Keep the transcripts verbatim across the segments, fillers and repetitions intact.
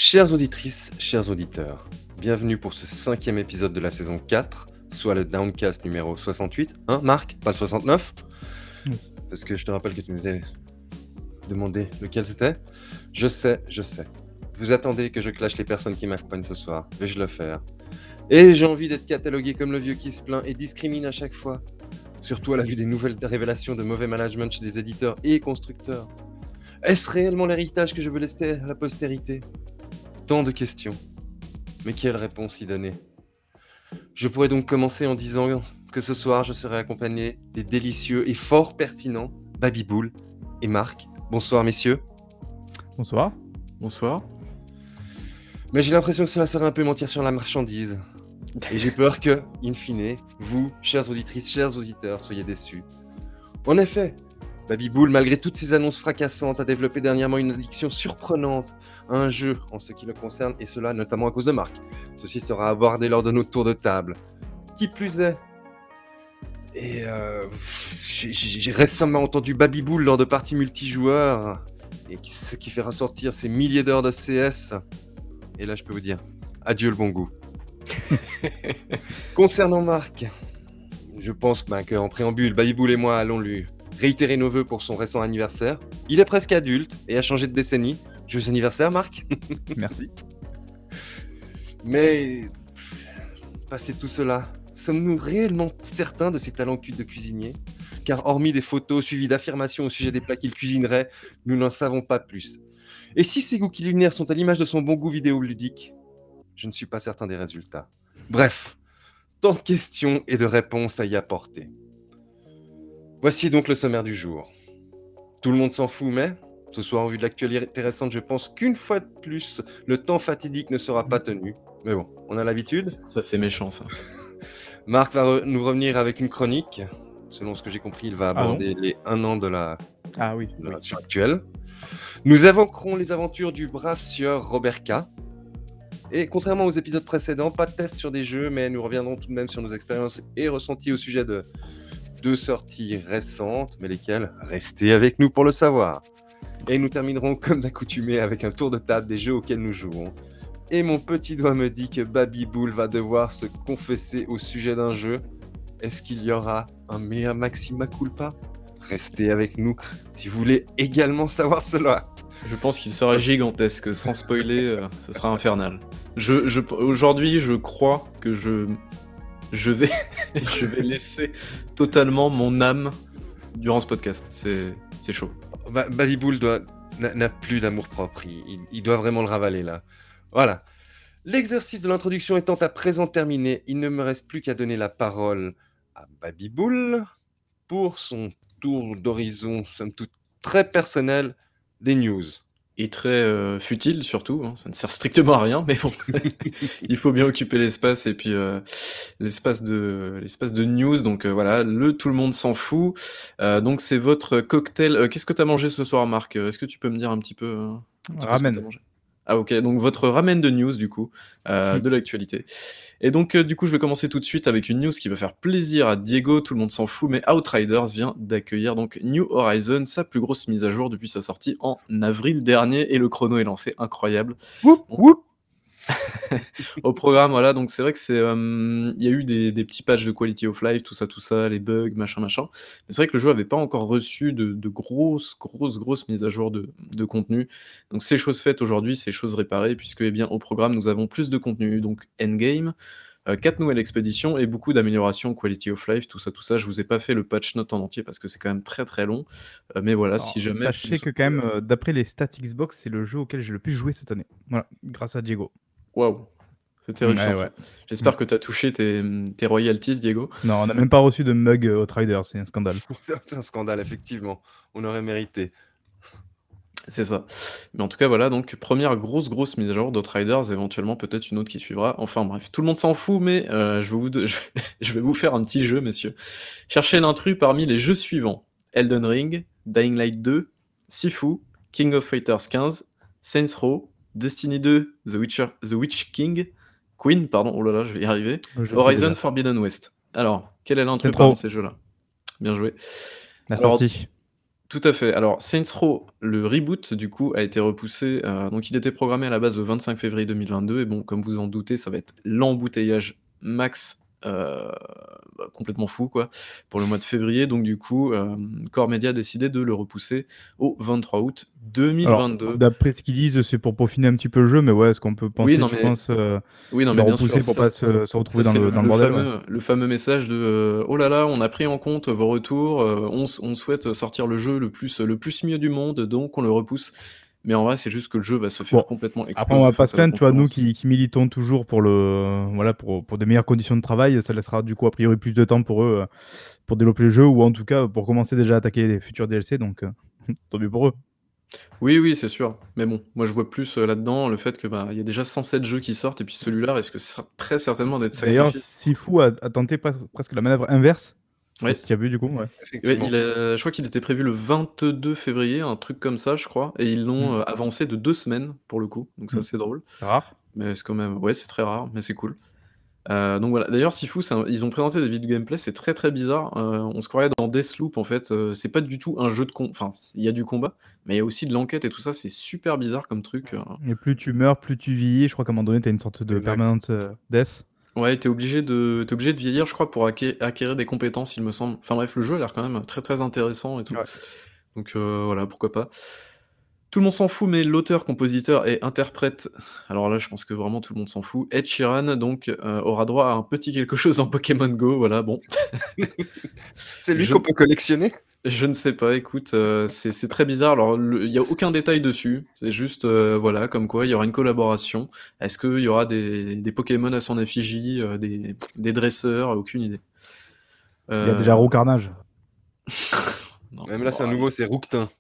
Chères auditrices, chers auditeurs, bienvenue pour ce cinquième épisode de la saison quatre, soit le Downcast numéro soixante-huit. Hein, Marc? Pas le soixante-neuf? Oui. Parce que je te rappelle que tu nous avais demandé lequel c'était. Je sais, je sais. Vous attendez que je clash les personnes qui m'accompagnent ce soir. Vais-je le faire? Et j'ai envie d'être catalogué comme le vieux qui se plaint et discrimine à chaque fois. Surtout à la vue des nouvelles révélations de mauvais management chez des éditeurs et constructeurs. Est-ce réellement l'héritage que je veux laisser à la postérité? Tant de questions. Mais quelle réponse y donner? Je pourrais donc commencer en disant que ce soir, je serai accompagné des délicieux et fort pertinents Babyboul et Marc. Bonsoir, messieurs. Bonsoir. Bonsoir. Mais j'ai l'impression que cela serait un peu mentir sur la marchandise. Et j'ai peur que, in fine, vous, chères auditrices, chers auditeurs, soyez déçus. En effet, Babyboul, malgré toutes ses annonces fracassantes, a développé dernièrement une addiction surprenante à un jeu en ce qui le concerne, et cela notamment à cause de Marc. Ceci sera abordé lors de nos tours de table. Qui plus est, et euh, j'ai, j'ai récemment entendu Babyboul lors de parties multijoueurs, et ce qui fait ressortir ses milliers d'heures de C S. Et là, je peux vous dire, adieu le bon goût. Concernant Marc, je pense ben, qu'en préambule, Babyboul et moi allons lui réitérer nos vœux pour son récent anniversaire. Il est presque adulte et a changé de décennie. Joyeux anniversaire, Marc. Merci. Mais, passé tout cela, sommes-nous réellement certains de ses talents de cuisinier? Car hormis des photos suivies d'affirmations au sujet des plats qu'il cuisinerait, nous n'en savons pas plus. Et si ses goûts culinaires sont à l'image de son bon goût vidéoludique, je ne suis pas certain des résultats. Bref, tant de questions et de réponses à y apporter. Voici donc le sommaire du jour. Tout le monde s'en fout, mais ce soir, en vue de l'actualité récente, je pense qu'une fois de plus, le temps fatidique ne sera pas tenu. Mais bon, on a l'habitude. Ça, c'est méchant, ça. Marc va re- nous revenir avec une chronique. Selon ce que j'ai compris, il va Ah aborder les un an de la, Ah oui. de la version actuelle. Nous évoquerons les aventures du brave sieur Robert K. Et contrairement aux épisodes précédents, pas de test sur des jeux, mais nous reviendrons tout de même sur nos expériences et ressentis au sujet de deux sorties récentes, mais lesquelles? Restez avec nous pour le savoir. Et nous terminerons comme d'accoutumé avec un tour de table des jeux auxquels nous jouons. Et mon petit doigt me dit que Babyboul va devoir se confesser au sujet d'un jeu. Est-ce qu'il y aura un mea maxima culpa? Restez avec nous si vous voulez également savoir cela. Je pense qu'il sera gigantesque. Sans spoiler, euh, ce sera infernal. Je, je, aujourd'hui, je crois que je, je, vais, je vais laisser totalement mon âme durant ce podcast. C'est, c'est chaud. Ba- Babyboul doit, n'a, n'a plus d'amour-propre. Il, il- il doit vraiment le ravaler là. Voilà. L'exercice de l'introduction étant à présent terminé, il ne me reste plus qu'à donner la parole à Babyboul pour son tour d'horizon, somme toute très personnel, des news. Et très euh, futile, surtout. Hein. Ça ne sert strictement à rien, mais bon. Il faut bien occuper l'espace et puis euh, l'espace de l'espace de news. Donc euh, voilà, le tout le monde s'en fout. Euh, donc c'est votre cocktail. Euh, qu'est-ce que tu as mangé ce soir, Marc? Est-ce que tu peux me dire un petit peu, euh, un petit peu ce que Ramen. t'as mangé? Ah ok, donc votre ramen de news du coup, euh, de l'actualité. Et donc euh, du coup je vais commencer tout de suite avec une news qui va faire plaisir à Diego, tout le monde s'en fout, mais Outriders vient d'accueillir donc New Horizon, sa plus grosse mise à jour depuis sa sortie en avril dernier, et le chrono est lancé, incroyable. Whoop, Bon. whoop. Au programme, voilà, donc c'est vrai que c'est, euh, il y a eu des, des petits patchs de quality of life, tout ça, tout ça, les bugs, machin, machin. Mais c'est vrai que le jeu avait pas encore reçu de, de grosses, grosses, grosses mises à jour de, de contenu. Donc c'est chose faite aujourd'hui, c'est chose réparée, puisque eh bien au programme nous avons plus de contenu, donc endgame, euh, quatre nouvelles expéditions et beaucoup d'améliorations quality of life, tout ça, tout ça. Je vous ai pas fait le patch note en entier parce que c'est quand même très très long, Euh, mais voilà, Alors, si jamais. sachez vous- que quand même, euh, d'après les stats Xbox, c'est le jeu auquel j'ai le plus joué cette année. Voilà, grâce à Diego. Waouh, c'est terrifiant Ouais, ça. ouais. J'espère que tu as touché tes, tes royalties, Diego. Non, on n'a même pas reçu de mug euh, Outriders, c'est un scandale. C'est un scandale, effectivement. On aurait mérité. C'est ça. Mais en tout cas, voilà, donc première grosse, grosse mise à jour d'Outriders, éventuellement peut-être une autre qui suivra. Enfin bref, tout le monde s'en fout, mais euh, je, vais vous de- je vais- je vais vous faire un petit jeu, messieurs. Cherchez l'intrus parmi les jeux suivants. Elden Ring, Dying Light deux, Sifu, King of Fighters quinze, Saints Row, Destiny deux, The Witcher, The Witch King, Queen, pardon, oh là là, je vais y arriver, Je sais Horizon déjà. Forbidden West. Alors, quel est l'intrus Saints parmi Row. ces jeux-là? Bien joué. La Alors, sortie. Tout à fait. Alors Saints Row, le reboot du coup a été repoussé, heu, donc il était programmé à la base le vingt-cinq février deux mille vingt-deux et bon, comme vous en doutez, ça va être l'embouteillage max, heu, bah, complètement fou quoi, pour le mois de février. Donc du coup, hem, Core Media a décidé de le repousser au vingt-trois août Alors, deux mille vingt-deux. d'après ce qu'ils disent, c'est pour peaufiner un petit peu le jeu, mais ouais, est-ce qu'on peut Oui, penser, non tu mais penses, heu, oui, non qu'ils mais l'ont bien repoussé sûr, pour ça pas c se se ça retrouver dans c'est le le dans le le bordel, ouais? fameux le fameux message de, heu: «Oh là là, on a pris en compte vos retours, heu, on s on souhaite sortir le jeu le plus le plus mieux du monde, donc on le repousse». Mais en vrai, c'est juste que le jeu va se faire Bon, complètement après on exploser va pas se face à la plaindre, tu vois? Nous concurrence. qui qui militons toujours pour le voilà, pour pour des meilleures conditions de travail, ça laissera du coup a priori plus de temps pour eux, heu, pour développer le jeu ou en tout cas pour commencer déjà à attaquer les futurs D L C donc heu, tant mieux pour eux. Oui, oui, c'est sûr. Mais bon, moi je vois plus, heu, là-dedans le fait que, bah, il y a déjà cent sept jeux qui sortent et puis celui-là risque cer très certainement d'être D'ailleurs, sacrifié. Sifu a a tenté pres presque la manœuvre inverse. Je sais pas Oui. si tu as vu du coup? Ouais. Ouais, Effectivement. il a je crois qu'il était prévu le vingt-deux février, un truc comme ça, je crois et ils Mmh. l'ont, heu, avancé de deux semaines pour le coup, donc ça Mmh. c'est drôle. C'est rare. Mais c'est quand même ouais, c'est très rare, mais c'est cool. Heu, donc voilà. D'ailleurs Sifu, c'est un ils ont présenté des vidéos gameplay, c'est très, très bizarre, heu, on se croirait dans Deathloop en fait, heu, c'est pas du tout un jeu de com enfin, il y a du combat, mais il y a aussi de l'enquête et tout ça, c'est super bizarre comme truc, heu Et plus tu meurs, plus tu vieillis. Je crois qu'à un moment donné, tu as une sorte de Exact. permanent, heu, death. Ouais, tu es obligé de tu es obligé de vieillir, je crois, pour acqué acquérir des compétences, il me semble. Enfin bref, le jeu a l'air quand même très, très intéressant et tout. Ouais. Donc heu, voilà, pourquoi pas. Tout le monde s'en fout, mais l'auteur, compositeur et interprète, alors là, je pense que vraiment tout le monde s'en fout, Ed Sheeran donc, heu, aura droit à un petit quelque chose en Pokémon Go, voilà, bon. C'est lui Je qu'on peut collectionner? je ne sais pas, écoute, heu, c'est c'est très bizarre. Alors le il y a aucun détail dessus, c'est juste, heu, voilà, comme quoi il y aura une collaboration. Est-ce qu'il y aura des des Pokémon à son effigie, heu, des des dresseurs? Aucune idée. Il y a déjà Heu Roucarnage. non, Même là, bon c'est un allez, nouveau, c'est Rouquetin.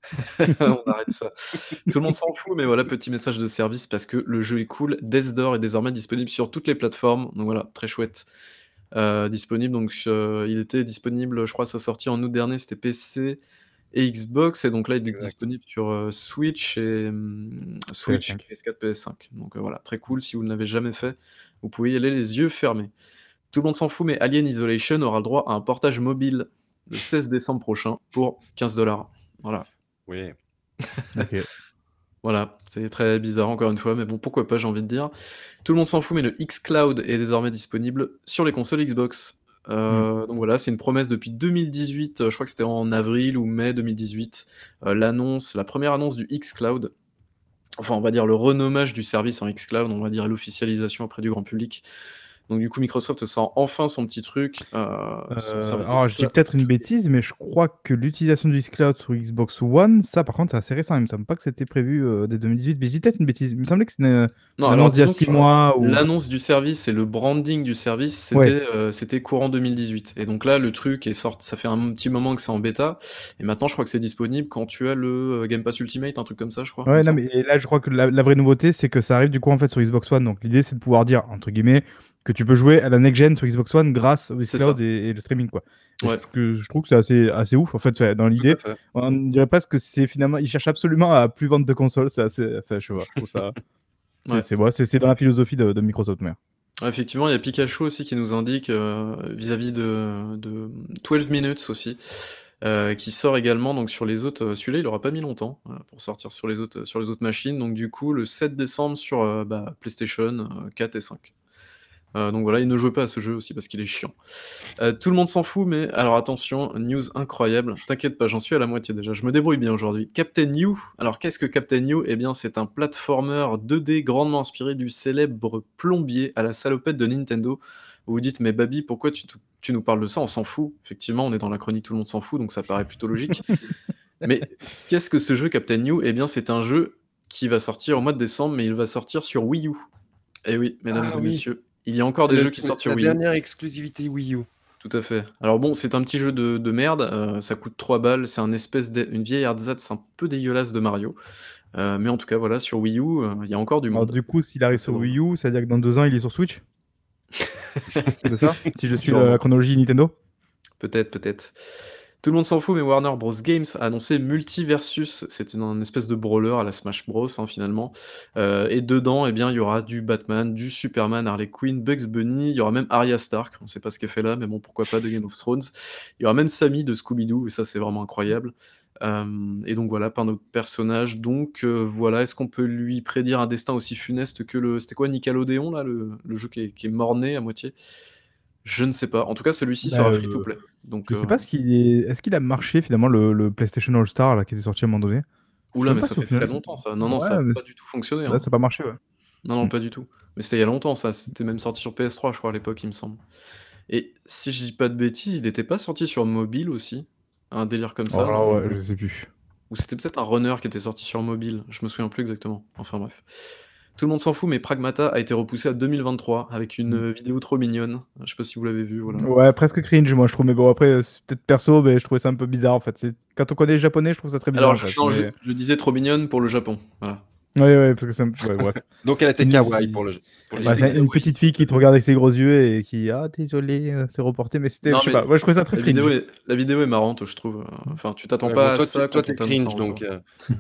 on arrête ça. Tout le monde s'en fout, mais voilà, petit message de service parce que le jeu est cool. Death Door est désormais disponible sur toutes les plateformes, donc voilà, très chouette. Heu, disponible donc heu, il était disponible, je crois à sa sortie en août dernier, c'était P C et Xbox et donc là, il est Exact. disponible sur, heu, Switch et mmh, Switch, P S cinq. P S quatre, P S cinq. Donc heu, voilà, très cool. Si vous ne l'avez jamais fait, vous pouvez y aller les yeux fermés. Tout le monde s'en fout, mais Alien Isolation aura le droit à un portage mobile le seize décembre prochain pour quinze dollars. Voilà. Oui. OK. Voilà, c'est très bizarre encore une fois, mais bon, pourquoi pas, j'ai envie de dire. Tout le monde s'en fout, mais le xCloud est désormais disponible sur les consoles Xbox. Mmh. Heu, donc voilà, c'est une promesse depuis deux mille dix-huit, heu, je crois que c'était en avril ou mai deux mille dix-huit, heu, l'annonce la première annonce du xCloud. Enfin, on va dire le renommage du service en xCloud, on va dire l'officialisation auprès du grand public. Donc du coup, Microsoft sort enfin son petit truc, heu, son Heu, service de alors je dis cloud. peut-être une bêtise, mais je crois que l'utilisation du xCloud sur Xbox One, ça par contre, c'est assez récent. Il me semble pas que c'était prévu, heu, dès deux mille dix-huit, mais je dis peut-être une bêtise. Il me semblait que c'était une, Non, une alors annonce d'il y a disons six que mois ou l'annonce du service et le branding du service, ouais. c'était, heu, c'était courant deux mille dix-huit et donc là, le truc est sorti ça fait un petit moment que c'est en bêta et maintenant je crois que c'est disponible quand tu as le, heu, Game Pass Ultimate, un truc comme ça, je crois, il me Ouais, non, semble. mais et là, je crois que la la vraie nouveauté, c'est que ça arrive du coup, en fait, sur Xbox One. Donc l'idée, c'est de pouvoir dire, entre guillemets, que tu peux jouer à la next gen sur Xbox One grâce au C'est xCloud ça. et et le streaming, quoi. Et je Ouais, trouve que je trouve que c'est assez assez ouf, en fait, ouais, dans Tout à l'idée. fait. On dirait presque que c'est finalement ils cherchent absolument à plus vendre de consoles, c'est assez enfin, je sais pas, je trouve ça c'est ouais. c'est ouais, c'est c'est dans la philosophie de de Microsoft, mais Ouais, effectivement, il y a Pikachu aussi qui nous indique, heu, vis-à-vis de de, mmh, douze minutes aussi, heu, qui sort également donc sur les autres, heu, celui-là, il aura pas mis longtemps, heu, pour sortir sur les autres, sur les autres machines. Donc du coup, le sept décembre sur, heu, bah, PlayStation, heu, quatre et cinq. Heu, donc voilà, et ne jouez pas à ce jeu aussi parce qu'il est chiant. Heu, tout le monde s'en fout, mais alors attention, news incroyable, t'inquiète pas, j'en suis à la moitié déjà, je me débrouille bien aujourd'hui. Captain You, alors qu'est-ce que Captain You? Eh bien, c'est un platformer deux D grandement inspiré du célèbre plombier à la salopette de Nintendo. Vous vous dites: «Mais Baby, pourquoi tu t tu nous parles de ça? On s'en fout». Effectivement, on est dans la chronique Tout le monde s'en fout, donc ça paraît plutôt logique. Mais qu'est-ce que ce jeu Captain You? Eh bien, c'est un jeu qui va sortir au mois de décembre, mais il va sortir sur Wii U. Eh oui, mesdames Ah et oui, messieurs, il y a encore c'est des le jeux qui c'est sortent c'est sur la Wii U. dernière exclusivité Wii U. Tout à fait. Alors bon, c'est un petit jeu de de merde, heu, ça coûte trois balles, c'est un espèce d'e une vieille ersatz un peu dégueulasse de Mario, heu, mais en tout cas, voilà, sur Wii U, heu, il y a encore du alors monde. du coup, s'il Ça, arrive c'est sur drôle. Wii U, c'est-à-dire que dans deux ans, il est sur Switch? C'est ça? Si je suis la Sûrement. chronologie Nintendo? Peut-être, peut-être. Tout le monde s'en fout, mais Warner Bros Games a annoncé Multiversus. C'est une un espèce de brawler à la Smash Bros, hein, finalement. Heu et dedans, eh bien, il y aura du Batman, du Superman, Harley Quinn, Bugs Bunny, il y aura même Arya Stark, on sait pas ce qu'elle fait là, mais bon, pourquoi pas, de Game of Thrones. Il y aura même Sammy de Scooby Doo et ça, c'est vraiment incroyable. Hem et donc voilà, plein d'autres personnages donc heu, voilà. Est-ce qu'on peut lui prédire un destin aussi funeste que le c'était quoi Nickelodeon là, le le jeu qui est qui est mort-né à moitié? Je ne sais pas. En tout cas, celui-ci Bah, sera free to heu, play donc je sais heu pas ce qu'il est est-ce qu'il a marché finalement le le PlayStation All Star là qui était sorti à un moment donné? Ouh Je sais là, même mais pas ça si au fait final très longtemps ça. Non, non, ça a ouais, mais pas c du tout fonctionné, ouais, hein. ça a pas marché, ouais. Non, non, Mmh. pas du tout. Mais c'était il y a longtemps ça, c'était même sorti sur P S trois je crois à l'époque, il me semble et si je dis pas de bêtises, il était pas sorti sur mobile aussi? Un délire comme ça, Alors là, non? ouais, je sais plus. Ou c'était peut-être un runner qui était sorti sur mobile? Je me souviens plus exactement. Enfin bref. Tout le monde s'en fout, mais Pragmata a été repoussé à deux mille vingt-trois avec une, Mmh. heu, vidéo trop mignonne. Je sais pas si vous l'avez vue, voilà. Ouais, presque cringe moi je trouve, mais bon après, heu, c'est peut-être perso, mais je trouvais ça un peu bizarre en fait. C'est quand on connaît les japonais, je trouve ça très bizarre Alors en je fait, non, je mais je disais trop mignonne pour le Japon, voilà. Ouais, ouais, parce que c'est un ouais, bref. Donc elle était Une kawaii pour le j pour le Elle bah, était c'est une japonais. kawaii. petite fille qui te regarde avec ses gros yeux et qui: «Ah désolé, heu, c'est reporté», mais c'était Non, je sais mais pas, moi je trouvais ça très la vidéo cringe. est la vidéo est marrante, je trouve, heu, enfin tu t'attends Ouais, bon, pas à toi tu ça toi quand tu on es t'annonce un cringe retour. donc heu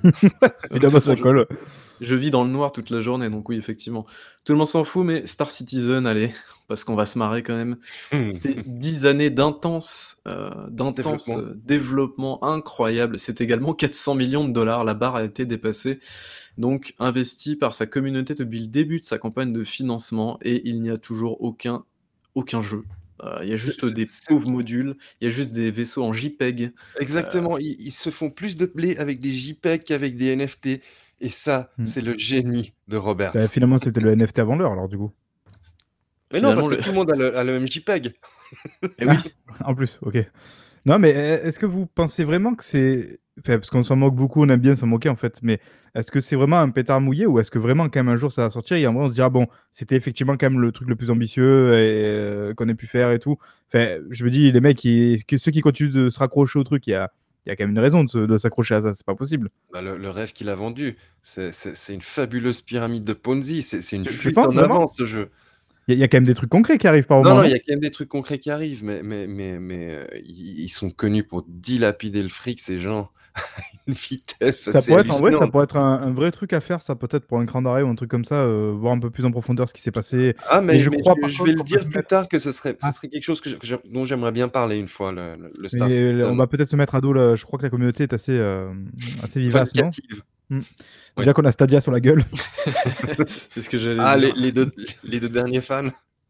De toute Évidemment façon, ça je colle. je vis dans le noir toute la journée, donc oui, effectivement. Tout le monde s'en fout, mais Star Citizen, allez, parce qu'on va se marrer quand même. C'est dix années d'intense, heu, d'intense, Développement. heu, développement incroyable. C'est également quatre cents millions de dollars. La barre a été dépassée, donc investi par sa communauté depuis le début de sa campagne de financement et il n'y a toujours aucun aucun jeu. Heu, il y a C'est juste c'est des c'est pauvres modules, il y a juste des vaisseaux en JPEG, heu Exactement, ils ils se font plus de blé avec des JPEG qu'avec des NFT et ça, Mmh. c'est le génie de Bah, Roberts. finalement, c'était le NFT avant l'heure alors du coup? Mais non, parce Finalement que le tout le monde a le a le même JPEG. Eh Ah! oui! En plus, OK. Non, mais est est-ce que vous pensez vraiment que c'est enfin, parce qu'on s'en moque beaucoup, on aime bien s'en moquer en fait, mais est-ce que c'est vraiment un pétard mouillé ou est-ce que vraiment quand même un jour ça va sortir et en vrai on se dira: «Bon, c'était effectivement quand même le truc le plus ambitieux et heu, qu'on ait pu faire et tout». Enfin, je me dis les mecs qui que ceux qui continuent de se raccrocher au truc, il y a il y a quand même une raison de se de s'accrocher à ça, c'est pas possible. Bah, le le rêve qu'il a vendu, c'est c'est c'est une fabuleuse pyramide de Ponzi, c'est c'est une Tu tu fuite penses en vraiment? avant ce jeu. Il y a il y a quand même des trucs concrets qui arrivent par Non, moment, non, il y non? a quand même des trucs concrets qui arrivent, mais mais mais mais heu, ils ils sont connus pour dilapider le fric ces gens, à une vitesse Ça assez pourrait être en vrai, ça hallucinante. pourrait être un un vrai truc à faire ça peut-être pour un cran d'arrêt ou un truc comme ça, heu, voir un peu plus en profondeur ce qui s'est passé. Ah Mais mais je mais crois je par je vais contre le qu'on peut dire se plus mettre tard que ce serait ce ah, serait quelque chose que je que je dont j'aimerais bien parler une fois, le le le Star mais on Citizen. va peut-être se mettre à dos là, je crois que la communauté est assez, hem, assez vivace, non? Vindicative. Mmh. Ouais. Déjà qu'on a Stadia sur la gueule. C'est ce que j'allais Ah les dire. les deux les deux derniers fans.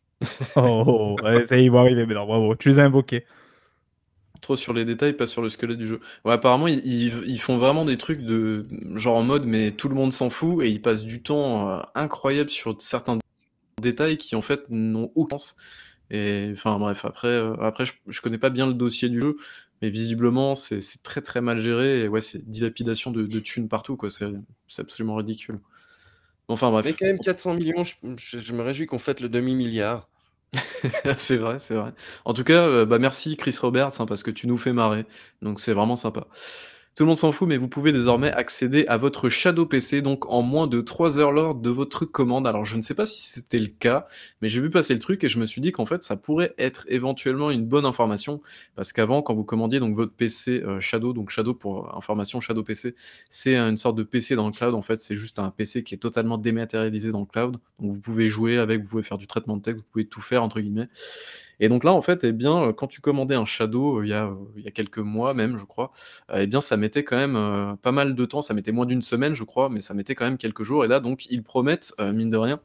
Oh, oh, oh, ouais, ça y est, ils vont arriver, mais non, bravo, tu les as invoqués. Trop sur les détails, pas sur le squelette du jeu. Ouais, apparemment, ils ils v ils font vraiment des trucs de genre en mode, mais tout le monde s'en fout et ils passent du temps, heu, incroyable sur certains détails qui, en fait, n'ont aucun sens et enfin bref, après, heu, après je je connais pas bien le dossier du jeu, mais visiblement, c'est c'est très, très mal géré et ouais, c'est dilapidation de de thunes partout, quoi. C'est c'est absolument ridicule. Enfin Mais bref. quand même quatre cents millions, je je je me réjouis qu'on fête le demi milliard. C'est vrai, c'est vrai. En tout cas, heu, bah, merci Chris Roberts, hein, parce que tu nous fais marrer, donc c'est vraiment sympa. Tout le monde s'en fout, mais vous pouvez désormais accéder à votre Shadow P C, donc en moins de trois heures lors de votre commande. Alors je ne sais pas si c'était le cas, mais j'ai vu passer le truc et je me suis dit qu'en fait ça pourrait être éventuellement une bonne information. Parce qu'avant, quand vous commandiez donc votre P C, heu, Shadow, donc Shadow pour euh, information, Shadow P C, c'est une sorte de P C dans le cloud. En fait, c'est juste un P C qui est totalement dématérialisé dans le cloud. Donc vous pouvez jouer avec, vous pouvez faire du traitement de texte, vous pouvez «tout faire» entre guillemets. Et donc là, en fait, eh bien, heu, quand tu commandais un Shadow, heu, il y a, heu, il y a quelques mois même, je crois, heu, eh bien, ça mettait quand même, heu, pas mal de temps. Ça mettait moins d'une semaine, je crois, mais ça mettait quand même quelques jours et là, donc, ils promettent, heu, mine de rien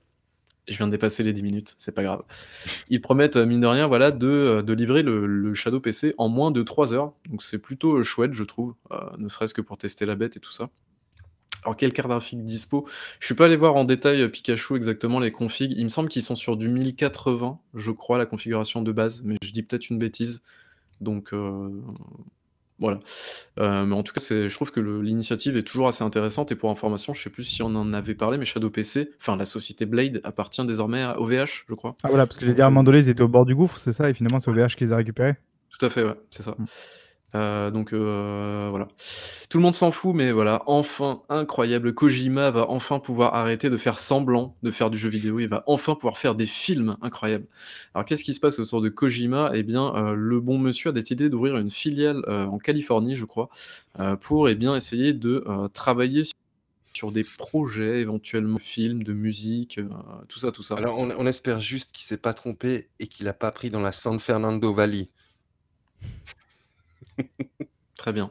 je viens de dépasser les dix minutes, c'est pas grave. Ils promettent, heu, mine de rien, voilà, de, heu, de livrer le le Shadow P C en moins de trois heures. Donc c'est plutôt, heu, chouette, je trouve, heu, ne serait-ce que pour tester la bête et tout ça. Alors quelle carte graphique dispo? Je suis pas allé voir en détail, heu, Pikachu exactement les configs. Il me semble qu'ils sont sur du mille quatre-vingts, je crois, la configuration de base, mais je dis peut-être une bêtise. Donc heu, voilà. Heu, mais en tout cas, c'est je trouve que le l'initiative est toujours assez intéressante et pour information, je sais plus si on en avait parlé, mais Shadow P C, enfin la société Blade appartient désormais à O V H, je crois. Ah voilà, parce que Ils j'allais ont dire à un fait moment donné, ils étaient au bord du gouffre, c'est ça? Et finalement, c'est ouais, O V H qui les a récupérés? tout à fait, ouais, c'est ça. Mmh. Heu, donc heu, voilà. Tout le monde s'en fout, mais voilà, enfin, incroyable, Kojima va enfin pouvoir arrêter de faire semblant de faire du jeu vidéo. Il va enfin pouvoir faire des films, incroyable. Alors qu'est-ce qui se passe autour de Kojima? Eh bien, heu, le bon monsieur a décidé d'ouvrir une filiale, heu, en Californie, je crois, heu, pour, eh bien, essayer de, heu, travailler sur des projets, éventuellement films, de musique, heu, tout ça, tout ça. Alors on on espère juste qu'il s'est pas trompé et qu'il a pas pris dans la San Fernando Valley. Très bien.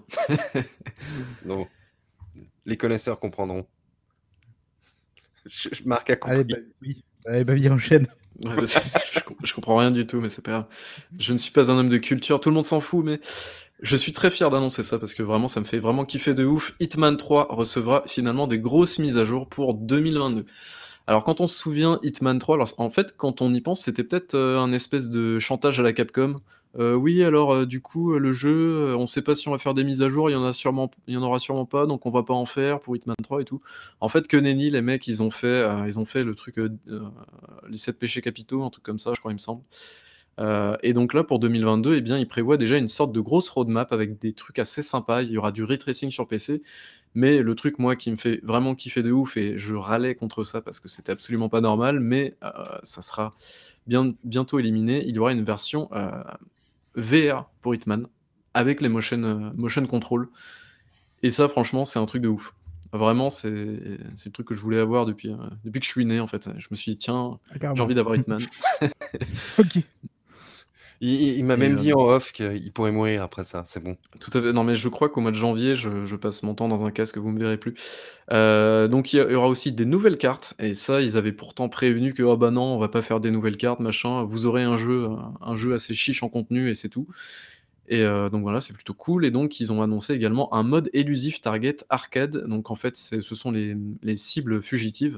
Non, les connaisseurs comprendront. Je, je- Marc a Allez, compris. bah, oui. Allez, Babi, enchaîne. Ouais, parce que je, com- je comprends rien du tout, mais c'est pas grave. Je ne suis pas un homme de culture, tout le monde s'en fout, mais je suis très fier d'annoncer ça parce que vraiment, ça me fait vraiment kiffer de ouf. Hitman trois recevra finalement des grosses mises à jour pour deux mille vingt-deux. Alors, quand on se souvient, Hitman trois, alors, en fait, quand on y pense, c'était peut-être euh, un espèce de chantage à la Capcom. Euh, oui, alors, euh, du coup, euh, le jeu, euh, on sait pas si on va faire des mises à jour, il y en a sûrement, il y en aura sûrement pas, donc on va pas en faire pour Hitman trois et tout. En fait, que nenni, les mecs, ils ont fait, euh, ils ont fait le truc, euh, euh, les sept péchés capitaux, un truc comme ça, je crois, il me semble. Euh, et donc là, pour deux mille vingt-deux, eh bien, ils prévoient déjà une sorte de grosse roadmap avec des trucs assez sympas. Il y aura du ray tracing sur P C, mais le truc, moi, qui me fait vraiment kiffer de ouf, et je râlais contre ça parce que c'était absolument pas normal, mais euh, ça sera bien, bientôt éliminé. Il y aura une version euh, V R pour Hitman avec les motion, euh, motion control. Et ça, franchement, c'est un truc de ouf. Vraiment, c'est c'est le truc que je voulais avoir depuis, euh, depuis que je suis né, en fait. Je me suis dit, tiens, Ah, j'ai carrément. envie d'avoir Hitman. Ok. Il, il- il m'a Et, même euh, dit en off qu'il pourrait mourir après ça, c'est bon. Tout à fait. Non, mais je crois qu'au mois de janvier, je, je passe mon temps dans un casque, vous me verrez plus. Euh, donc il y, a- il y aura aussi des nouvelles cartes, et ça, ils avaient pourtant prévenu que oh bah non, on va pas faire des nouvelles cartes, machin. Vous aurez un jeu, un, un jeu assez chiche en contenu et c'est tout. Et euh, donc voilà, c'est plutôt cool. Et donc ils ont annoncé également un mode élusif Target Arcade. Donc en fait, c'est- ce sont les, les cibles fugitives.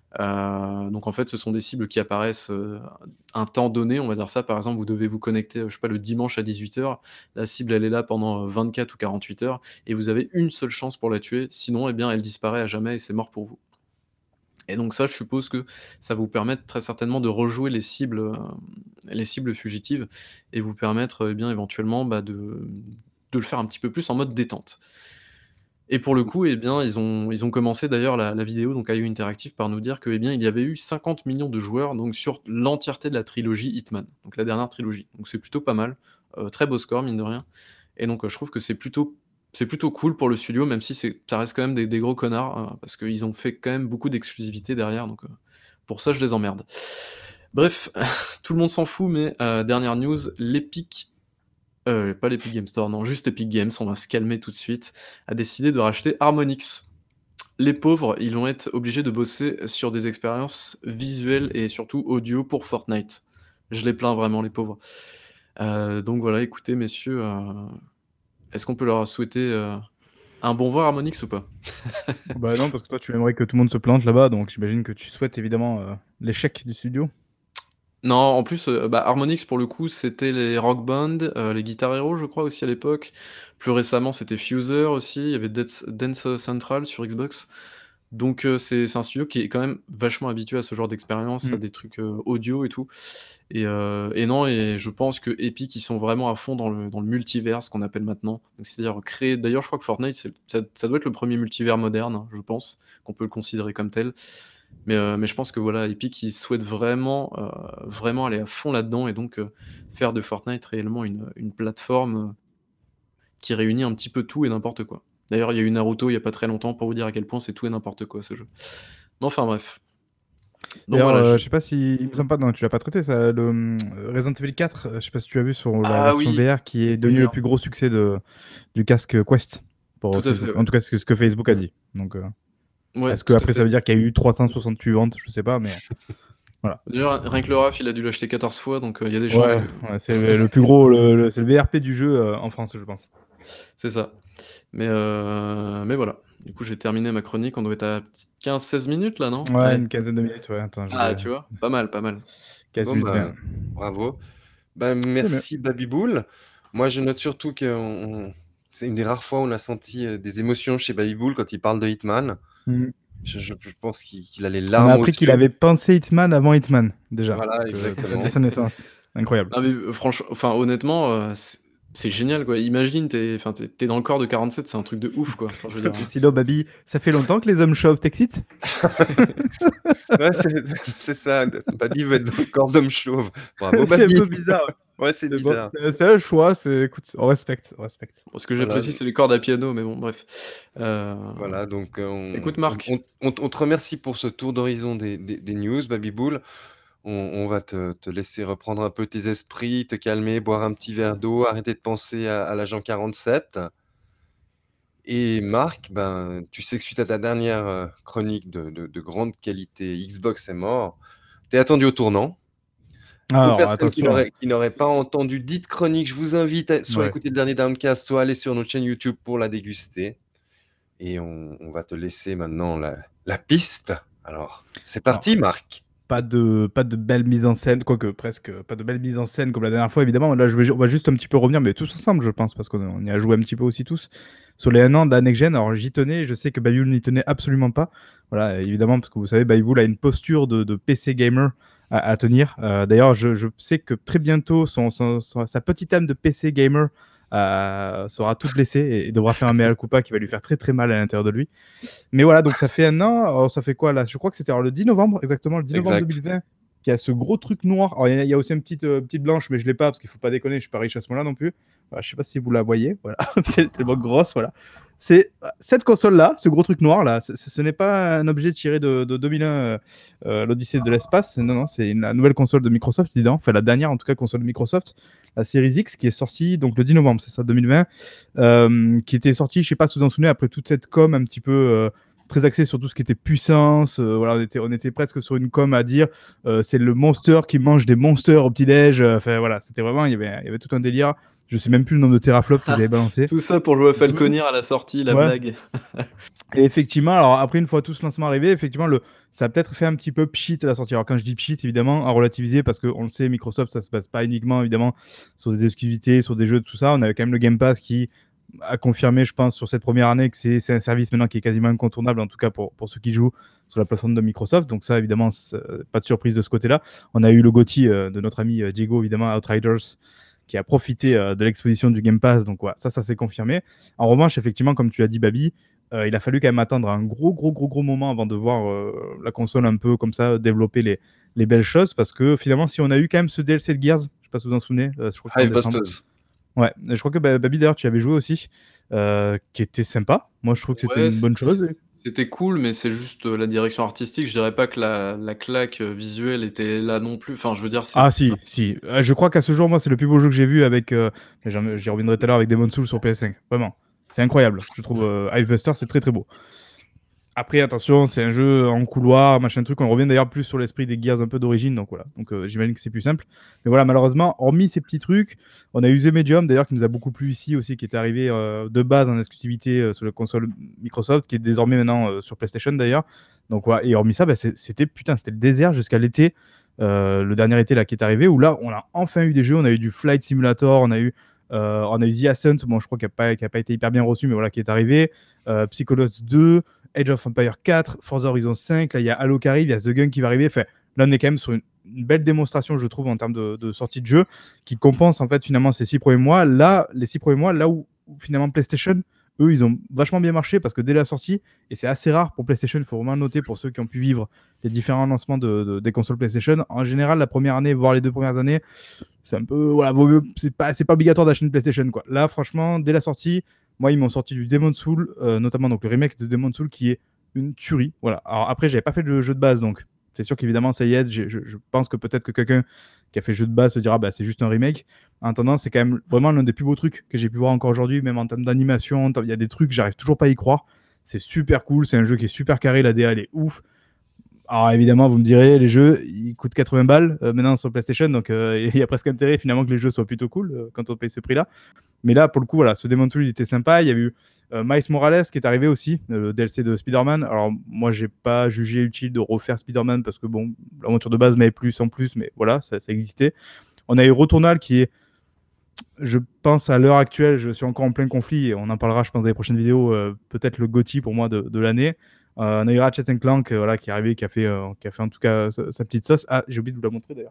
Euh, donc en fait, ce sont des cibles qui apparaissent euh, un temps donné, on va dire ça. Par exemple, vous devez vous connecter, euh, je sais pas, le dimanche à dix-huit heures. La cible, elle est là pendant euh, vingt-quatre ou quarante-huit heures, et vous avez une seule chance pour la tuer. Sinon, eh bien, elle disparaît à jamais et c'est mort pour vous. Et donc ça, je suppose que ça va vous permettre très certainement de rejouer les cibles, euh, les cibles fugitives, et vous permettre, euh, eh bien, éventuellement, bah, de, de le faire un petit peu plus en mode détente. Et pour le coup, eh bien, ils ont, ils ont commencé d'ailleurs la, la vidéo, donc I O Interactive, par nous dire que, eh bien, il y avait eu cinquante millions de joueurs donc, sur l'entièreté de la trilogie Hitman, donc la dernière trilogie. Donc c'est plutôt pas mal. Euh, très beau score, mine de rien. Et donc euh, je trouve que c'est plutôt, c'est plutôt cool pour le studio, même si c'est, ça reste quand même des, des gros connards, euh, parce qu'ils ont fait quand même beaucoup d'exclusivité derrière, donc euh, pour ça, je les emmerde. Bref, tout le monde s'en fout, mais euh, dernière news, l'Epic euh, pas l'Epic Game Store, non, juste Epic Games, on va se calmer tout de suite, a décidé de racheter Harmonix. Les pauvres, ils vont être obligés de bosser sur des expériences visuelles et surtout audio pour Fortnite. Je les plains vraiment, les pauvres. Euh, donc voilà, écoutez, messieurs, euh, est-ce qu'on peut leur souhaiter euh, un bon vent à Harmonix ou pas? Bah non, parce que toi, tu aimerais que tout le monde se plante là-bas, donc j'imagine que tu souhaites évidemment euh, l'échec du studio. Non, en plus, euh, bah, Harmonix, pour le coup, c'était les Rock Band, euh, les Guitar Hero, je crois, aussi à l'époque. Plus récemment, c'était Fuser aussi, il y avait Dance, Dance Central sur Xbox. Donc euh, c'est c'est un studio qui est quand même vachement habitué à ce genre d'expérience, à Mm. des trucs euh, audio et tout. Et, euh, et non, et je pense que Epic, ils sont vraiment à fond dans le, dans le multivers, qu'on appelle maintenant. Donc, c'est-à-dire créer. D'ailleurs, je crois que Fortnite, c'est- ça, ça doit être le premier multivers moderne, hein, je pense, qu'on peut le considérer comme tel. Mais, euh, mais je pense que voilà, Epic, ils souhaitent vraiment, euh, vraiment aller à fond là-dedans et donc euh, faire de Fortnite réellement une, une plateforme euh, qui réunit un petit peu tout et n'importe quoi. D'ailleurs, il y a eu Naruto il y a pas très longtemps pour vous dire à quel point c'est tout et n'importe quoi ce jeu. Mais enfin bref. Donc D'ailleurs, voilà, euh, je- je sais pas si. Il me semble pas, non, tu l'as pas traité ça. Le hum, Resident Evil quatre, euh, je sais pas si tu as vu sur la Ah version oui, V R qui est devenu oui, le hein, plus gros succès de, du casque Quest tout pour à fait, Facebook. ouais. En tout cas, c'est ce que Facebook a dit. Donc, euh, Ouais, est-ce que tout à après ça fait. veut dire qu'il y a eu trois cent soixante-huit ventes? Je sais pas, mais voilà. D'ailleurs, rien que le Raf, il a dû l'acheter quatorze fois, donc euh, il y a des chances Ouais, que... ouais, c'est le le plus gros, le, le- c'est le V R P du jeu euh, en France, je pense. C'est ça. Mais, euh, mais voilà. Du coup, j'ai terminé ma chronique, on doit être à quinze seize minutes là, non? Ouais, Allez. une quinzaine de minutes, ouais. Attends, je Ah, vais. tu vois, pas mal, pas mal. quinze Bon, minutes bah, vingt. bravo. Bah, Très bien. merci Babyboul. Moi, je note surtout que on- c'est une des rares fois où on a senti euh, des émotions chez Babyboul quand il parle de Hitman. Mhm. Je, je- je pense qu'il qu'il a les On a larmes aux appris qu'il yeux. avait pensé Hitman avant Hitman, déjà. Parce Voilà, que ça date de exactement. sa naissance. Incroyable. Ah mais euh, franchement, enfin honnêtement, euh, c'est c'est génial quoi. Imagine, t'es, enfin, t'es, t'es dans le corps de quarante-sept, c'est un truc de ouf quoi. Enfin, je veux dire. Et sinon, Babi, ça fait longtemps que les hommes chauves t'excitent? Ouais, c'est c'est ça. Baby veut être dans le corps d'homme chauve. Bravo, C'est un Baby. peu bizarre. Ouais, c'est Mais bon, bizarre. c'est c'est un choix. C'est, écoute, on respecte, on respecte. Bon, ce que Voilà, j'apprécie, c'est les cordes à piano, mais bon, bref. Euh, voilà, donc euh, on, Écoute, on- Marc. on- on- on te remercie pour ce tour d'horizon des, des- des news, Babyboul. On, on va te, te laisser reprendre un peu tes esprits, te calmer, boire un petit verre d'eau, arrêter de penser à, à l'agent quarante-sept. Et Marc, ben, tu sais que suite à ta dernière euh, chronique de, de- de grande qualité, Xbox est mort, t'es attendu au tournant. Aux Alors, personnes qui attention. n'auraient qui n'auraient pas entendu dite chronique, je vous invite à soit Ouais. écouter le dernier Downcast, soit aller sur notre chaîne YouTube pour la déguster. Et on, on va te laisser maintenant la, la piste. Alors, c'est Alors, parti, Marc. pas de, pas de belle mise en scène, quoique presque, pas de belle mise en scène comme la dernière fois, évidemment. Là, je vais, on va juste un petit peu revenir, mais tous ensemble, je pense, parce qu'on on y a joué un petit peu aussi tous, sur les un an de la next gen. Alors, j'y tenais, je sais que Bayou n'y tenait absolument pas. Voilà, évidemment, parce que vous savez, Bayou a une posture de, de P C gamer à, à tenir. Euh, D'ailleurs, je, je sais que très bientôt, son, son- son- sa petite âme de P C gamer euh, sera toute blessée et, et devra faire un mea culpa qui va lui faire très très mal à l'intérieur de lui. Mais voilà, donc ça fait un an. Alors, ça fait quoi là? Je crois que c'était alors, le dix novembre, exactement, le dix novembre Exact. deux mille vingt, qui a ce gros truc noir. Alors, il y, a- il y a aussi une petite, euh, petite blanche, mais je l'ai pas parce qu'il faut pas déconner, je suis pas riche à ce moment-là non plus. Voilà, je sais pas si vous la voyez, voilà, Elle est tellement grosse, voilà. C'est euh, cette console-là, ce gros truc noir là, ce, ce n'est pas un objet tiré de, de deux mille un, euh, euh, l'Odyssée de l'espace. Non, non, c'est une- la nouvelle console de Microsoft, évidemment. Enfin, la dernière en tout cas console de Microsoft, la Series X, qui est sortie donc le dix novembre, c'est ça, deux mille vingt, euh, qui était sortie, je sais pas si vous en souvenez, après toute cette com un petit peu euh, très axé sur tout ce qui était puissance. Euh, voilà, on était, on était presque sur une com à dire euh, c'est le monster qui mange des monsters au petit-déj. Euh, Enfin voilà, c'était vraiment, il y avait, il y avait tout un délire. Je sais même plus le nombre de teraflops qu'ils avaient balancé. Tout ça pour jouer à Falconeer à la sortie, la Ouais. blague. Et effectivement, alors après, une fois tout ce lancement arrivé, effectivement, le, ça a peut-être fait un petit peu pchit à la sortie. Alors quand je dis pchit, évidemment, à relativiser, parce qu'on le sait, Microsoft, ça se passe pas uniquement, évidemment, sur des exclusivités, sur des jeux, tout ça. On avait quand même le Game Pass qui a confirmé, je pense, sur cette première année que c'est c'est un service maintenant qui est quasiment incontournable, en tout cas pour, pour ceux qui jouent sur la plateforme de Microsoft. Donc ça, évidemment, c'est, euh, pas de surprise de ce côté-là. On a eu le GOTY euh, de notre ami euh, Diego, évidemment, Outriders, qui a profité euh, de l'exposition du Game Pass. Donc voilà, ça, ça s'est confirmé. En revanche, effectivement, comme tu l'as dit, Babi, euh, il a fallu quand même attendre un gros, gros, gros, gros moment avant de voir euh, la console un peu comme ça développer les, les belles choses. Parce que finalement, si on a eu quand même ce D L C de Gears, je sais pas si vous vous en souvenez, euh, je crois que c'était en Hive décembre. Busters. Ouais, je crois que bah, Babi, d'ailleurs, tu y avais joué aussi, euh, qui était sympa. Moi, je trouve que c'était Ouais, une bonne c'est- chose. c'était cool, mais c'est juste euh, la direction artistique. Je dirais pas que la, la claque euh, visuelle était là non plus. Enfin, je veux dire, c'est. Ah si, si. Euh, je crois qu'à ce jour, moi, c'est le plus beau jeu que j'ai vu avec. Euh, mais j'en- j'y reviendrai tout à l'heure avec Demon's Souls sur P S cinq. Vraiment. C'est incroyable. Je trouve euh, Hive Buster, c'est très très beau. Après, attention, c'est un jeu en couloir, machin truc. On revient d'ailleurs plus sur l'esprit des Gears un peu d'origine. Donc voilà. Donc euh, j'imagine que c'est plus simple. Mais voilà, malheureusement, hormis ces petits trucs, on a usé Medium d'ailleurs qui nous a beaucoup plu ici aussi, qui est arrivé euh, de base en exclusivité euh, sur la console Microsoft, qui est désormais maintenant euh, sur PlayStation d'ailleurs. Donc voilà. Et hormis ça, bah, c'est- c'était putain, c'était le désert jusqu'à l'été. Euh, le dernier été là qui est arrivé où là on a enfin eu des jeux. On a eu du Flight Simulator, on a eu euh, on a eu The Ascent, bon je crois qu'il n'a pas, qu'il a pas été hyper bien reçu, mais voilà qui est arrivé. Euh, Psychonauts deux, Age of Empire quatre, Forza Horizon cinq, là il y a Halo qui arrive, il y a The Gun qui va arriver. Enfin, là on est quand même sur une, une belle démonstration, je trouve, en termes de, de sortie de jeu, qui compense en fait finalement ces six premiers mois. Là, les six premiers mois, là où, où finalement PlayStation, eux, ils ont vachement bien marché parce que dès la sortie, et c'est assez rare pour PlayStation, il faut vraiment le noter pour ceux qui ont pu vivre les différents lancements de, de- des consoles PlayStation. En général, la première année, voire les deux premières années, c'est un peu, voilà, vaut mieux- c'est pas, c'est pas obligatoire d'acheter une PlayStation, quoi. Là, franchement, dès la sortie, moi, ils m'ont sorti du Demon's Souls, euh, notamment donc le remake de Demon's Souls qui est une tuerie. Voilà. Alors après, j'avais pas fait le jeu de base, donc c'est sûr qu'évidemment, ça y est, je, je- je pense que peut-être que quelqu'un qui a fait le jeu de base se dira, bah, c'est juste un remake. En attendant, c'est quand même vraiment l'un des plus beaux trucs que j'ai pu voir encore aujourd'hui, même en termes d'animation. en termes- Il y a des trucs, j'arrive toujours pas à y croire. C'est super cool, c'est un jeu qui est super carré, la D A elle est ouf. Alors évidemment, vous me direz, les jeux, ils coûtent quatre-vingts balles euh, maintenant sur PlayStation, donc euh, il y a presque intérêt finalement que les jeux soient plutôt cool euh, quand on paye ce prix-là. Mais là, pour le coup, voilà, ce Demon's Souls, il était sympa. Il y a eu euh, Miles Morales qui est arrivé aussi, euh, le D L C de Spider-Man. Alors moi, j'ai pas jugé utile de refaire Spider-Man parce que bon, l'aventure de base m'avait plu sans plus, mais voilà, ça, ça existait. On a eu Returnal qui est, je pense à l'heure actuelle, je suis encore en plein conflit et on en parlera, je pense, dans les prochaines vidéos, euh, peut-être le GOTY pour moi de, de l'année. Euh, on a eu Ratchet Clank euh, voilà, qui est arrivé, qui a, fait, euh, qui a fait en tout cas sa, sa petite sauce. Ah, j'ai oublié de vous la montrer d'ailleurs.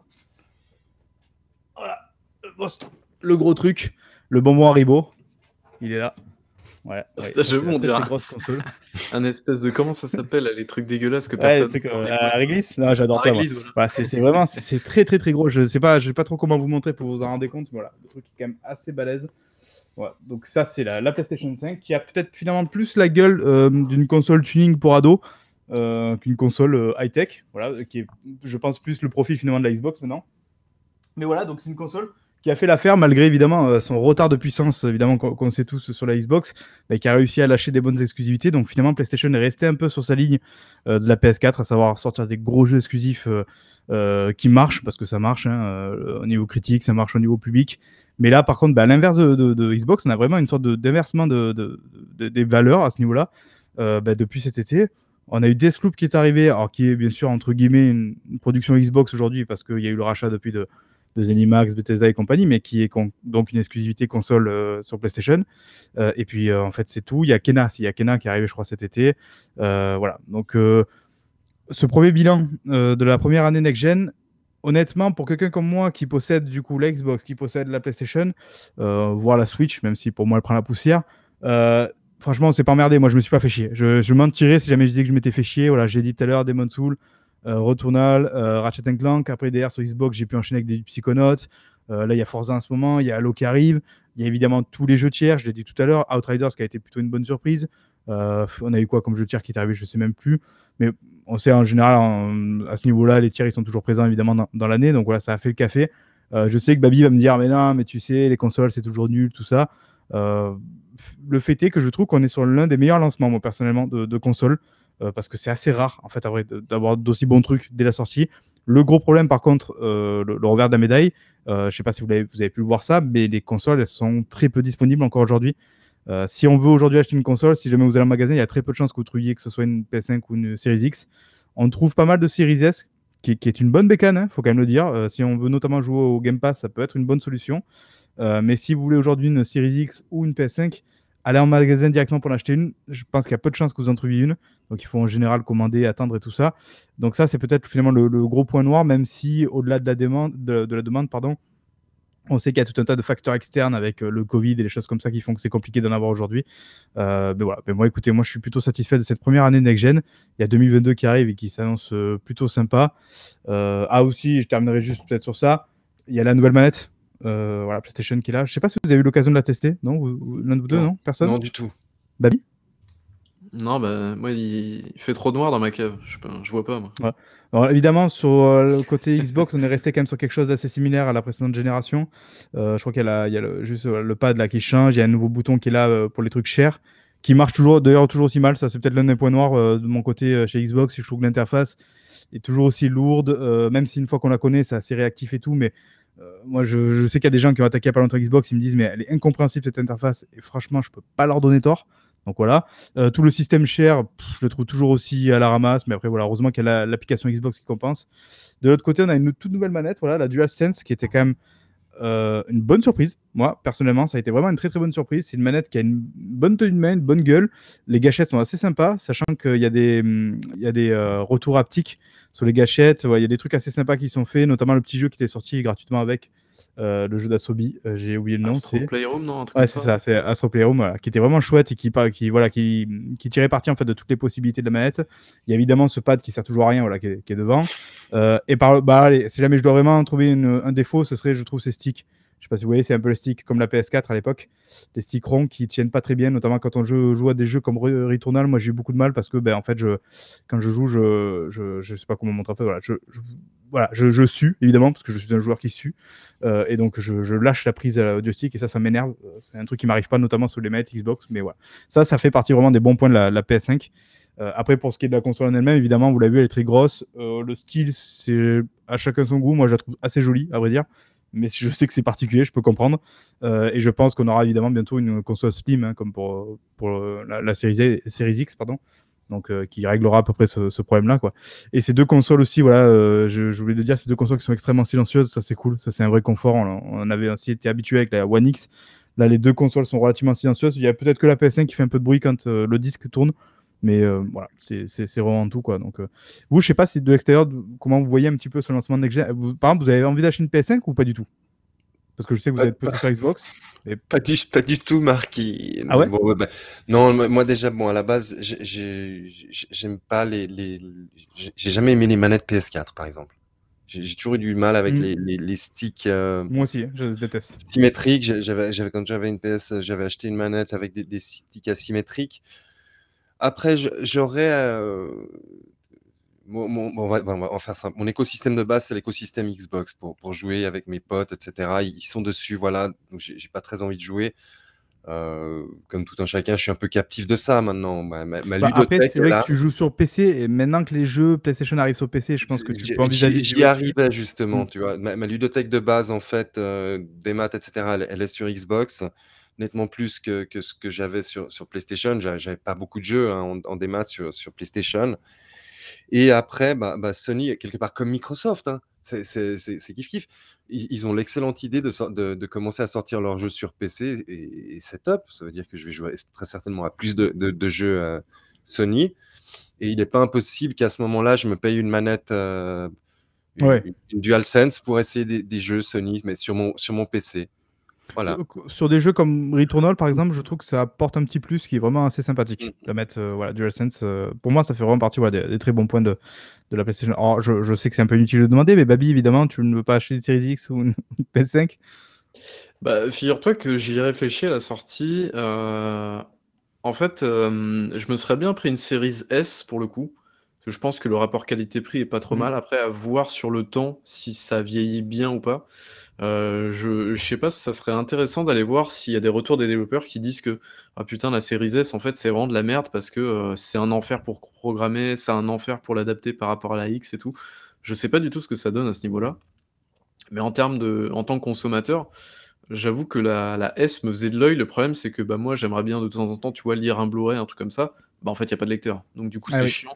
Voilà, le, monstre, le gros truc, le bonbon Haribo, il est là. Ouais, ouais, Putain, ça, j'avoue, c'est la on très, dirait très grosse console. un espèce de. Comment ça s'appelle, là, les trucs dégueulasses que Ouais, personne. le truc, euh, ne à réglisse. Non, j'adore À ça. Moi. réglisse, voilà. Voilà, c'est c'est vraiment, c'est très très très gros. Je sais pas, je sais pas trop comment vous montrer pour vous en rendre compte. Mais voilà, le truc est quand même assez balèze. Ouais, donc ça c'est la, la PlayStation cinq qui a peut-être finalement plus la gueule euh, d'une console tuning pour ado euh, qu'une console euh, high-tech. Voilà, qui est, je pense, plus le profil finalement de la Xbox maintenant. Mais voilà, donc c'est une console qui a fait l'affaire malgré évidemment euh, son retard de puissance, évidemment qu'on qu'on sait tous sur la Xbox, mais qui a réussi à lâcher des bonnes exclusivités. Donc finalement, PlayStation est resté un peu sur sa ligne euh, de la P S quatre, à savoir sortir des gros jeux exclusifs euh, euh, qui marchent, parce que ça marche hein, euh, au niveau critique, ça marche au niveau public. Mais là, par contre, bah, à l'inverse de, de, de Xbox, on a vraiment une sorte de- d'inversement de, de, de- des valeurs à ce niveau-là. Euh, bah, depuis cet été, on a eu Deathloop qui est arrivé, alors qui est bien sûr entre guillemets une, une production Xbox aujourd'hui, parce qu'il y a eu le rachat depuis de, de ZeniMax, Bethesda et compagnie, mais qui est con- donc une exclusivité console euh, sur PlayStation. Euh, et puis euh, en fait, c'est tout. Il y a Kena, il y a Kena qui est arrivé, je crois, cet été. Euh, voilà. Donc euh, ce premier bilan euh, de la première année next-gen, honnêtement, pour quelqu'un comme moi qui possède du coup la Xbox, qui possède la PlayStation, euh, voire la Switch, même si pour moi elle prend la poussière, euh, franchement, on s'est pas emmerdé. Moi, je me suis pas fait chier. Je, je mentirais si jamais je disais que je m'étais fait chier. Voilà, j'ai dit tout à l'heure Demon's Soul, euh, Returnal, euh, Ratchet and Clank. Après, derrière sur Xbox, j'ai pu enchaîner avec des Psychonauts. Euh, là, il y a Forza en ce moment, il y a Halo qui arrive. Il y a évidemment tous les jeux tiers. Je l'ai dit tout à l'heure. Outriders qui a été plutôt une bonne surprise. Euh, on a eu quoi comme jeu tiers qui est arrivé, je sais même plus. Mais on sait en général, en- à ce niveau-là, les tiers ils sont toujours présents évidemment dans, dans l'année. Donc voilà, ça a fait le café. Euh, je sais que Babi va me dire, mais non, mais tu sais, les consoles c'est toujours nul, tout ça. Euh, le fait est que je trouve qu'on est sur l'un des meilleurs lancements, moi personnellement, de, de consoles, euh, parce que c'est assez rare en fait, à vrai, de- d'avoir d'aussi bons trucs dès la sortie. Le gros problème, par contre, euh, le, le revers de la médaille, euh, je sais pas si vous avez, vous avez pu voir ça, mais les consoles, elles sont très peu disponibles encore aujourd'hui. Euh, si on veut aujourd'hui acheter une console, si jamais vous allez en magasin, il y a très peu de chances que vous trouviez que ce soit une P S cinq ou une Series X. On trouve pas mal de Series S, qui, qui est une bonne bécane, hein, faut quand même le dire. Euh, si on veut notamment jouer au Game Pass, ça peut être une bonne solution. Euh, mais si vous voulez aujourd'hui une Series X ou une P S cinq, allez en magasin directement pour en acheter une. Je pense qu'il y a peu de chances que vous en trouviez une. Donc il faut en général commander, attendre et tout ça. Donc ça, c'est peut-être finalement le, le gros point noir, même si au-delà de la demande, de, de la demande, pardon, on sait qu'il y a tout un tas de facteurs externes avec euh, le Covid et les choses comme ça qui font que c'est compliqué d'en avoir aujourd'hui. Euh, mais voilà. Mais moi, écoutez, moi, je suis plutôt satisfait de cette première année next-gen. Il y a deux mille vingt-deux qui arrive et qui s'annonce euh, plutôt sympa. Euh, ah aussi, je terminerai juste peut-être sur ça. Il y a la nouvelle manette, euh, voilà, PlayStation qui est là. Je sais pas si vous avez eu l'occasion de la tester, non vous- vous- L'un de vous deux, Non, non Personne non du tout. Babi Non, bah, moi, il... il fait trop noir dans ma cave. Je, sais pas, je vois pas, moi. Ouais. Alors, évidemment, sur euh, le côté Xbox, on est resté quand même sur quelque chose d'assez similaire à la précédente génération. Euh, je crois qu'il y a, la- il y a le, juste euh, le pad là qui change, il y a un nouveau bouton qui est là euh, pour les trucs chers, qui marche toujours, d'ailleurs toujours aussi mal. Ça, c'est peut-être l'un des points noirs euh, de mon côté euh, chez Xbox. Je trouve que l'interface est toujours aussi lourde, euh, même si une fois qu'on la connaît, c'est assez réactif et tout. Mais euh, moi, je, je sais qu'il y a des gens qui ont attaqué à pas longtemps Xbox, ils me disent, mais elle est incompréhensible cette interface. Et franchement, je peux pas leur donner tort. Donc voilà. Euh, tout le système share, pff, je le trouve toujours aussi à la ramasse, mais après, voilà, heureusement qu'il y a la- l'application Xbox qui compense. De l'autre côté, on a une toute nouvelle manette, voilà, la DualSense, qui était quand même euh, une bonne surprise. Moi, personnellement, ça a été vraiment une très très bonne surprise. C'est une manette qui a une bonne tenue de main, une bonne gueule. Les gâchettes sont assez sympas, sachant qu'il y a des, hum, il y a des euh, retours haptiques sur les gâchettes. Ouais, il y a des trucs assez sympas qui sont faits, notamment le petit jeu qui était sorti gratuitement avec euh, le jeu d'Asobi. Euh, j'ai oublié le nom. Astro C'est Playroom, non? Un truc Ouais, comme c'est ça? ça, c'est Astro Playroom, voilà, qui était vraiment chouette et qui, par- qui, voilà, qui, qui tirait parti en fait de toutes les possibilités de la manette. Il y a évidemment ce pad qui sert toujours à rien, voilà, qui est, qui est devant. Euh, et par, bah, allez, si jamais je dois vraiment trouver une- un défaut, ce serait, je trouve, ces sticks. Je sais pas si vous voyez, c'est un peu le stick comme la P S quatre à l'époque. Les sticks ronds qui tiennent pas très bien, notamment quand on joue, joue à des jeux comme Re- Returnal. Moi, j'ai eu beaucoup de mal parce que, ben, en fait, je, quand je joue, je, je, je sais pas comment montrer. En fait, voilà, je, je, voilà, je, je sue évidemment parce que je suis un joueur qui sue. Euh, et donc, je, je lâche la prise à- au stick et ça, ça m'énerve. Euh, C'est un truc qui m'arrive pas, notamment sur les manettes Xbox. Mais voilà, ça, ça fait partie vraiment des bons points de la, la P S cinq. Euh, après, pour ce qui est de la console en elle-même, évidemment, vous l'avez vu, elle est très grosse. Euh, le style, c'est à chacun son goût. Moi, je la trouve assez jolie, à vrai dire. Mais je sais que c'est particulier, je peux comprendre. Euh, et je pense qu'on aura évidemment bientôt une console slim, hein, comme pour, pour la, la série, série X, pardon. Donc, euh, qui réglera à peu près ce, ce problème-là, quoi. Et ces deux consoles aussi, voilà, euh, je, je voulais le dire, ces deux consoles qui sont extrêmement silencieuses, ça c'est cool, ça c'est un vrai confort. On, on avait aussi été habitué avec la One X. Là, les deux consoles sont relativement silencieuses. Il y a peut-être que la P S cinq qui fait un peu de bruit quand euh, le disque tourne. Mais euh, voilà, c'est c'est- c'est vraiment tout, quoi. Donc, euh, vous, je sais pas si de l'extérieur, d- comment vous voyez un petit peu ce lancement de Next Gen. Vous- Par exemple, vous avez envie d'acheter une P S cinq ou pas du tout? Parce que je sais que vous Pas, êtes pas- plutôt sur Xbox. Et... pas du, pas du tout, Marc. il- Ah ouais? Bon, ouais, bah, non, moi moi, déjà, bon, à la base, j'ai- j'ai- j'ai- j'aime pas les, les, j'ai j'ai jamais aimé les manettes P S quatre, par exemple. J'ai j'ai toujours eu du mal avec Hmm. les, les, les sticks euh, Moi aussi, hein, je déteste. symétriques. J'ai- J'avais, j'avais, quand j'avais une P S, j'avais acheté une manette avec des, des sticks asymétriques. Après, je- j'aurais, euh, Mon, mon- bon, on, va, bon, on va- on va faire simple. Mon écosystème de base, c'est l'écosystème Xbox pour, pour jouer avec mes potes, et cetera. Ils, ils sont dessus, voilà. Donc, j'ai j'ai pas très envie de jouer. Euh, comme tout un chacun, je suis un peu captif de ça maintenant. Ma, ma, ma Bah, après, ludothèque, c'est vrai que là, tu joues sur P C et maintenant que les jeux PlayStation arrivent sur P C, je pense que c'est- tu j'y peux envisager j'y- de j'y jouer dessus. arrivais justement, Mm. tu vois. Ma, ma ludothèque de base, en fait, euh, des maths, et cetera, elle, elle est sur Xbox. Nettement plus que, que ce que j'avais sur, sur PlayStation. J'avais j'avais pas beaucoup de jeux hein, en, en démat sur, sur PlayStation. Et après, bah, bah, Sony, quelque part comme Microsoft, hein, c'est c'est- c'est- c'est kiff-kiff. Ils, ils ont l'excellente idée de, sor- de, de commencer à sortir leurs jeux sur P C et, et c'est top. Ça veut dire que je vais jouer très certainement à plus de, de- de jeux euh, Sony. Et il n'est pas impossible qu'à ce moment-là, je me paye une manette, euh, une, Ouais. une- une DualSense pour essayer des, des jeux Sony, mais sur mon, sur mon P C. Voilà. Euh, Sur des jeux comme Returnal, par exemple, je trouve que ça apporte un petit plus qui est vraiment assez sympathique. Mm. La mettre, euh, voilà, DualSense, euh, pour moi, ça fait vraiment partie voilà, des, des très bons points de, de la PlayStation. Alors, je, je sais que c'est un peu inutile de demander, mais Babi, évidemment, tu ne veux pas acheter une Series X ou une, une P S cinq? Bah, figure-toi que j'y ai réfléchi à la sortie. euh, En fait, euh, je me serais bien pris une Series S pour le coup. Parce que je pense que le rapport qualité-prix est pas trop Mm. mal. Après, à voir sur le temps si ça vieillit bien ou pas. Euh, je, je sais pas si ça serait intéressant d'aller voir s'il y a des retours des développeurs qui disent que ah putain la Series S en fait c'est vraiment de la merde parce que euh, c'est un enfer pour programmer, c'est un enfer pour l'adapter par rapport à la X et tout. Je sais pas du tout ce que ça donne à ce niveau-là. Mais en termes de, en tant que consommateur, j'avoue que la, la S me faisait de l'œil. Le problème, c'est que bah, moi, j'aimerais bien de temps en temps, tu vois, lire un Blu-ray, un truc comme ça. Bah, en fait, il n'y a pas de lecteur. Donc, du coup, Ah c'est oui. chiant.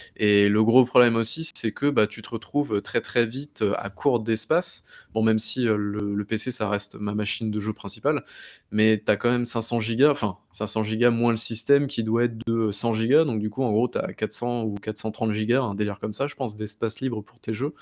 Et le gros problème aussi, c'est que bah, tu te retrouves très, très vite euh, à court d'espace. Bon, même si euh, le, le P C, ça reste ma machine de jeu principale. Mais tu as quand même cinq cents gigas, enfin, cinq cents gigas moins le système qui doit être de cent gigas. Donc, du coup, en gros, tu as quatre cents ou quatre cent trente gigas, un délire comme ça, je pense, d'espace libre pour tes jeux.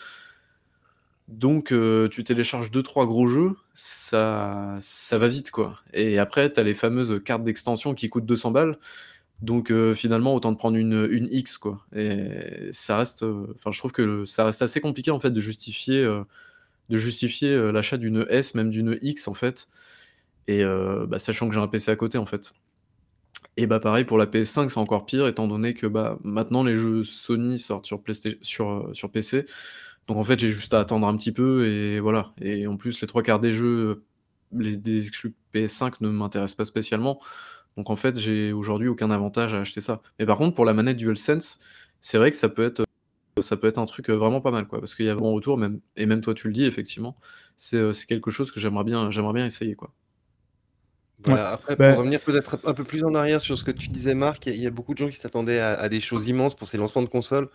Donc, euh, tu télécharges deux trois gros jeux, ça, ça va vite, quoi. Et après, tu as les fameuses cartes d'extension qui coûtent deux cents balles. Donc, euh, finalement, autant de prendre une, une X, quoi. Et ça reste, euh, enfin, je trouve que le- ça reste assez compliqué, en fait, de justifier, euh, de justifier euh, l'achat d'une S, même d'une X, en fait. Et euh, bah, sachant que j'ai un P C à côté, en fait. Et bah, pareil pour la P S cinq, c'est encore pire, étant donné que bah, maintenant, les jeux Sony sortent sur, PlayStation, sur, euh, sur P C. Donc en fait, j'ai juste à attendre un petit peu et voilà. Et en plus, les trois quarts des jeux, les des exclus P S cinq ne m'intéressent pas spécialement. Donc en fait, j'ai aujourd'hui aucun avantage à acheter ça. Mais par contre, pour la manette DualSense, c'est vrai que ça peut être, ça peut être un truc euh, vraiment pas mal, quoi. Parce qu'il y a bon retour, même, et même toi tu le dis, effectivement, c'est euh, c'est quelque chose que j'aimerais bien, j'aimerais bien essayer, quoi. Ouais. Voilà. Après, pour Ben, revenir peut-être un peu plus en arrière sur ce que tu disais, Marc, il y, a il y a beaucoup de gens qui s'attendaient à, à des choses immenses pour ces lancements de consoles.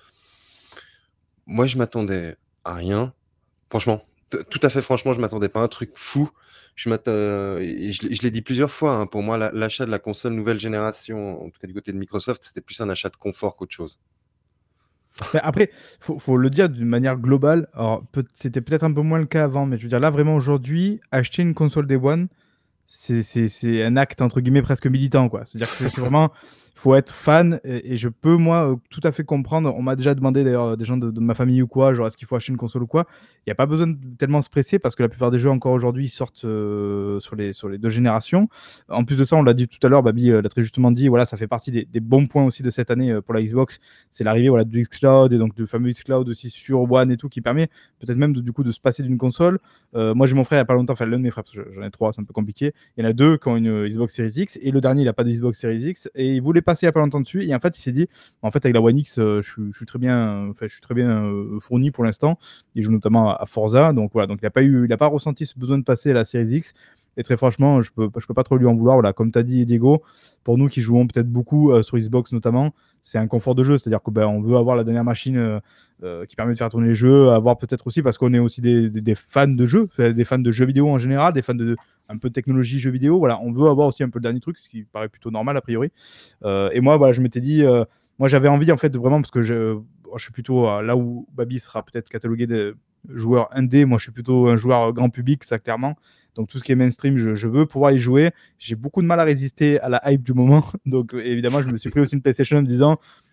Moi, je m'attendais à rien. Franchement, t- tout à fait franchement, je m'attendais pas à un truc fou. Je m'atte- euh, et je, l'ai je l'ai dit plusieurs fois, hein, pour moi, la- l'achat de la console nouvelle génération, en tout cas du côté de Microsoft, c'était plus un achat de confort qu'autre chose. ben après, faut, faut le dire d'une manière globale. Alors, peut- c'était peut-être un peu moins le cas avant, mais je veux dire, là, vraiment, aujourd'hui, acheter une console Day One, c'est c'est- c'est un acte entre guillemets presque militant, quoi. C'est-à-dire que c'est c'est vraiment, il faut être fan et, et je peux moi euh, tout à fait comprendre. On m'a déjà demandé d'ailleurs des gens de, de ma famille ou quoi, genre est-ce qu'il faut acheter une console ou quoi. Il n'y a pas besoin de tellement se presser parce que la plupart des jeux encore aujourd'hui sortent euh, sur les sur les deux générations. En plus de ça, on l'a dit tout à l'heure, Babi euh, l'a très justement dit. Voilà, ça fait partie des, des bons points aussi de cette année euh, pour la Xbox. C'est l'arrivée voilà du xCloud et donc du fameux xCloud aussi sur One et tout qui permet peut-être même de, du coup de se passer d'une console. Euh, moi j'ai mon frère il n'y a pas longtemps, enfin l'un de mes frères parce que j'en ai trois, c'est un peu compliqué. Il y en a deux qui ont une Xbox Series X et le dernier il n'a pas de Xbox Series X et il voulait passer il n'y a pas longtemps dessus et en fait il s'est dit en fait avec la One X euh, je, suis- je suis très bien enfin je suis très bien euh, fourni pour l'instant. Il joue notamment à Forza donc voilà donc il n'a pas eu il a pas ressenti ce besoin de passer à la Series X et très franchement je peux je peux pas trop lui en vouloir. Voilà, comme tu as dit Diego, pour nous qui jouons peut-être beaucoup euh, sur Xbox notamment, c'est un confort de jeu, c'est-à-dire que ben on veut avoir la dernière machine euh, euh, qui permet de faire tourner les jeux, avoir peut-être aussi parce qu'on est aussi des, des, des fans de jeux, des fans de jeux vidéo en général, des fans de un peu de technologie jeux vidéo. Voilà, on veut avoir aussi un peu le dernier truc, ce qui paraît plutôt normal a priori. Euh, et moi, voilà, je m'étais dit, euh, moi j'avais envie en fait de vraiment parce que je, je suis plutôt euh, là où Babi sera peut-être catalogué de joueur indé. Moi, je suis plutôt un joueur grand public, ça clairement. Donc tout ce qui est mainstream, je, je veux pouvoir y jouer. J'ai beaucoup de mal à résister à la hype du moment. Donc évidemment, je me suis pris aussi une PlayStation en me disant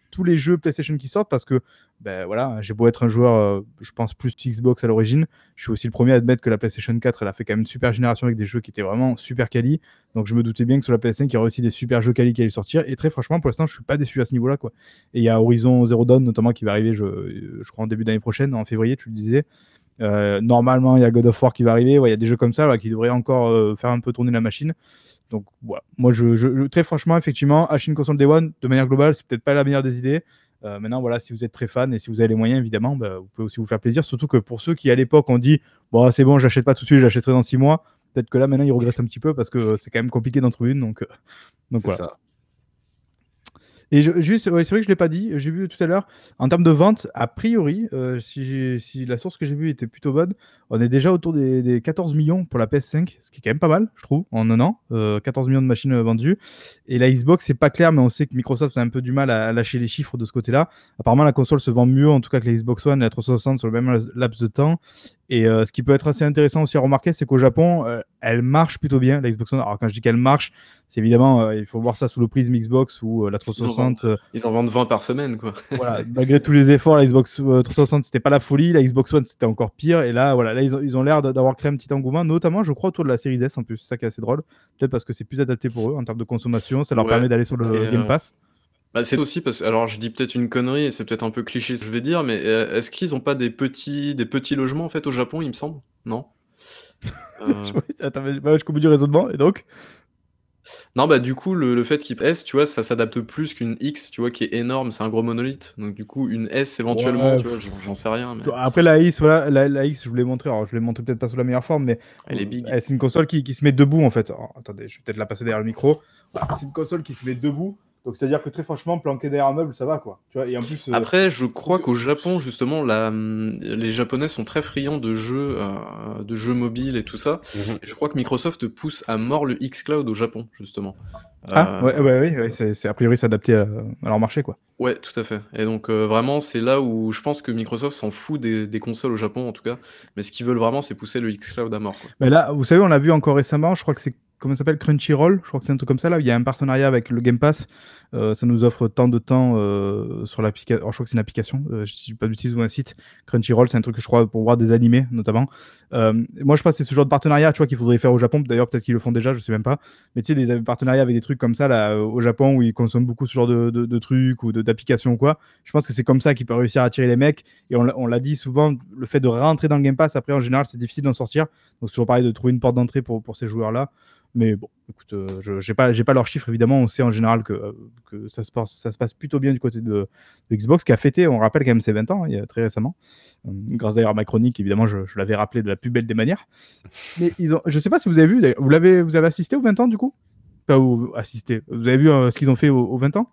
tous les jeux PlayStation qui sortent parce que ben voilà, j'ai beau être un joueur, euh, je pense plus Xbox à l'origine, je suis aussi le premier à admettre que la PlayStation quatre, elle a fait quand même une super génération avec des jeux qui étaient vraiment super quali. Donc je me doutais bien que sur la P S cinq, il y aurait aussi des super jeux quali qui allaient sortir. Et très franchement, pour l'instant, je suis pas déçu à ce niveau-là, quoi. Et il y a Horizon Zero Dawn notamment qui va arriver, je, je crois en début d'année prochaine, en février, tu le disais. Euh, normalement, il y a God of War qui va arriver. Il ouais, y a des jeux comme ça là, qui devraient encore euh, faire un peu tourner la machine. Donc voilà, moi je, je, très franchement, effectivement, acheter une console Day One de manière globale, c'est peut-être pas la meilleure des idées. Euh, maintenant, voilà, si vous êtes très fan et si vous avez les moyens, évidemment, bah, vous pouvez aussi vous faire plaisir. Surtout que pour ceux qui à l'époque ont dit bon, c'est bon, j'achète pas tout de suite, j'achèterai dans six mois. Peut-être que là maintenant ils regrettent un petit peu parce que c'est quand même compliqué d'en trouver une. Donc, euh, donc C'est voilà. ça. Et je, juste, ouais, c'est vrai que je l'ai pas dit, j'ai vu tout à l'heure, en termes de vente, a priori, euh, si, j'ai- si la source que j'ai vue était plutôt bonne, on est déjà autour des, des quatorze millions pour la P S cinq, ce qui est quand même pas mal, je trouve, en un an. Euh, quatorze millions de machines euh, vendues. Et la Xbox, c'est pas clair, mais on sait que Microsoft a un peu du mal à, à lâcher les chiffres de ce côté-là. Apparemment, la console se vend mieux, en tout cas que la Xbox One et la trois cent soixante sur le même laps de temps. Et euh, ce qui peut être assez intéressant aussi à remarquer, c'est qu'au Japon, euh, elle marche plutôt bien, la Xbox One. Alors quand je dis qu'elle marche, c'est évidemment, euh, il faut voir ça sous le prisme Xbox ou euh, la trois cent soixante. Ils en, vendent, ils en vendent vingt par semaine, quoi. Voilà, malgré tous les efforts, la Xbox euh, trois cent soixante, c'était pas la folie. La Xbox One, c'était encore pire. Et là, voilà, là ils ont, ils ont l'air d'avoir créé un petit engouement, notamment, je crois, autour de la série S en plus. C'est ça qui est assez drôle. Peut-être parce que c'est plus adapté pour eux en termes de consommation. Ça leur Ouais. permet d'aller sur le Et, Game euh, Pass. Bah, c'est aussi parce que, alors je dis peut-être une connerie et c'est peut-être un peu cliché ce que je vais dire, mais euh, est-ce qu'ils ont pas des petits, des petits logements en fait au Japon, il me semble? Non? Euh, Attends, mais- bah, je comprends du raisonnement. Et donc Non, bah du coup, le, le fait qu'il S, tu vois, ça s'adapte plus qu'une X, tu vois, qui est énorme, c'est un gros monolithe. Donc du coup, une S éventuellement, Ouais, tu vois, j'en j'en sais rien, mais après la X, voilà, la, la X, je vous l'ai montré. Alors, je l'ai montré peut-être pas sous la meilleure forme, mais elle est euh, big. c'est une console qui, qui se met debout en fait. Alors, attendez, je vais peut-être la passer derrière le micro. Voilà, c'est une console qui se met debout. Donc, c'est-à-dire que très franchement, planqué derrière un meuble, ça va quoi. Tu vois, et en plus, euh, Après, je crois qu'au Japon, justement, la, hum, les Japonais sont très friands de jeux, euh, de jeux mobiles et tout ça. Mhm. Et je crois que Microsoft pousse à mort le xCloud au Japon, justement. ah, Euh, ouais, ouais, ouais, ouais, c'est, c'est a priori s'adapter à, à leur marché quoi. Ouais, tout à fait. Et donc euh, vraiment, c'est là où je pense que Microsoft s'en fout des, des consoles au Japon, en tout cas. Mais ce qu'ils veulent vraiment, c'est pousser le xCloud à mort, quoi. Mais là, vous savez, on l'a vu encore récemment, je crois que c'est, comment ça s'appelle, Crunchyroll, je crois que c'est un truc comme ça, là, il y a un partenariat avec le Game Pass, euh, ça nous offre tant de temps euh, sur l'application, alors je crois que c'est une application, euh, je dis pas de bêtises ou un site, Crunchyroll, c'est un truc que je crois pour voir des animés, notamment. Euh, moi, je pense que c'est ce genre de partenariat, tu vois, qu'il faudrait faire au Japon, d'ailleurs, peut-être qu'ils le font déjà, je sais même pas, mais tu sais, des partenariats avec des trucs comme ça, là, euh, au Japon, où ils consomment beaucoup ce genre de, de, de trucs ou de, d'applications ou quoi, je pense que c'est comme ça qu'ils peuvent réussir à attirer les mecs, et on, l'a- on l'a dit souvent, le fait de rentrer dans le Game Pass, après, en général, c'est difficile d'en sortir. Donc c'est toujours pareil de trouver une porte d'entrée pour, pour ces joueurs-là. Mais bon, écoute, euh, je j'ai pas, j'ai pas leurs chiffres, évidemment. On sait en général que, euh, que ça, se passe, ça se passe plutôt bien du côté de, de Xbox, qui a fêté, on rappelle quand même ses vingt ans, hein, il y a très récemment. Euh, grâce d'ailleurs à ma chronique, évidemment, je, je l'avais rappelé de la plus belle des manières. Mais ils ont, je sais pas si vous avez vu, d'ailleurs, vous, l'avez, vous avez assisté aux vingt ans du coup? Pas ou assisté. Vous avez vu euh, ce qu'ils ont fait aux, aux vingt ans?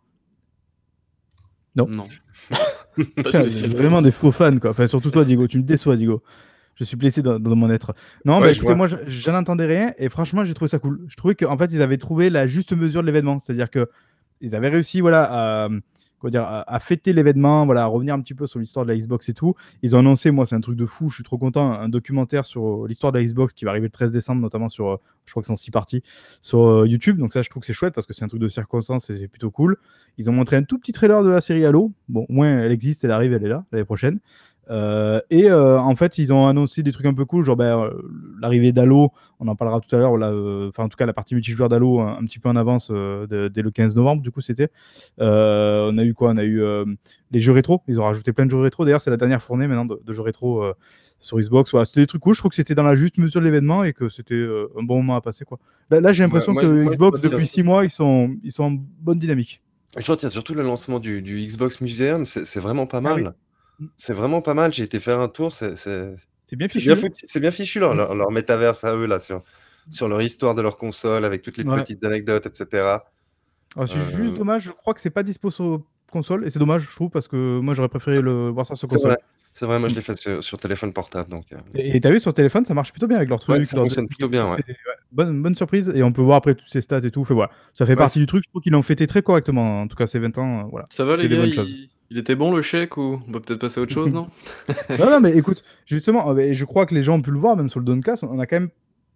Non. Non. Pas Putain, vous êtes spécialement. vraiment des faux fans, quoi. Enfin, surtout toi, Diego, tu me déçois, Diego. Je suis blessé dans, dans mon être. Non, Ouais, bah je écoutez, vois. moi, je- j'en entendais rien et franchement, j'ai trouvé ça cool. Je trouvais qu'en fait, ils avaient trouvé la juste mesure de l'événement. C'est-à-dire que ils avaient réussi, voilà, à, comment dire, à, à fêter l'événement, voilà, à revenir un petit peu sur l'histoire de la Xbox et tout. Ils ont annoncé, moi, c'est un truc de fou. Je suis trop content, un documentaire sur l'histoire de la Xbox qui va arriver le treize décembre, notamment sur, euh, je crois que c'est en six parties, sur euh, YouTube. Donc ça, je trouve que c'est chouette parce que c'est un truc de circonstance et c'est plutôt cool. Ils ont montré un tout petit trailer de la série Halo. Bon, au moins, elle existe, elle arrive, elle est là l'année prochaine. Euh, et euh, en fait, ils ont annoncé des trucs un peu cool, genre ben, euh, l'arrivée d'Halo, on en parlera tout à l'heure, là, euh, enfin en tout cas la partie multijoueur d'Halo un, un petit peu en avance euh, de- dès le quinze novembre, du coup c'était. Euh, on a eu quoi? On a eu euh, les jeux rétro, ils ont rajouté plein de jeux rétro, d'ailleurs c'est la dernière fournée maintenant de, de jeux rétro euh, sur Xbox. Voilà, c'était des trucs cool, je trouve que c'était dans la juste mesure de l'événement et que c'était euh, un bon moment à passer, quoi. Là, là j'ai Moi, l'impression moi, que moi, je Xbox, retiens, depuis six mois, ils sont, ils sont en bonne dynamique. je retiens surtout le lancement du, du Xbox Museum, c'est c'est vraiment pas Ah oui, mal. C'est vraiment pas mal. J'ai été faire un tour, c'est c'est- c'est bien c'est bien fichu. foutu, c'est bien fichu leur, leur, leur métaverse à eux là sur, sur leur histoire de leur console avec toutes les Ouais. petites anecdotes, et cetera. Alors, c'est juste Euh, dommage, je crois que c'est pas dispo sur console, et c'est dommage, je trouve, parce que moi j'aurais préféré le voir ça sur c'est console. vrai, c'est vrai. Moi, Mm. je l'ai fait sur, sur téléphone portable, donc euh, Et et t'as vu sur téléphone, ça marche plutôt bien avec leurs ouais, trucs, ça leurs fonctionne détails et plutôt tout. bien, ouais. C'est ouais, bonne, bonne surprise, et on peut voir après toutes ces stats et tout. Fait, voilà. Ça fait Ouais, partie c'est- du truc, je trouve qu'ils l'ont fêté très correctement. En tout cas, ces vingt ans, euh, voilà, Ça va les que des gars, bonnes choses. il... il était bon le chèque ou on peut peut-être passer à autre chose, non? Non, non, mais écoute, justement, euh, et je crois que les gens ont pu le voir, même sur le Downcast, on a quand même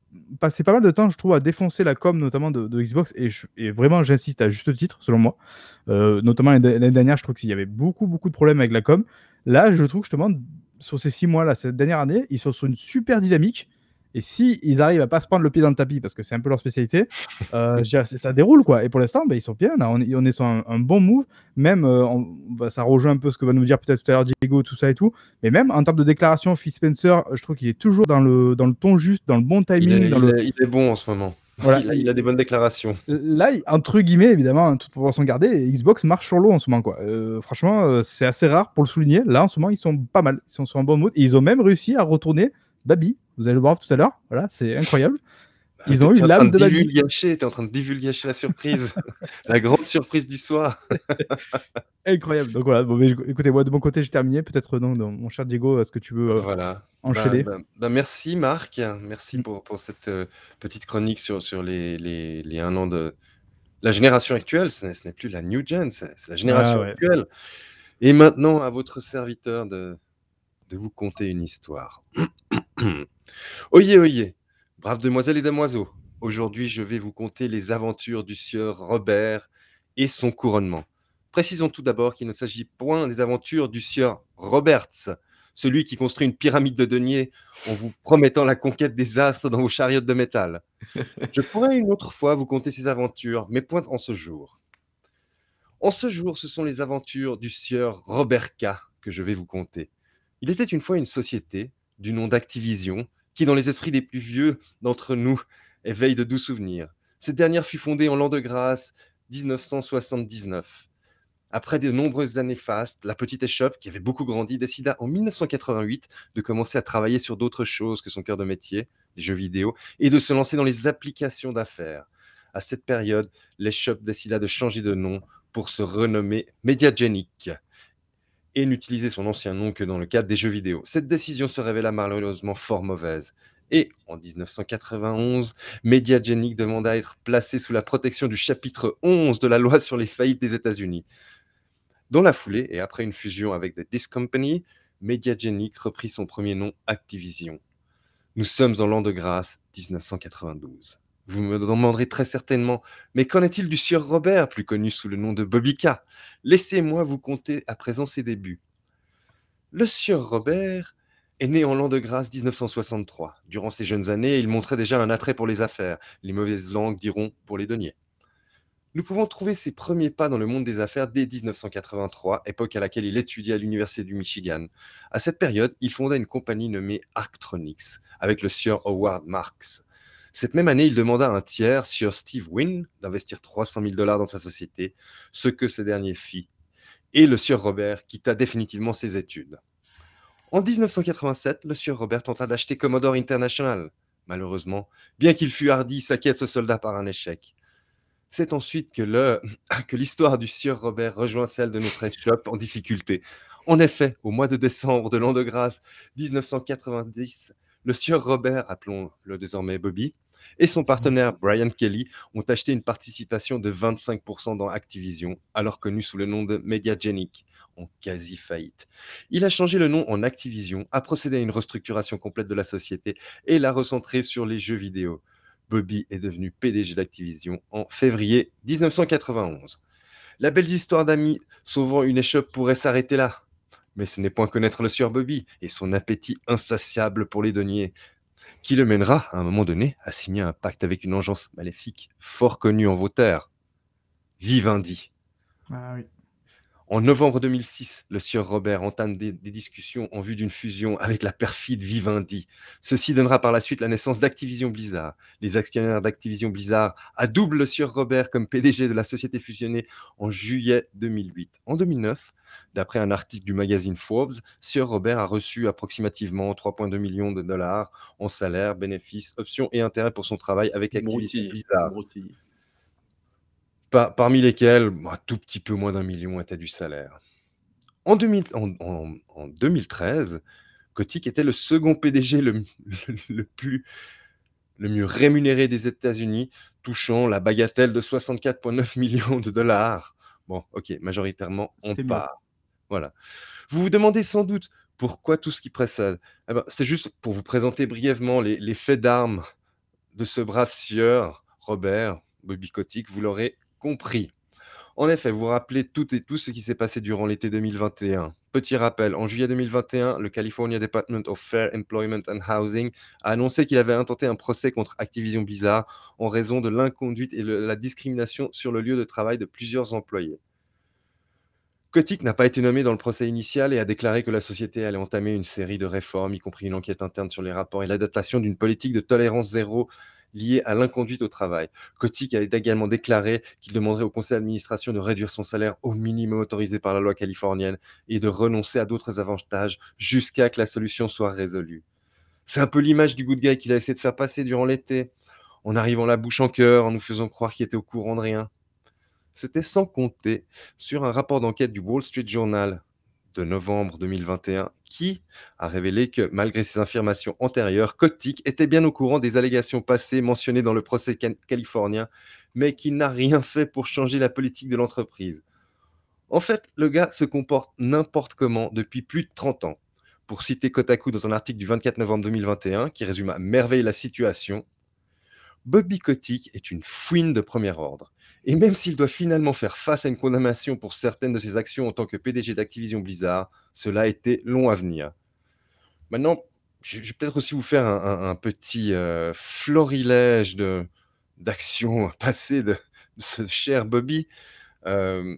passé pas mal de temps, je trouve, à défoncer la com, notamment de, de Xbox, et, je- et vraiment, j'insiste à juste titre, selon moi. Euh, notamment l'année l'année dernière, je trouve qu'il y avait beaucoup, beaucoup de problèmes avec la com. Là, je trouve justement, sur ces six mois-là, cette dernière année, ils sont sur une super dynamique. Et si ils arrivent à pas se prendre le pied dans le tapis, parce que c'est un peu leur spécialité, euh, je dirais, c'est- ça déroule, quoi. Et pour l'instant, ben, ils sont bien. Là, on est, on est sur un, un bon move. Même, euh, on- bah, ça rejoint un peu ce que va nous dire peut-être tout à l'heure Diego, tout ça et tout. Mais même en termes de déclaration, Phil Spencer, je trouve qu'il est toujours dans le, dans le ton juste, dans le bon Il timing, est, dans il le. est, il est bon en ce moment. Voilà, Il a, il- il a des bonnes déclarations. là, il- entre guillemets, évidemment, hein, toute proportion gardée, Xbox marche sur l'eau en ce moment, quoi. Euh, franchement, euh, c'est assez rare pour le souligner. Là, en ce moment, ils sont pas mal. Ils sont sur un bon mood. Et ils ont même réussi à retourner Babi. Vous allez le voir tout à l'heure. Voilà, c'est incroyable. Ah, Ils T'es ont eu t'es en train l'âme de de Babi. divulgacher, t'es en train de divulgacher la surprise. La grande surprise du soir. Incroyable. Donc voilà, bon, mais, écoutez, moi, de mon côté, j'ai terminé. Peut-être, non, non, mon cher Diego, est-ce que tu veux euh, Voilà. Bah, enchaîner? bah, bah, merci Marc. Merci Mm. pour, pour cette euh, petite chronique sur, sur les, les, les un an de la génération actuelle. Ce n'est ce n'est plus la new gen, c'est c'est la Ah génération ouais. actuelle. Et maintenant, à votre serviteur de, de vous conter une histoire. Oyez, oyez, braves demoiselles et damoiseaux, aujourd'hui je vais vous conter les aventures du sieur Robert et son couronnement. Précisons tout d'abord qu'il ne s'agit point des aventures du sieur Roberts, celui qui construit une pyramide de deniers en vous promettant la conquête des astres dans vos chariots de métal. Je pourrais une autre fois vous conter ces aventures, mais point en ce jour. En ce jour, ce sont les aventures du sieur Robert K. que je vais vous conter. Il était une fois une société, du nom d'Activision, qui, dans les esprits des plus vieux d'entre nous, éveille de doux souvenirs. Cette dernière fut fondée en l'an de grâce dix-neuf cent soixante-dix-neuf. Après de nombreuses années fastes, la petite échoppe, qui avait beaucoup grandi, décida en mille neuf cent quatre-vingt-huit de commencer à travailler sur d'autres choses que son cœur de métier, les jeux vidéo, et de se lancer dans les applications d'affaires. À cette période, l'échoppe décida de changer de nom pour se renommer Mediagenic et n'utiliser son ancien nom que dans le cadre des jeux vidéo. Cette décision se révéla malheureusement fort mauvaise. Et en dix-neuf cent quatre-vingt-onze, Mediagenic demanda à être placé sous la protection du chapitre onze de la loi sur les faillites des États-Unis. Dans la foulée, et après une fusion avec The Disc Company, Mediagenic reprit son premier nom Activision. Nous sommes en l'an de grâce dix-neuf cent quatre-vingt-douze. Vous me demanderez très certainement, mais qu'en est-il du sieur Robert, plus connu sous le nom de Bobby K? Laissez-moi vous conter à présent ses débuts. Le sieur Robert est né en l'an de grâce dix-neuf cent soixante-trois. Durant ses jeunes années, il montrait déjà un attrait pour les affaires, les mauvaises langues diront pour les deniers. Nous pouvons trouver ses premiers pas dans le monde des affaires dès dix-neuf cent quatre-vingt-trois, époque à laquelle il étudiait à l'université du Michigan. À cette période, il fonda une compagnie nommée Arctronics, avec le sieur Howard Marks. Cette même année, il demanda à un tiers, sieur Steve Wynn, d'investir trois cent mille dollars dans sa société, ce que ce dernier fit. Et le sieur Robert quitta définitivement ses études. En dix-neuf cent quatre-vingt-sept, le sieur Robert tenta d'acheter Commodore International. Malheureusement, bien qu'il fût hardi, sa quête se solda par un échec. C'est ensuite que le- que l'histoire du sieur Robert rejoint celle de notre échoppe en difficulté. En effet, au mois de décembre de l'an de grâce dix-neuf cent quatre-vingt-dix, le sieur Robert, appelons-le désormais Bobby, et son partenaire Brian Kelly ont acheté une participation de vingt-cinq pour cent dans Activision, alors connu sous le nom de Mediagenic, en quasi-faillite. Il a changé le nom en Activision, a procédé à une restructuration complète de la société et l'a recentré sur les jeux vidéo. Bobby est devenu P D G d'Activision en février dix-neuf cent quatre-vingt-onze. La belle histoire d'amis sauvant une échoppe pourrait s'arrêter là. Mais ce n'est point connaître le sieur Bobby et son appétit insatiable pour les deniers qui le mènera, à un moment donné, à signer un pacte avec une engeance maléfique fort connue en vos terres, Vivendi. Ah oui. En novembre deux mille six, le sieur Robert entame des, des discussions en vue d'une fusion avec la perfide Vivendi. Ceci donnera par la suite la naissance d'Activision Blizzard. Les actionnaires d'Activision Blizzard adoubent le sieur Robert comme P D G de la société fusionnée en juillet deux mille huit. En deux mille neuf, d'après un article du magazine Forbes, sieur Robert a reçu approximativement trois virgule deux millions de dollars en salaire, bénéfices, options et intérêts pour son travail avec Activision Broutille, Blizzard. broutille. Par- parmi lesquels un tout petit peu moins d'un million était du salaire. En, deux mille en- en- en deux mille treize, Kotick était le second P D G le, le- le plus, le mieux rémunéré des États-Unis, touchant la bagatelle de soixante-quatre virgule neuf millions de dollars. Bon, ok, majoritairement en C'est mieux. part. Voilà. Vous vous demandez sans doute pourquoi tout ce qui précède. Eh ben, c'est juste pour vous présenter brièvement les, les faits d'armes de ce brave sieur, Robert Bobby Kotick, vous l'aurez compris. En effet, vous vous rappelez tout et tout ce qui s'est passé durant l'été deux mille vingt et un. Petit rappel, en juillet deux mille vingt et un, le California Department of Fair Employment and Housing a annoncé qu'il avait intenté un procès contre Activision Blizzard en raison de l'inconduite et de la discrimination sur le lieu de travail de plusieurs employés. Kotick n'a pas été nommé dans le procès initial et a déclaré que la société allait entamer une série de réformes, y compris une enquête interne sur les rapports et l'adaptation d'une politique de tolérance zéro liée à l'inconduite au travail. Kotick a également déclaré qu'il demanderait au conseil d'administration de réduire son salaire au minimum autorisé par la loi californienne et de renoncer à d'autres avantages jusqu'à que la solution soit résolue. C'est un peu l'image du good guy qu'il a essayé de faire passer durant l'été, en arrivant la bouche en cœur, en nous faisant croire qu'il était au courant de rien. C'était sans compter sur un rapport d'enquête du Wall Street Journal de novembre deux mille vingt et un qui a révélé que, malgré ses affirmations antérieures, Kotick était bien au courant des allégations passées mentionnées dans le procès can- californien, mais qu'il n'a rien fait pour changer la politique de l'entreprise. En fait, le gars se comporte n'importe comment depuis plus de trente ans. Pour citer Kotaku dans un article du vingt-quatre novembre deux mille vingt et un qui résume à merveille la situation, Bobby Kotick est une fouine de premier ordre. Et même s'il doit finalement faire face à une condamnation pour certaines de ses actions en tant que P D G d'Activision Blizzard, cela a été long à venir. Maintenant, je je vais peut-être aussi vous faire un, un- un petit euh, florilège de, d'actions passées de, de ce cher Bobby. Euh,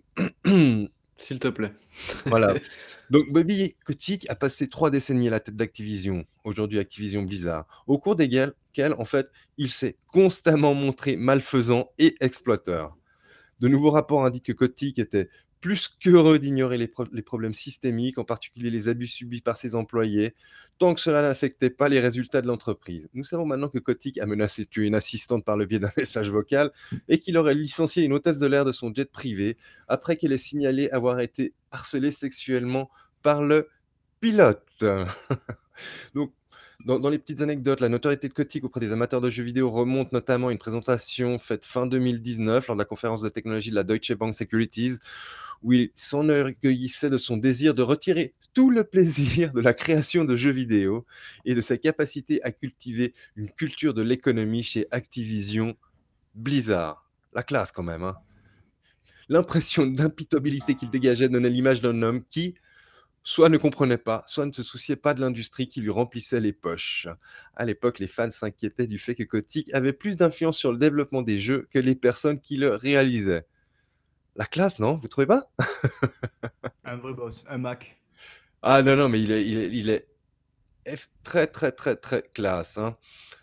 S'il te plaît. Voilà. Donc Bobby Kotick a passé trois décennies à la tête d'Activision, aujourd'hui Activision Blizzard, au cours desquelles, quelles, en fait, il s'est constamment montré malfaisant et exploiteur. De nouveaux rapports indiquent que Kotick était plus qu'heureux d'ignorer les, pro- les problèmes systémiques, en particulier les abus subis par ses employés, tant que cela n'affectait pas les résultats de l'entreprise. Nous savons maintenant que Kotick a menacé de tuer une assistante par le biais d'un message vocal et qu'il aurait licencié une hôtesse de l'air de son jet privé après qu'elle ait signalé avoir été harcelée sexuellement par le pilote. Donc, dans, dans les petites anecdotes, la notoriété de Kotick auprès des amateurs de jeux vidéo remonte notamment à une présentation faite fin deux mille dix-neuf lors de la conférence de technologie de la Deutsche Bank Securities, où il s'enorgueillissait de son désir de retirer tout le plaisir de la création de jeux vidéo et de sa capacité à cultiver une culture de l'économie chez Activision Blizzard. La classe quand même, hein. L'impression d'impitoyabilité qu'il dégageait donnait l'image d'un homme qui, soit ne comprenait pas, soit ne se souciait pas de l'industrie qui lui remplissait les poches. À l'époque, les fans s'inquiétaient du fait que Kotick avait plus d'influence sur le développement des jeux que les personnes qui le réalisaient. La classe, non? Vous trouvez pas? Un vrai boss, un Mac. Ah non, non, mais il est, il est, il est eff- très, très, très, très classe, hein.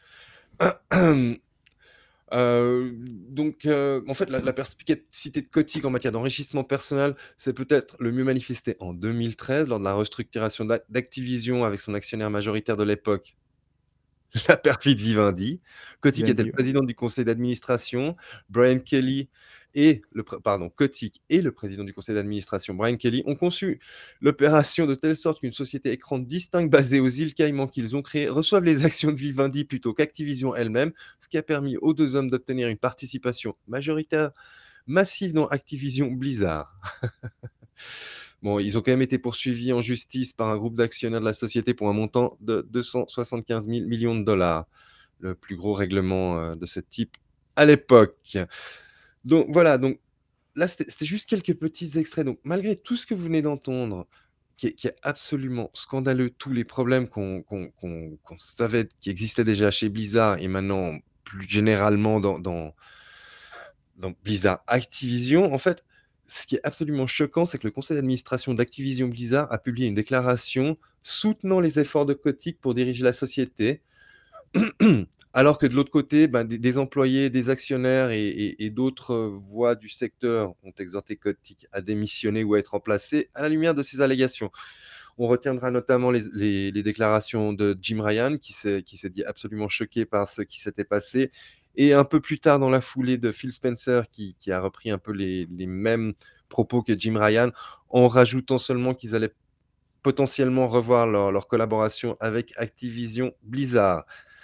Euh, donc, euh, en fait, la, la perspicacité de Kotick en matière d'enrichissement personnel, c'est peut-être le mieux manifesté en deux mille treize lors de la restructuration d'A- d'Activision avec son actionnaire majoritaire de l'époque, la perfide Vivendi. Kotick Bien était le dit. président du conseil d'administration. Brian Kelly et le pr- pardon, Kotick et le président du conseil d'administration, Brian Kelly, ont conçu l'opération de telle sorte qu'une société écran distincte basée aux îles Caïmans qu'ils ont créées reçoive les actions de Vivendi plutôt qu'Activision elle-même, ce qui a permis aux deux hommes d'obtenir une participation majoritaire massive dans Activision Blizzard. Bon, ils ont quand même été poursuivis en justice par un groupe d'actionnaires de la société pour un montant de deux cent soixante-quinze mille millions de dollars, le plus gros règlement euh, de ce type à l'époque. Donc voilà, donc là c'était c'était juste quelques petits extraits. Donc malgré tout ce que vous venez d'entendre, qui est, qui est absolument scandaleux, tous les problèmes qu'on qu'on- qu'on- qu'on savait qui existaient déjà chez Blizzard et maintenant plus généralement dans, dans, dans Blizzard Activision, en fait, ce qui est absolument choquant, c'est que le conseil d'administration d'Activision Blizzard a publié une déclaration soutenant les efforts de Kotick pour diriger la société, alors que de l'autre côté, ben, des, des employés, des actionnaires et, et- et d'autres euh, voix du secteur ont exhorté Kotick à démissionner ou à être remplacé à la lumière de ces allégations. On retiendra notamment les, les- les déclarations de Jim Ryan, qui s'est qui s'est dit absolument choqué par ce qui s'était passé, et un peu plus tard dans la foulée de Phil Spencer, qui, qui a repris un peu les, les mêmes propos que Jim Ryan, en rajoutant seulement qu'ils allaient potentiellement revoir leur, leur collaboration avec Activision Blizzard.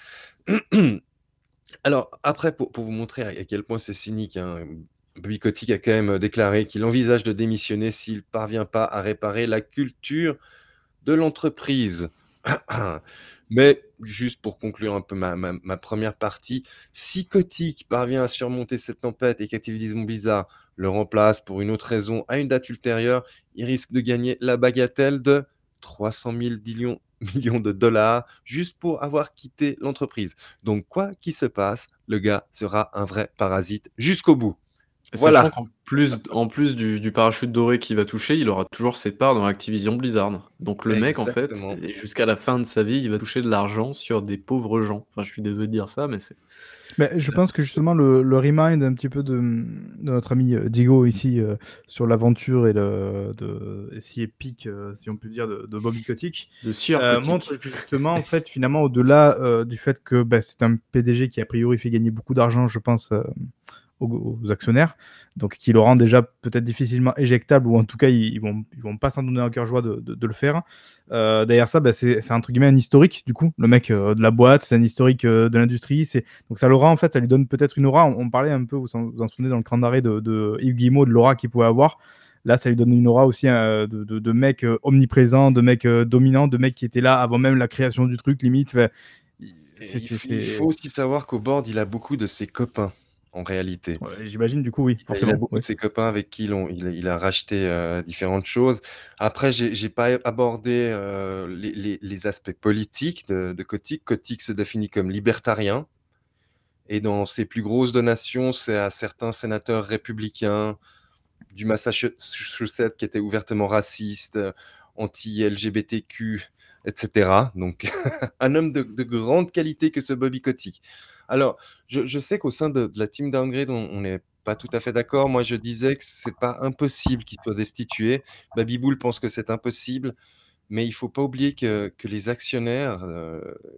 Alors, après, pour, pour vous montrer à, à quel point c'est cynique, hein, Bobby Kotick a quand même déclaré qu'il envisage de démissionner s'il ne parvient pas à réparer la culture de l'entreprise. Mais juste pour conclure un peu ma, ma, ma première partie, si Kotick parvient à surmonter cette tempête et qu'Activision Blizzard le remplace pour une autre raison à une date ultérieure, il risque de gagner la bagatelle de trois cent mille millions, millions de dollars juste pour avoir quitté l'entreprise. Donc, quoi qu'il se passe, le gars sera un vrai parasite jusqu'au bout. Sachant Voilà. qu'en plus, en plus du, du parachute doré qui va toucher, il aura toujours ses parts dans Activision Blizzard. Donc le mec, en fait, Exactement. et jusqu'à la fin de sa vie, il va toucher de l'argent sur des pauvres gens. Enfin, je suis désolé de dire ça, mais c'est. Mais je c'est la pense que seule chose. justement le, le remind un petit peu de, de notre ami euh, Diego ici euh, sur l'aventure et le de, et si épique, euh, si on peut dire, de, de Bobby Kotick, De Sieur euh, Kotick. montre que justement, en fait, finalement, au-delà euh, du fait que bah, c'est un P D G qui a priori fait gagner beaucoup d'argent, je pense, euh, aux, aux actionnaires, donc qui le rend déjà peut-être difficilement éjectable, ou en tout cas, ils, ils vont, ils vont pas s'en donner à cœur joie de, de, de le faire. Euh, derrière ça, bah, c'est, c'est entre guillemets un historique, du coup, le mec euh, de la boîte, c'est un historique euh, de l'industrie, c'est donc ça l'aura en fait, ça lui donne peut-être une aura. On, on parlait un peu, vous en, vous en souvenez dans le cran d'arrêt de, de Yves Guillemot, de l'aura qu'il pouvait avoir. Là, ça lui donne une aura aussi euh, de, de, de mec euh, omniprésent, de mec euh, dominant, de mec qui était là avant même la création du truc, limite. Enfin, c'est, Et c'est, il, f- il c'est... faut aussi savoir qu'au board, il a beaucoup de ses copains, en réalité. Ouais, j'imagine, du coup, oui, Il a, il a forcément. beaucoup Oui. de ses copains avec qui il, ont- il a, il a racheté euh, différentes choses. Après, j'ai j'ai pas abordé euh, les, les- les aspects politiques de, de Kotick. Kotick se définit comme libertarien. Et dans ses plus grosses donations, c'est à certains sénateurs républicains du Massachusetts qui étaient ouvertement racistes, euh, anti-L G B T Q, et cetera. Donc, un homme de, de grande qualité que ce Bobby Kotick. Alors, je, je sais qu'au sein de, de la team Downgrade, on on n'est pas tout à fait d'accord. Moi, je disais que c'est pas impossible qu'il soit destitué. Baby Bull pense que c'est impossible, mais il faut pas oublier que, que les actionnaires, euh,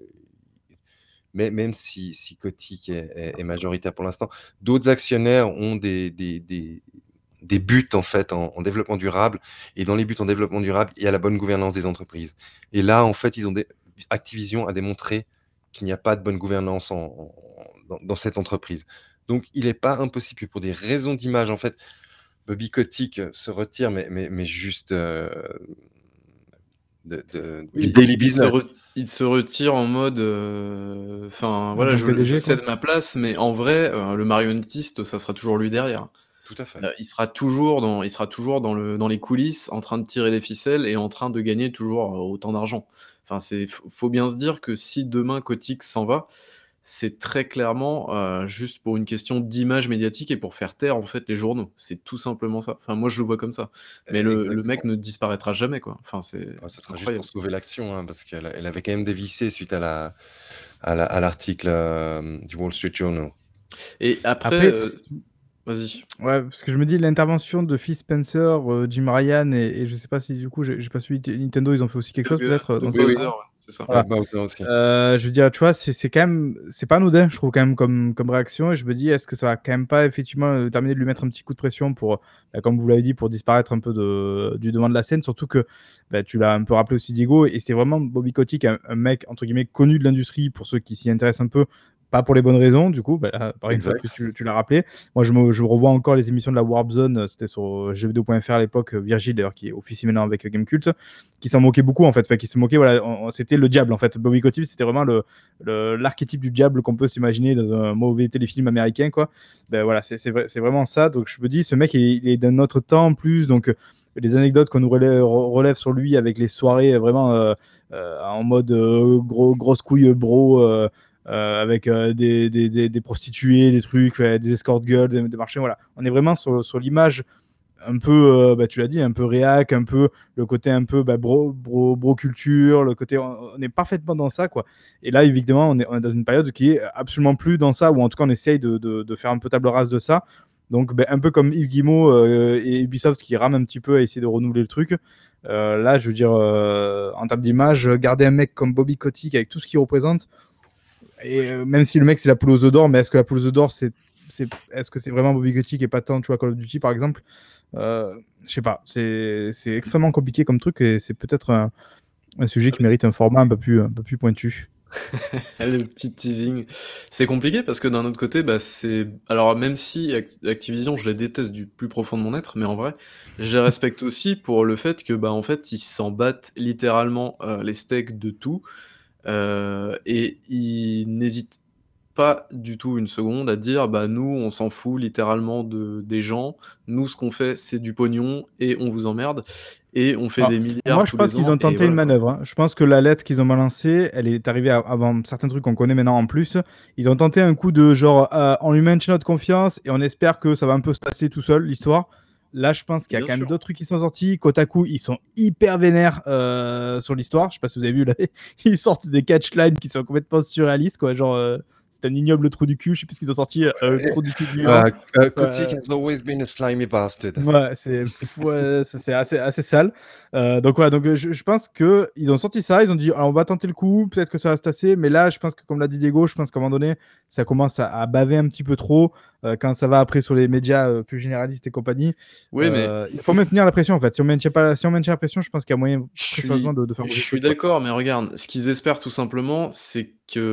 mais même si, si Kotick est, est- est majoritaire pour l'instant, d'autres actionnaires ont des, des, des, des buts en fait en, en développement durable. Et dans les buts en développement durable, il y a la bonne gouvernance des entreprises. Et là, en fait, ils ont des, Activision a démontré qu'il n'y a pas de bonne gouvernance en- en- dans, dans cette entreprise. Donc, il n'est pas impossible que pour des raisons d'image, en fait, Bobby Kotick se retire, mais, mais, mais juste euh, de, de- du Oui, daily il se, business. re- il se retire en mode. euh, Enfin, En voilà, tant que je, je P D G, quoi. cède ma place, mais en vrai, euh, le marionnettiste, ça sera toujours lui derrière. Tout à fait. Euh, il sera toujours dans, il sera toujours dans le, dans les coulisses, en train de tirer les ficelles et en train de gagner toujours euh, autant d'argent. Enfin, c'est, faut faut bien se dire que si demain Kotick s'en va, c'est très clairement euh, juste pour une question d'image médiatique et pour faire taire en fait les journaux. C'est tout simplement ça. Enfin, moi je le vois comme ça. Mais le, le mec Exactement. ne disparaîtra jamais, quoi. Enfin, c'est Ouais, ce c'est sera juste pour incroyable. sauver l'action, hein, parce qu'elle elle avait quand même dévissé suite à la, à la- à l'article euh, du Wall Street Journal. Et après, Après, euh, vas-y. ouais, parce que je me dis l'intervention de Phil Spencer, euh, Jim Ryan, et, et je sais pas si du coup, j'ai j'ai pas suivi Nintendo, ils ont fait aussi quelque chose Doug, peut-être euh, Doug dans ce Oui, oui. Bowser, sens-là. ouais, c'est ça. Ouais, Voilà. Bowser aussi. Euh, je veux dire, tu vois, c'est c'est quand même, c'est pas anodin, je trouve quand même comme, comme réaction, et je me dis, est-ce que ça va quand même pas effectivement euh, terminer de lui mettre un petit coup de pression pour, bah, comme vous l'avez dit, pour disparaître un peu de, du devant de la scène, surtout que bah, tu l'as un peu rappelé aussi, Diego, et c'est vraiment Bobby Kotick, un, un mec entre guillemets connu de l'industrie pour ceux qui s'y intéressent un peu. Pas pour les bonnes raisons, du coup, bah, là, par une fois de plus, Exact. tu, tu l'as rappelé. Moi, je, me, je revois encore les émissions de la Warp Zone, euh, c'était sur jeux vidéo point f r à l'époque, euh, Virgile d'ailleurs, qui est officier maintenant avec euh, Gamecult, qui s'en moquait beaucoup en fait, enfin, qui se moquait, voilà, on- on- c'était le diable en fait. Bobby Kotick, c'était vraiment le, le- l'archétype du diable qu'on peut s'imaginer dans un mauvais téléfilm américain, quoi. Ben voilà, c'est, c'est, vrai- c'est vraiment ça. Donc je me dis, ce mec, il, il est d'un autre temps en plus, donc euh, les anecdotes qu'on nous relève, relève sur lui avec les soirées euh, vraiment euh, euh, en mode euh, gros, grosse couille bro. Euh, euh, avec euh, des, des, des, des prostituées, des trucs, ouais, des escort girls, des, des marchés, voilà. On est vraiment sur, sur l'image un peu, euh, bah, tu l'as dit, un peu réac, un peu le côté un peu bah, bro, bro, bro culture, le côté, on, on est parfaitement dans ça, quoi. Et là, évidemment, on est, on est dans une période qui est absolument plus dans ça, ou en tout cas, on essaye de, de, de faire un peu table rase de ça. Donc, bah, un peu comme Yves Guillemot euh, et Ubisoft qui rament un petit peu à essayer de renouveler le truc. Euh, là, je veux dire, euh, en termes d'image, garder un mec comme Bobby Kotick avec tout ce qu'il représente, et euh, même si le mec c'est la poule aux œufs d'or, mais est-ce que la poule aux œufs d'or c'est, c'est est-ce que c'est vraiment Bobby Kotick et pas tant tu vois Call of Duty par exemple? Euh, je sais pas, c'est, c'est extrêmement compliqué comme truc et c'est peut-être un, un sujet qui mérite un format un peu plus, un peu plus pointu. Le petit teasing. C'est compliqué parce que d'un autre côté, bah, c'est. Alors, même si Act- Activision, je les déteste du plus profond de mon être, mais en vrai, je les respecte aussi pour le fait que, bah, en fait, ils s'en battent littéralement euh, les steaks de tout. Heu et il n'hésite pas du tout une seconde à dire: «Bah, nous, on s'en fout littéralement de des gens. Nous, ce qu'on fait, c'est du pognon et on vous emmerde et on fait Alors, des moi, milliards je tous pense les qu'ils ans» ont et tenté une voilà, quoi. manœuvre, hein. Je pense que la lettre qu'ils ont balancée, elle est arrivée a avant certains trucs qu'on connaît maintenant en plus. Ils ont tenté un coup de genre, heu, on lui maintient notre confiance et on espère que ça va un peu se tasser tout seul, l'histoire. Là, je pense qu'il y a Bien quand même sûr. d'autres trucs qui sont sortis. Kotaku, ils sont hyper vénères, heu, sur l'histoire. Je sais pas si vous avez vu là, ils sortent des catchlines qui sont complètement surréalistes, quoi. Genre, heu, c'est un ignoble trou du cul. Je sais plus ce qu'ils ont sorti, heu, trou du cul gluant. Euh, euh, Kotick Ouais, has always been a slimy bastard. ouais, c'est pff, ouais, c'est c'est assez, assez sale. Euh, donc, ouais, donc euh, je, je pense qu'ils ont sorti ça, ils ont dit alors, on va tenter le coup, peut-être que ça va se tasser, mais là, je pense que, comme l'a dit Diego, je pense qu'à un moment donné, ça commence à, à baver un petit peu trop euh, quand ça va après sur les médias euh, plus généralistes et compagnie. Oui, mais Euh, il faut maintenir la pression en fait. Si on maintient pas, si on maintient la pression, je pense qu'il y a moyen je très sérieusement suis de, de faire je bouger le suis truc, quoi. d'accord, mais regarde, ce qu'ils espèrent tout simplement, c'est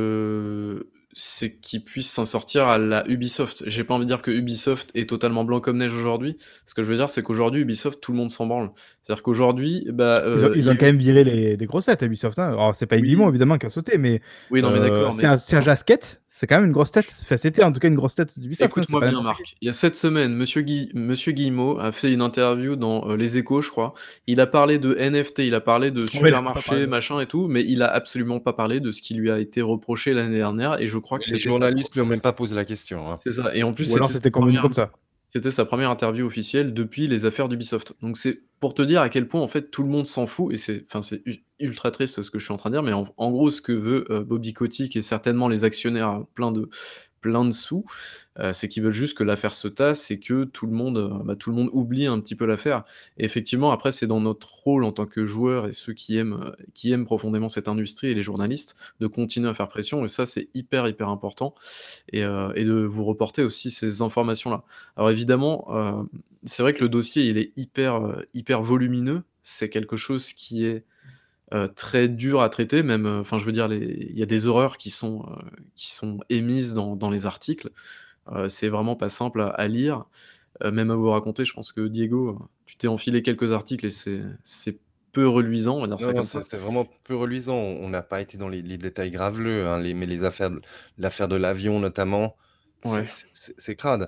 que c'est qu'ils puissent s'en sortir à la Ubisoft. J'ai pas envie de dire que Ubisoft est totalement blanc comme neige aujourd'hui. Ce que je veux dire, c'est qu'aujourd'hui, Ubisoft, tout le monde s'en branle. C'est-à-dire qu'aujourd'hui, bah, Ils ont, heu, il ils y ont a quand eu même viré les, des grosses têtes à Ubisoft, hein. Alors, c'est pas Guillemot oui, évidemment qui a sauté, mais oui, non, mais euh, d'accord, mais Serge Serge Asquette, c'est quand même une grosse tête. Enfin, c'était en tout cas une grosse tête d'Ubisoft, hein. C'est écoute-moi pas bien, n'importe qui. Marc. Il y a cette semaine, Monsieur Guy Monsieur Guillemot a fait une interview dans, heu, Les Échos, je crois. Il a parlé de N F T, il a parlé de Ouais, il en a pas parlé. supermarché, machin et tout, mais il a absolument pas parlé de ce qui lui a été reproché l'année dernière et je crois que Mais les c'était sa pre journalistes lui ont même pas posé la question, hein. c'est ça et en plus, Ou alors c'était c'était sa convenu première comme ça. c'était sa première interview officielle depuis les affaires d'Ubisoft. Donc c'est pour te dire à quel point, en fait, tout le monde s'en fout et c'est enfin, c'est u ultra triste ce que je suis en train de dire, mais en en gros, ce que veut, heu, Bobby Kotick et certainement les actionnaires pleins de plein de sous, heu, c'est qu'ils veulent juste que l'affaire se tasse et que tout le monde, heu, bah, tout le monde oublie un petit peu l'affaire et effectivement, après, c'est dans notre rôle en tant que joueurs et ceux qui aiment, heu, qui aiment profondément cette industrie et les journalistes, de continuer à faire pression et ça, c'est hyper, hyper important et heu et de vous reporter aussi ces informations-là. Alors évidemment, heu, c'est vrai que le dossier, il est hyper, heu, hyper volumineux. C'est quelque chose qui est, heu, très dur à traiter même, heu, enfin je veux dire les il y a des horreurs qui sont, heu, qui sont émises dans dans les articles. Heu, c'est vraiment pas simple à à lire, heu, même à vous raconter. Je pense que Diego, heu, tu t'es enfilé quelques articles et c'est c'est peu reluisant, on va dire Non, ça non, comme c'est ça. c'est vraiment peu reluisant. On on n'a pas été dans les les détails graveleux, hein, les mais les affaires de l'affaire de l'avion notamment, c'est Ouais. c'est c'est c'est crade.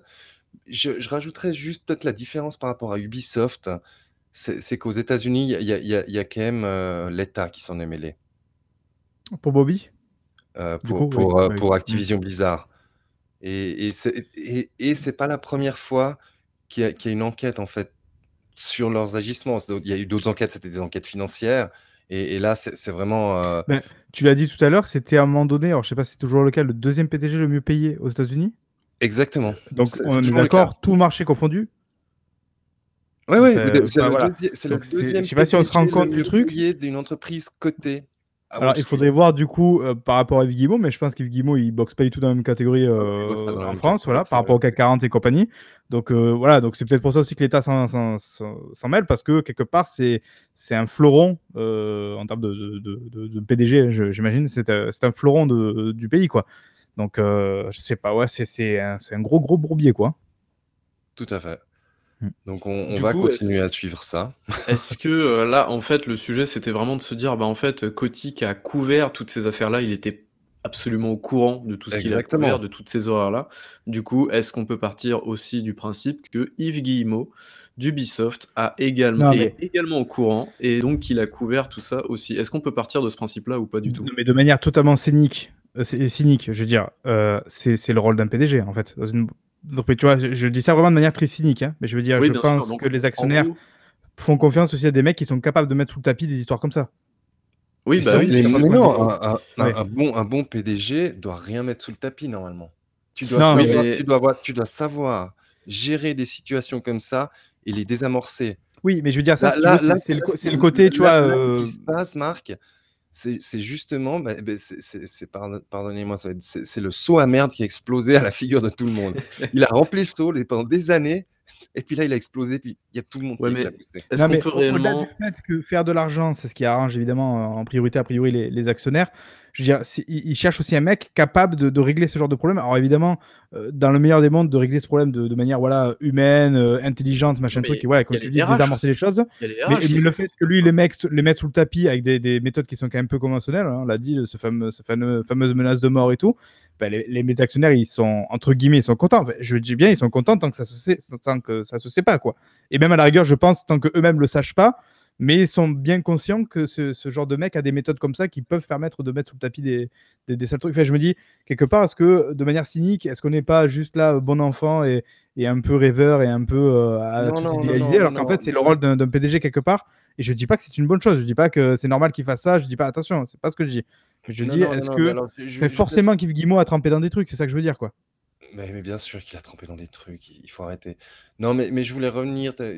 Je je rajouterais juste peut-être la différence par rapport à Ubisoft, c'est c'est qu'aux États-Unis, il y a il y a il y a il y a quand même, heu, l'État qui s'en est mêlé, Pour Bobby, heu, du pour coup, oui. pour, heu, Bah oui. pour Mmh. Activision Blizzard et et c'est et et c'est pas la première fois qu'il y a qu'il y a une enquête, en fait, sur leurs agissements. C'est il y a eu d'autres enquêtes, c'était des enquêtes financières et et là, c'est c'est vraiment, heu Bah, tu l'as dit tout à l'heure, c'était à un moment donné, alors je sais pas si c'est toujours le cas, le deuxième P D G le mieux payé aux États-Unis. exactement, Donc c'est c'est on est toujours le cas. d'accord, tout marché confondu. Ouais, ouais, Enfin, mais c'est enfin, le voilà. deuxi c'est le Donc c'est, je deuxième sais pas si on se rend P D G le compte du mieux truc. payé d'une entreprise cotée à Alors Wall il Street. faudrait voir du coup euh, par rapport à Yves Guillemot, mais je pense qu'Yves Guillemot il boxe pas du tout dans la même catégorie Ah non, il bosse pas euh, dans la en même France, catégorie voilà, que par ça, rapport au CAC quarante et compagnie. Donc euh, voilà, donc c'est peut-être pour ça aussi que l'État s'en, s'en- s'en- s'en mêle parce que quelque part c'est c'est un fleuron euh, en termes de, de, de- de- de P D G, je- j'imagine, c'est un, c'est un fleuron de, du pays quoi. Donc euh, je sais pas, ouais, c'est c'est un, c'est un gros gros bourbier quoi. tout à fait. Mm. Donc on on Du va coup, continuer est-ce à suivre ça. est-ce que, heu, là, en fait, le sujet, c'était vraiment de se dire, bah, en fait, heu, Kotick a couvert toutes ces affaires-là, il était absolument au courant de tout ce qu'il a couvert, Exactement. de toutes ces horreurs-là. Du coup, est-ce qu'on peut partir aussi du principe que Yves Guillemot, d'Ubisoft, a également Non est mais également au courant et donc qu'il a couvert tout ça aussi? Est-ce qu'on peut partir de ce principe-là ou pas du tout? Non, mais de manière totalement cynique, euh, c'est- cynique, je veux dire, euh, c'est c'est le rôle d'un P D G en fait. Dans une... Donc, tu vois, je, je dis ça vraiment de manière très cynique, hein, mais je veux dire, Oui, je bien sûr, pense donc que les en actionnaires gros font confiance aussi à des mecs qui sont capables de mettre sous le tapis des histoires comme ça. oui, Mais bah, ça, oui, mais C'est c'est mon mais point de vue. non, un un un Ouais. un bon un bon P D G doit rien mettre sous le tapis normalement. Tu dois Non, oui, savoir mais tu mais dois avoir tu dois savoir gérer des situations comme ça et les désamorcer. oui, mais je veux dire ça, Là si tu veux, là là c'est c'est le, là co- ce qui c'est le côté, tu là vois. là ce qui euh, se passe, Marc, c'est c'est justement, bah, beh, c'est c'est c'est pardon pardonnez-moi, ça va être c'est c'est le seau à merde qui a explosé à la figure de tout le monde. Il a rempli le seau et pendant des années et puis là, il a explosé, puis il y a tout le monde qui ouais, a mais éclaboussé. est-ce Non, qu'on mais peut au- au-delà du réellement fait que faire de l'argent, c'est ce qui arrange évidemment euh, en priorité, a priori, les, les actionnaires, je veux dire, c'est- ils, ils cherchent aussi un mec capable de, de régler ce genre de problème. Alors évidemment, euh, dans le meilleur des mondes, de régler ce problème de, de manière voilà, humaine, euh, intelligente, Non, machin truc, et mais voilà, il y comme a tu les dis, R H désamorcer aussi. les choses. Il y a les Mais, R H mais qui le sont fait censés que faire lui, ça. les mecs les mettre sous le tapis avec des, des méthodes qui sont quand même un peu conventionnelles, hein, on l'a dit, ce fameux, ce fameux, fameuse menace de mort et tout, ben, les, les, mes actionnaires, ils sont, entre guillemets, ils sont contents. Enfin, je dis bien, ils sont contents tant que ça se sait, tant que ça se sait pas, quoi. Et même à la rigueur, je pense, tant qu'eux-mêmes le sachent pas, mais ils sont bien conscients que ce, ce genre de mec a des méthodes comme ça qui peuvent permettre de mettre sous le tapis des, des, des sales trucs. Enfin, je me dis, quelque part, est-ce que, de manière cynique, est-ce qu'on n'est pas juste là, bon enfant et, et un peu rêveur et un peu euh, à Non, tout non, non, idéaliser, non, alors qu'en non, fait, c'est le non. rôle d'un d'un P D G quelque part. Et je dis pas que c'est une bonne chose, je dis pas que c'est normal qu'il fasse ça, je dis pas, attention, c'est pas ce que je dis. Mais je Non, dis, non, non, est-ce non, mais que, alors, je, je enfin, vais je vais peut-être. forcément qu'Yves Guillemot a trempé dans des trucs, c'est ça que je veux dire, quoi. Mais, mais bien sûr qu'il a trempé dans des trucs, il il faut arrêter. Non, mais, mais je voulais revenir. t'as-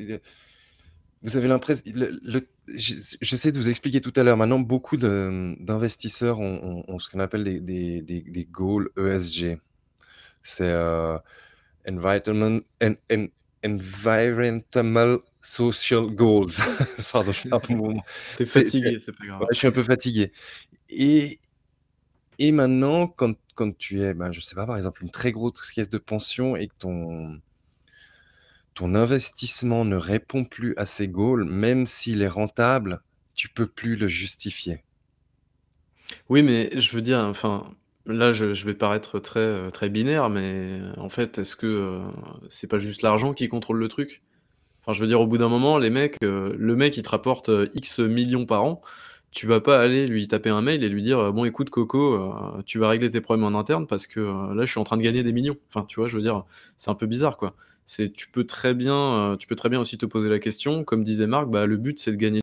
Vous avez l'impression. le- le- j- J'essaie de vous expliquer tout à l'heure. Maintenant, beaucoup de- d'investisseurs ont, ont- ont ce qu'on appelle des, des, des, des goals E S G. C'est euh, environment, en- en- Environmental Social Goals. Pardon, je fais un peu mon moment. T'es C'est, c'est- fatigué, c'est pas ouais, grave. je suis un peu fatigué. Et, et maintenant, quand, quand tu es, ben, je sais pas, par exemple, une très grosse caisse de pension et que ton, ton investissement ne répond plus à ces goals, même s'il est rentable, tu peux plus le justifier. Oui, mais je veux dire, enfin, là, je je vais paraître très, heu, très binaire, mais en fait, est-ce que, heu, c'est pas juste l'argent qui contrôle le truc? Enfin, je veux dire, au bout d'un moment, les mecs, heu, le mec, il te rapporte, heu, X millions par an. Tu vas pas aller lui taper un mail et lui dire, heu: «Bon écoute Coco, heu, tu vas régler tes problèmes en interne parce que, heu, là, je suis en train de gagner des millions». Enfin, tu vois? Je veux dire, c'est un peu bizarre, quoi. C'est tu peux très bien, heu, tu peux très bien aussi te poser la question, comme disait Marc, bah, le but, c'est de gagner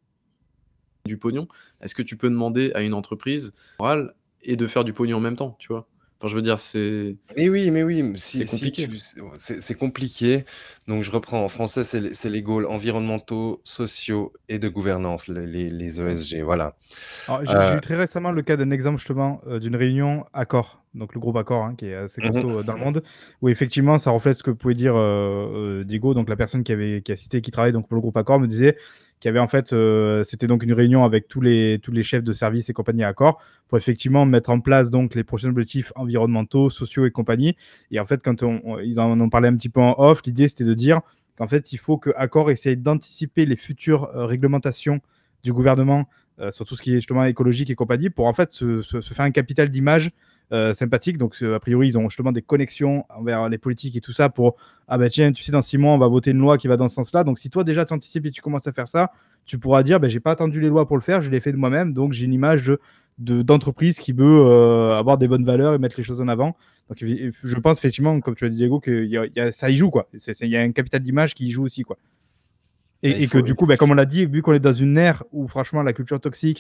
du pognon. Est-ce que tu peux demander à une entreprise morale et de faire du pognon en même temps, tu vois? Enfin, je veux dire, c'est Mais oui, mais oui, mais c'est si, si compliqué. tu, c'est c'est compliqué. Donc je reprends en français, c'est les, c'est les goals environnementaux, sociaux et de gouvernance, les, les, les E S G. Voilà. Alors, j'ai j'ai Euh, eu très récemment le cas d'un exemple justement euh, d'une réunion Accor, donc le groupe Accor, hein, qui est assez mhm, costaud euh, dans le monde, où effectivement ça reflète ce que pouvait dire euh, euh, Diego, donc la personne qui avait qui a cité, qui travaille donc pour le groupe Accor, me disait qu'il y avait en fait, euh, c'était donc une réunion avec tous les tous les chefs de service et compagnie Accor pour effectivement mettre en place donc les prochains objectifs environnementaux, sociaux et compagnie. Et en fait, quand on, on- ils en ont parlé un petit peu en off, l'idée c'était de dire qu'en fait il faut que Accor essaye d'anticiper les futures euh, réglementations du gouvernement euh, sur tout ce qui est justement écologique et compagnie, pour en fait se, se- se faire un capital d'image euh, sympathique. Donc, a priori, ils ont justement des connexions envers les politiques et tout ça pour ah bah tiens, tu sais, dans six mois, on va voter une loi qui va dans ce sens-là. Donc, si toi déjà tu anticipes et tu commences à faire ça, tu pourras dire bah, j'ai pas attendu les lois pour le faire, je l'ai fait de moi-même. Donc, j'ai une image de, de- d'entreprise qui veut euh, avoir des bonnes valeurs et mettre les choses en avant. Donc, je pense effectivement, comme tu as dit, Diego, que y a, y a, ça y joue, quoi. Il y a un capital d'image qui y joue aussi, quoi. il Et, et que faut, du coup, bah, comme on l'a dit, vu qu'on est dans une ère où franchement la culture toxique,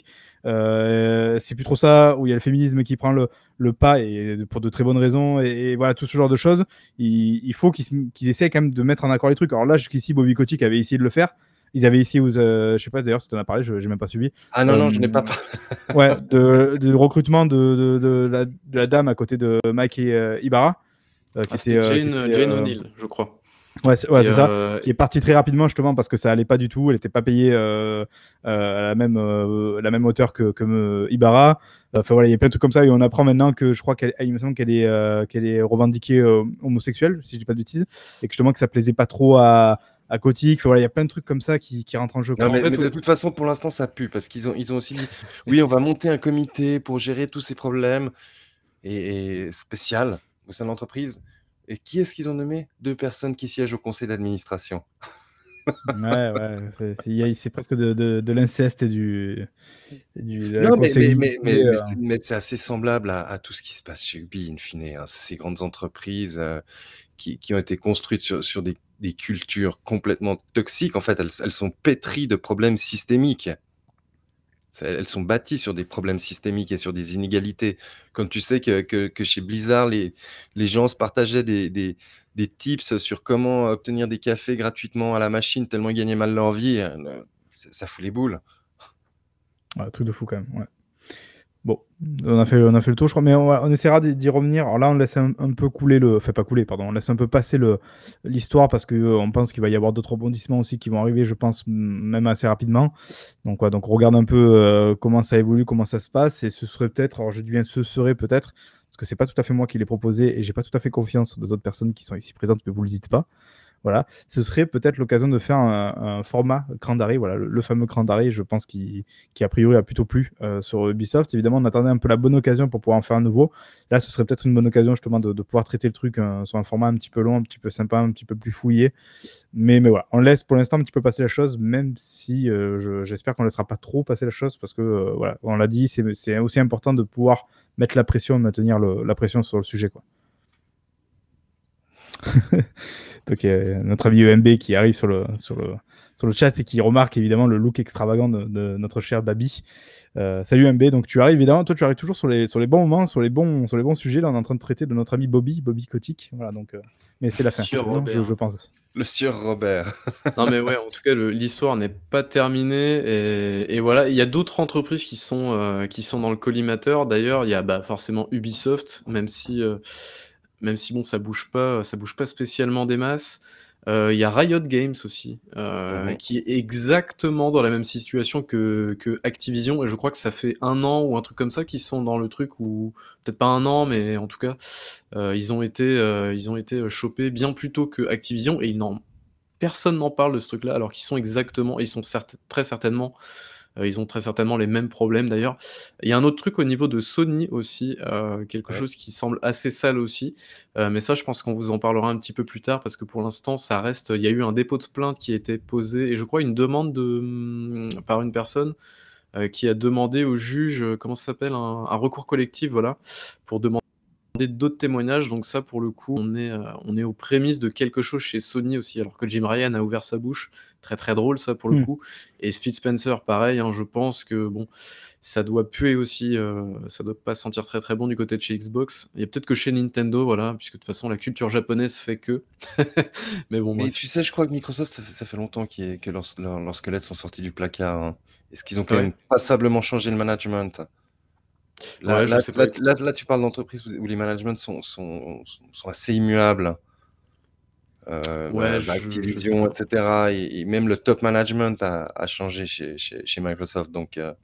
euh, c'est plus trop ça, où il y a le féminisme qui prend le, le pas et pour de très bonnes raisons, et, et voilà tout ce genre de choses, il, il faut qu'ils qu'ils essaient quand même de mettre en accord les trucs. Alors là, jusqu'ici, Bobby Kotick avait essayé de le faire. Ils avaient essayé, aux, euh, je sais pas d'ailleurs si tu en as parlé, je n'ai même pas suivi. Ah non, non, je n'ai Euh, pas parlé. ouais, de, de recrutement de, de, de la, de la dame à côté de Mike et euh, Ibarra, euh, qui Ah, était, c'était euh, qui Jane, était heu, Jane euh, O'Neill, je crois. Ouais, c'est ouais, Et c'est ça. heu Qui est partie très rapidement justement parce que ça allait pas du tout. Elle n'était pas payée euh, euh, à la même, euh, la même hauteur que, que euh, Ibarra. Enfin voilà, il y a plein de trucs comme ça et on apprend maintenant que je crois qu'elle, il me semble qu'elle est, euh, qu'elle est revendiquée euh, homosexuelle, si je dis pas de bêtises, et que justement que ça plaisait pas trop à, à Kotick. Enfin, voilà, il y a plein de trucs comme ça qui, qui rentrent en jeu, Non, quoi. en mais, fait, mais de oui. toute façon, pour l'instant, ça pue parce qu'ils ont, ils ont aussi dit oui, on va monter un comité pour gérer tous ces problèmes et, et spécial au sein de l'entreprise. Et qui est-ce qu'ils ont nommé? Deux personnes qui siègent au conseil d'administration. Ouais, ouais, c'est c'est- il y a- c'est presque de, de, de l'inceste et du, du la Non, mais, mais, mais, consanguinité. mais, mais euh. c'est mais c'est assez semblable à, à tout ce qui se passe chez Ubi, in fine, hein. Ces grandes entreprises euh, qui, qui ont été construites sur, sur des, des cultures complètement toxiques. En fait, elles, elles sont pétries de problèmes systémiques. C'est- Elles sont bâties sur des problèmes systémiques et sur des inégalités. Quand tu sais que, que, que chez Blizzard, les, les gens se partageaient des, des, des tips sur comment obtenir des cafés gratuitement à la machine tellement ils gagnaient mal leur vie, euh, ça ça fout les boules. Ouais, truc de fou quand même. Ouais. Bon, on a fait, on a fait le tour, je crois, mais on, va- on essaiera d'y d'y revenir. Alors là, on laisse un, un peu couler le, enfin pas couler, pardon, on laisse un peu passer le l'histoire parce que euh, on pense qu'il va y avoir d'autres rebondissements aussi qui vont arriver, je pense m- même assez rapidement. Donc ouais, donc on regarde un peu euh, comment ça évolue, comment ça se passe, et ce serait peut-être, alors je dis bien ce serait peut-être, parce que c'est pas tout à fait moi qui l'ai proposé et j'ai pas tout à fait confiance aux autres personnes qui sont ici présentes, mais vous le dites pas. Voilà, ce serait peut-être l'occasion de faire un, un format cran d'arrêt, voilà, le, le fameux cran d'arrêt, je pense, qui, qui a priori a plutôt plu euh, sur Ubisoft. Évidemment, on attendait un peu la bonne occasion pour pouvoir en faire un nouveau. Là, ce serait peut-être une bonne occasion justement de, de pouvoir traiter le truc euh, sur un format un petit peu long, un petit peu sympa, un petit peu plus fouillé. Mais, mais voilà, on laisse pour l'instant un petit peu passer la chose, même si euh, je- j'espère qu'on ne laissera pas trop passer la chose, parce que, euh, voilà, on l'a dit, c'est c'est aussi important de pouvoir mettre la pression et maintenir le- la pression sur le sujet, quoi. Donc, euh, notre ami E M B qui arrive sur le, sur, le, sur le chat et qui remarque évidemment le look extravagant de, de notre cher Babi. Euh, salut E M B, donc tu arrives évidemment, toi tu arrives toujours sur les, sur les bons moments, sur les bons, sur les bons sujets. Là, on est en train de traiter de notre ami Bobby, Bobby Kotick. Voilà, donc, euh, mais c'est la fin, Sieur non, je, Robert. je pense. Le sieur Robert. Non mais ouais, en tout cas, le- l'histoire n'est pas terminée et, et voilà, il y a d'autres entreprises qui sont euh, qui sont dans le collimateur. D'ailleurs, il y a bah, forcément Ubisoft, même si euh, même si bon, ça bouge pas, ça bouge pas spécialement des masses. Euh, Il y a Riot Games aussi, euh, Mhm. qui est exactement dans la même situation que, que Activision, et je crois que ça fait un an ou un truc comme ça qu'ils sont dans le truc, ou peut-être pas un an, mais en tout cas, euh, ils ont été, euh, ils ont été chopés bien plus tôt que Activision, et ils n'en personne n'en parle de ce truc-là, alors qu'ils sont exactement, ils sont certes- très certainement, euh, ils ont très certainement les mêmes problèmes d'ailleurs. Il y a un autre truc au niveau de Sony aussi, euh, quelque Ouais. chose qui semble assez sale aussi, euh, mais ça je pense qu'on vous en parlera un petit peu plus tard, parce que pour l'instant ça reste, il y a eu un dépôt de plainte qui a été posé, et je crois une demande de, hum, par une personne euh, qui a demandé au juge, euh, comment ça s'appelle, un, un recours collectif, voilà, pour demander d'autres témoignages. Donc ça, pour le coup, on est, euh, on est aux prémices de quelque chose chez Sony aussi, alors que Jim Ryan a ouvert sa bouche. Très très drôle ça pour le Hmm. coup. Et Phil Spencer, pareil, hein, je pense que bon, ça doit puer aussi, euh, ça doit pas sentir très très bon du côté de chez Xbox. Il y a peut-être que chez Nintendo, voilà, puisque de toute façon la culture japonaise fait que. Mais bon, Mais bref. tu sais, je crois que Microsoft, ça fait, ça fait longtemps qu'il est- que leurs, leurs- leurs squelettes sont sortis du placard, hein. Est-ce qu'ils ont quand Ouais, même passablement changé le management? Là, ouais, je là, sais là, pas. là, là, tu parles d'entreprises où où les managements sont, sont, sont assez immuables. Euh, Ouais, bah, bah, je, je sais Activision, pas. et cetera. Et, et même le top management a, a changé chez, chez, chez Microsoft. Donc, euh,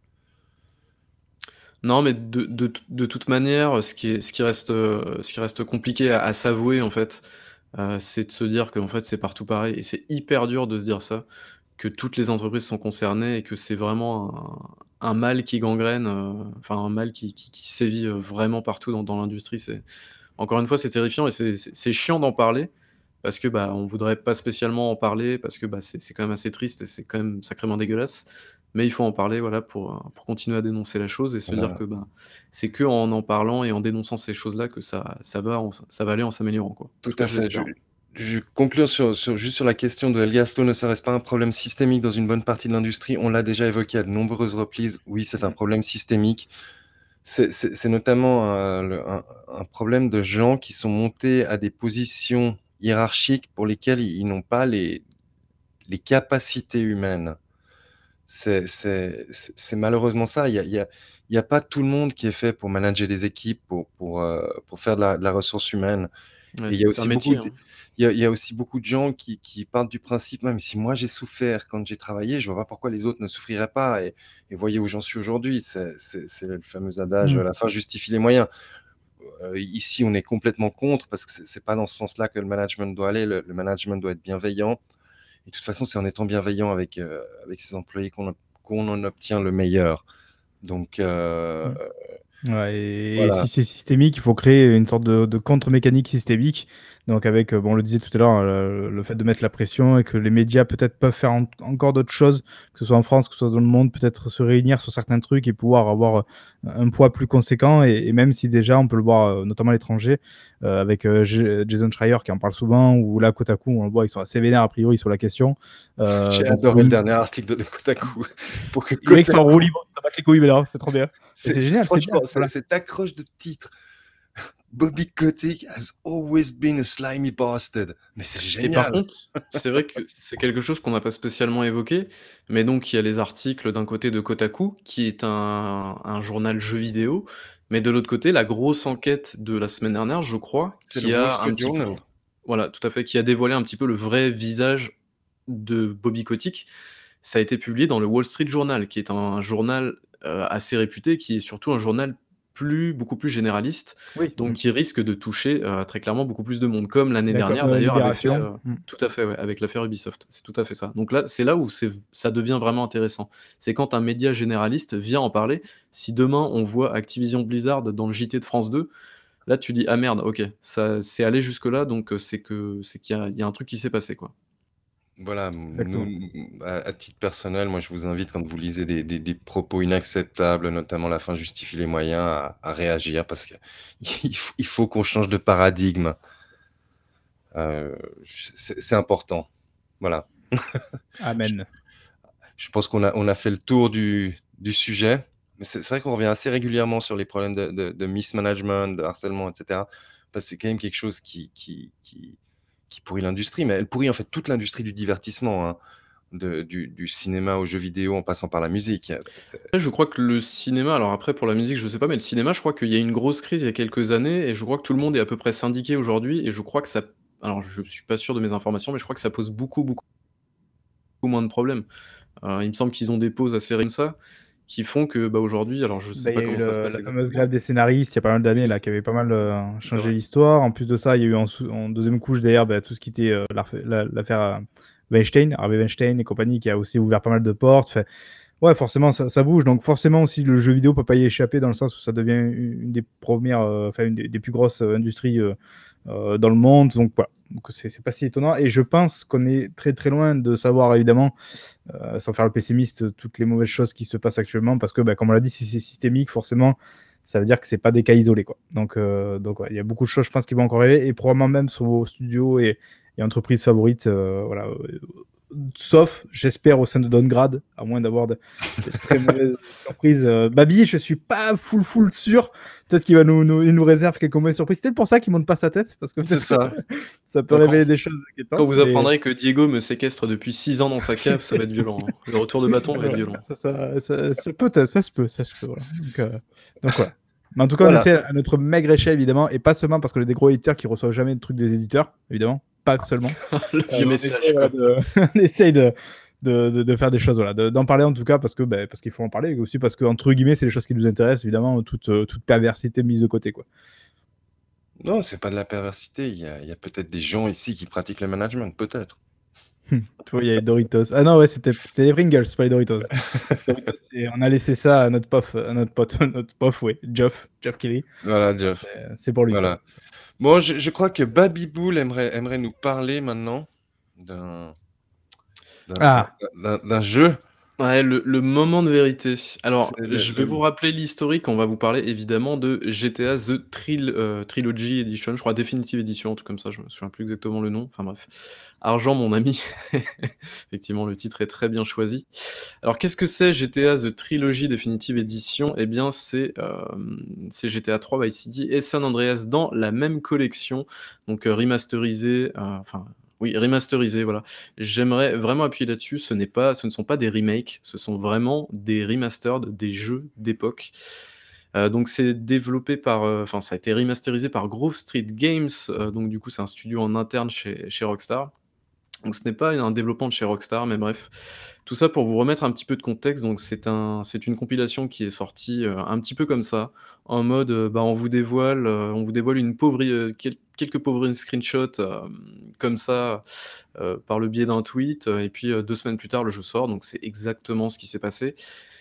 Non, mais de, de, de toute manière, ce qui, est, ce qui, reste, euh, ce qui reste compliqué à, à s'avouer, en fait, euh, c'est de se dire qu'en fait, c'est partout pareil. Et c'est hyper dur de se dire ça, que toutes les entreprises sont concernées et que c'est vraiment un, un mal qui gangrène, euh, enfin, un mal qui, qui, qui sévit euh, vraiment partout dans, dans l'industrie. C'est, encore une fois, c'est terrifiant et c'est c'est- c'est chiant d'en parler parce que bah, on voudrait pas spécialement en parler parce que bah, c'est c'est quand même assez triste et c'est quand même sacrément dégueulasse. Mais il faut en parler, voilà, pour, euh, pour continuer à dénoncer la chose et se dire voilà. que bah, c'est que en en parlant et en dénonçant ces choses-là que ça, ça va, en- ça va aller en s'améliorant, quoi. En Tout tout cas, à je fait. Je, l'espère. je conclure sur, sur- juste sur la question de Elgasto, ne serait-ce pas un problème systémique dans une bonne partie de l'industrie? On l'a déjà évoqué à de nombreuses reprises. Oui, c'est un problème systémique. C'est c'est- c'est notamment un, le- un- un problème de gens qui sont montés à des positions hiérarchiques pour lesquelles ils, ils n'ont pas les, les capacités humaines. C'est c'est- c'est- c'est malheureusement ça. Il y a, il y a- il y a pas tout le monde qui est fait pour manager des équipes, pour, pour, euh, pour faire de la, de la ressource humaine. Ouais, Et il y a c'est un aussi beaucoup métier, de, hein. il y a, il y a aussi beaucoup de gens qui, qui partent du principe, même si moi j'ai souffert quand j'ai travaillé, je vois pas pourquoi les autres ne souffriraient pas. Et, et voyez où j'en suis aujourd'hui. C'est c'est- c'est le fameux adage, Hmm. la fin justifie les moyens. Euh, ici, on est complètement contre parce que c'est c'est pas dans ce sens-là que le management doit aller. Le, le management doit être bienveillant. Et de toute façon, c'est en étant bienveillant avec, euh, avec ses employés qu'on qu'on en obtient le meilleur. Donc, euh, Hmm. Ouais, et, et voilà. si c'est systémique, il faut créer une sorte de, de contre-mécanique systémique. Donc avec, euh, bon, on le disait tout à l'heure, le, le fait de mettre la pression et que les médias peut-être peuvent faire en- encore d'autres choses, que ce soit en France, que ce soit dans le monde, peut-être se réunir sur certains trucs et pouvoir avoir euh, un poids plus conséquent. Et, et même si déjà, on peut le voir, euh, notamment à l'étranger, euh, avec euh, J- Jason Schreier qui en parle souvent, ou là, Kotaku, on le voit, ils sont assez vénères a priori sur la question. Euh, J'ai donc, adoré oui, le dernier article de Kotaku. Pour que les mecs sont en roue Kotaku, libre, ça bat les couilles, mais là, c'est trop bien. Et c'est c'est c'est- génial, c'est bien. franchement, c'est- Voilà. cette accroche de titre Bobby Kotick has always been a slimy bastard. Mais c'est Et par génial. contre, c'est vrai que c'est quelque chose qu'on n'a pas spécialement évoqué, mais donc il y a les articles d'un côté de Kotaku, qui est un un journal jeux vidéo, mais de l'autre côté, la grosse enquête de la semaine dernière, je crois, C'est le qui Wall a un Street petit peu Journal. voilà, tout à fait, qui a dévoilé un petit peu le vrai visage de Bobby Kotick. Ça a été publié dans le Wall Street Journal, qui est un journal, heu, assez réputé, qui est surtout un journal plus beaucoup plus généraliste, Oui. donc Mmh. qui risque de toucher, heu, très clairement beaucoup plus de monde, comme l'année D'accord, dernière heu, d'ailleurs avait fait, Libération. heu Mmh. tout à fait, ouais, avec l'affaire Ubisoft. C'est tout à fait ça. Donc là, c'est là où c'est v ça devient vraiment intéressant. C'est quand un média généraliste vient en parler. Si demain on voit Activision Blizzard dans le J T de France deux, là tu dis: «Ah merde, OK, ça c'est allé jusque là, donc heu, c'est que c'est qu'il y a il y a un truc qui s'est passé, quoi». Voilà, mmh, nous, Exactement. mmh, à à titre personnel, moi, je vous invite quand vous lisez des des des propos inacceptables, notamment «La fin justifie les moyens», à à réagir parce qu'il f il faut qu'on change de paradigme. Heu, j c'est c'est important. Voilà. Je Amen. je pense qu'on a on a fait le tour du du sujet, mais c'est c'est vrai qu'on revient assez régulièrement sur les problèmes de de de mismanagement, de harcèlement et cetera, parce que c'est quand même quelque chose qui qui qui qui pourrit l'industrie, mais elle pourrit, en fait, toute l'industrie du divertissement, hein, de du du cinéma aux jeux vidéo en passant par la musique, heu, c'est Après, je crois que le cinéma alors après pour la musique, je sais pas, mais le cinéma, je crois qu'il y a eu une grosse crise il y a quelques années et je crois que tout le monde est à peu près syndiqué aujourd'hui et je crois que ça p alors je suis pas sûr de mes informations, mais je crois que ça pose beaucoup, beaucoup moins de problèmes. Heu, il me semble qu'ils ont des pauses assez ré ça, qui font que, bah, aujourd'hui alors je sais Bah, il y pas a eu comment ça se le passe la fameuse grève exactement. des scénaristes il y a pas mal d'années Oui, là, qui avait pas mal, heu, c'est changé vrai. l'histoire. En plus de ça, il y a eu en sous en deuxième couche derrière, bah, tout ce qui était, heu, l'arf l'a l'affaire, heu, Weinstein, Harvey Weinstein et compagnie, qui a aussi ouvert pas mal de portes. Enfin, ouais, forcément ça ça bouge, donc forcément aussi le jeu vidéo peut pas y échapper dans le sens où ça devient u une des premières, heu, enfin une des des plus grosses, heu, industries, heu heu, dans le monde, donc voilà. Donc c'est c'est pas si étonnant et je pense qu'on est très, très loin de savoir évidemment, heu, sans faire le pessimiste, toutes les mauvaises choses qui se passent actuellement parce que, bah, comme on l'a dit, si c'est systémique, forcément, ça veut dire que c'est pas des cas isolés, quoi. Donc heu, donc ouais, il y a beaucoup de choses, je pense, qui vont encore arriver et probablement même sur vos studios et et entreprises favorites, heu, voilà, heu, sauf, j'espère, au sein de Downgrade, à moins d'avoir de de très mauvaises surprises, heu. Babi, je suis pas full, full sûr. Peut-être qu'il va nous nous il nous réserve quelques mauvaises surprises. C'est peut-être pour ça qu'il montre pas sa tête, parce que C'est peut-être que ça. ça peut Bah, quand révéler des choses quand inquiétantes, vous mais apprendrez que Diego me séquestre depuis six ans dans sa cave, ça va être violent, hein. Le retour de bâton va être ouais, violent. ça ça ça ça peut être, ça se peut, ça se peut, voilà. Donc heu, donc voilà. Mais en tout cas, on Voilà. essaie à notre maigre échelle évidemment et pas seulement parce qu'on est des gros éditeurs qui reçoivent jamais de trucs des éditeurs, évidemment, pas que seulement. Le Heu, vieux on essaie message, voilà quoi. de on essaye de de de de faire des choses, voilà, de d'en parler en tout cas parce que, beh, parce qu'il faut en parler et aussi parce qu'entre guillemets, c'est les choses qui nous intéressent évidemment, toute, heu, toute perversité mise de côté, quoi. Non, c'est pas de la perversité, il y a il y a peut-être des gens ici qui pratiquent le management, peut-être. Tu vois, il y a les Doritos. Ah non, ouais, c'était c'était les Pringles, pas les Doritos. Doritos, c'est on a laissé ça à notre pof, à notre pote, notre pof, ouais, Geoff, Geoff Keighley. Voilà, Voilà, Jeff. c'est c'est pour lui ça. Voilà. Bon, je je crois que Baby-Boule aimerait aimerait nous parler maintenant d'un d'un d'un Ah! d'un d'un jeu. Ouais, le le moment de vérité. C'est Alors, le je vais vous le rappeler l'historique. On va vous parler évidemment de G T A The Tril heu, Trilogy Edition, je crois Definitive Edition, un truc comme ça, je me souviens plus exactement le nom. Enfin bref. Argent, mon ami. Effectivement, le titre est très bien choisi. Alors, qu'est-ce que c'est G T A The Trilogy Definitive Edition? Eh bien, c'est, hem, c'est G T A trois Vice City et San Andreas dans la même collection, donc heu, remasterisé, heu, enfin, oui, remasterisé, voilà. J'aimerais vraiment appuyer là-dessus, ce n'est pas ce ne sont pas des remakes, ce sont vraiment des remastered, des jeux d'époque. Heu, donc c'est développé par, heu, enfin, ça a été remasterisé par Grove Street Games, heu, donc du coup, c'est un studio en interne chez chez Rockstar. Donc ce n'est pas un développement de chez Rockstar, mais bref. Tout ça pour vous remettre un petit peu de contexte, donc c'est un c'est une compilation qui est sortie, heu, un petit peu comme ça, en mode, heu, bah, on vous dévoile, heu, on vous dévoile une pauvre i heu, quel quelques pauvres screenshots, hem, comme ça, heu, par le biais d'un tweet, heu, et puis, heu, deux semaines plus tard, le jeu sort, donc c'est exactement ce qui s'est passé.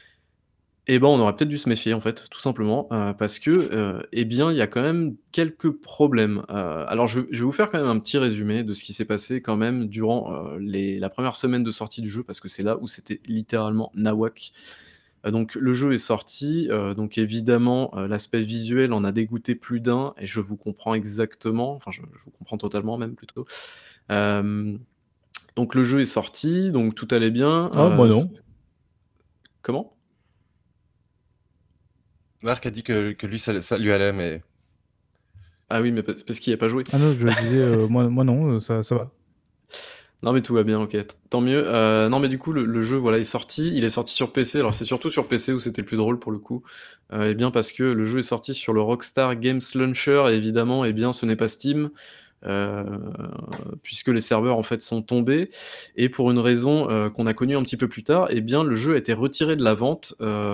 Et ben, on aurait peut-être dû se méfier, en fait, tout simplement, heu, parce que, heu, eh bien, il y a quand même quelques problèmes. Heu, alors je je vais vous faire quand même un petit résumé de ce qui s'est passé quand même durant, heu, les la première semaine de sortie du jeu, parce que c'est là où c'était littéralement nawak. Heu, donc le jeu est sorti, heu, donc évidemment, heu, l'aspect visuel en a dégoûté plus d'un et je vous comprends exactement, enfin je je vous comprends totalement même plutôt. Hem, donc le jeu est sorti, donc tout allait bien, Ah, moi heu, s non. comment? Marc a dit que que lui ça ça lui allait, mais Ah oui, mais pa parce qu'il y a pas joué. Ah non, je disais, heu, moi moi non, heu, ça ça va. Non mais tout va bien, OK, t tant mieux. Heu, non mais du coup le le jeu voilà est sorti, il est sorti sur P C, alors c'est surtout sur P C où c'était le plus drôle pour le coup. Heu et bien parce que le jeu est sorti sur le Rockstar Games Launcher et évidemment et bien ce n'est pas Steam, heu, puisque les serveurs en fait sont tombés et pour une raison, heu, qu'on a connue un petit peu plus tard et bien le jeu a été retiré de la vente, heu,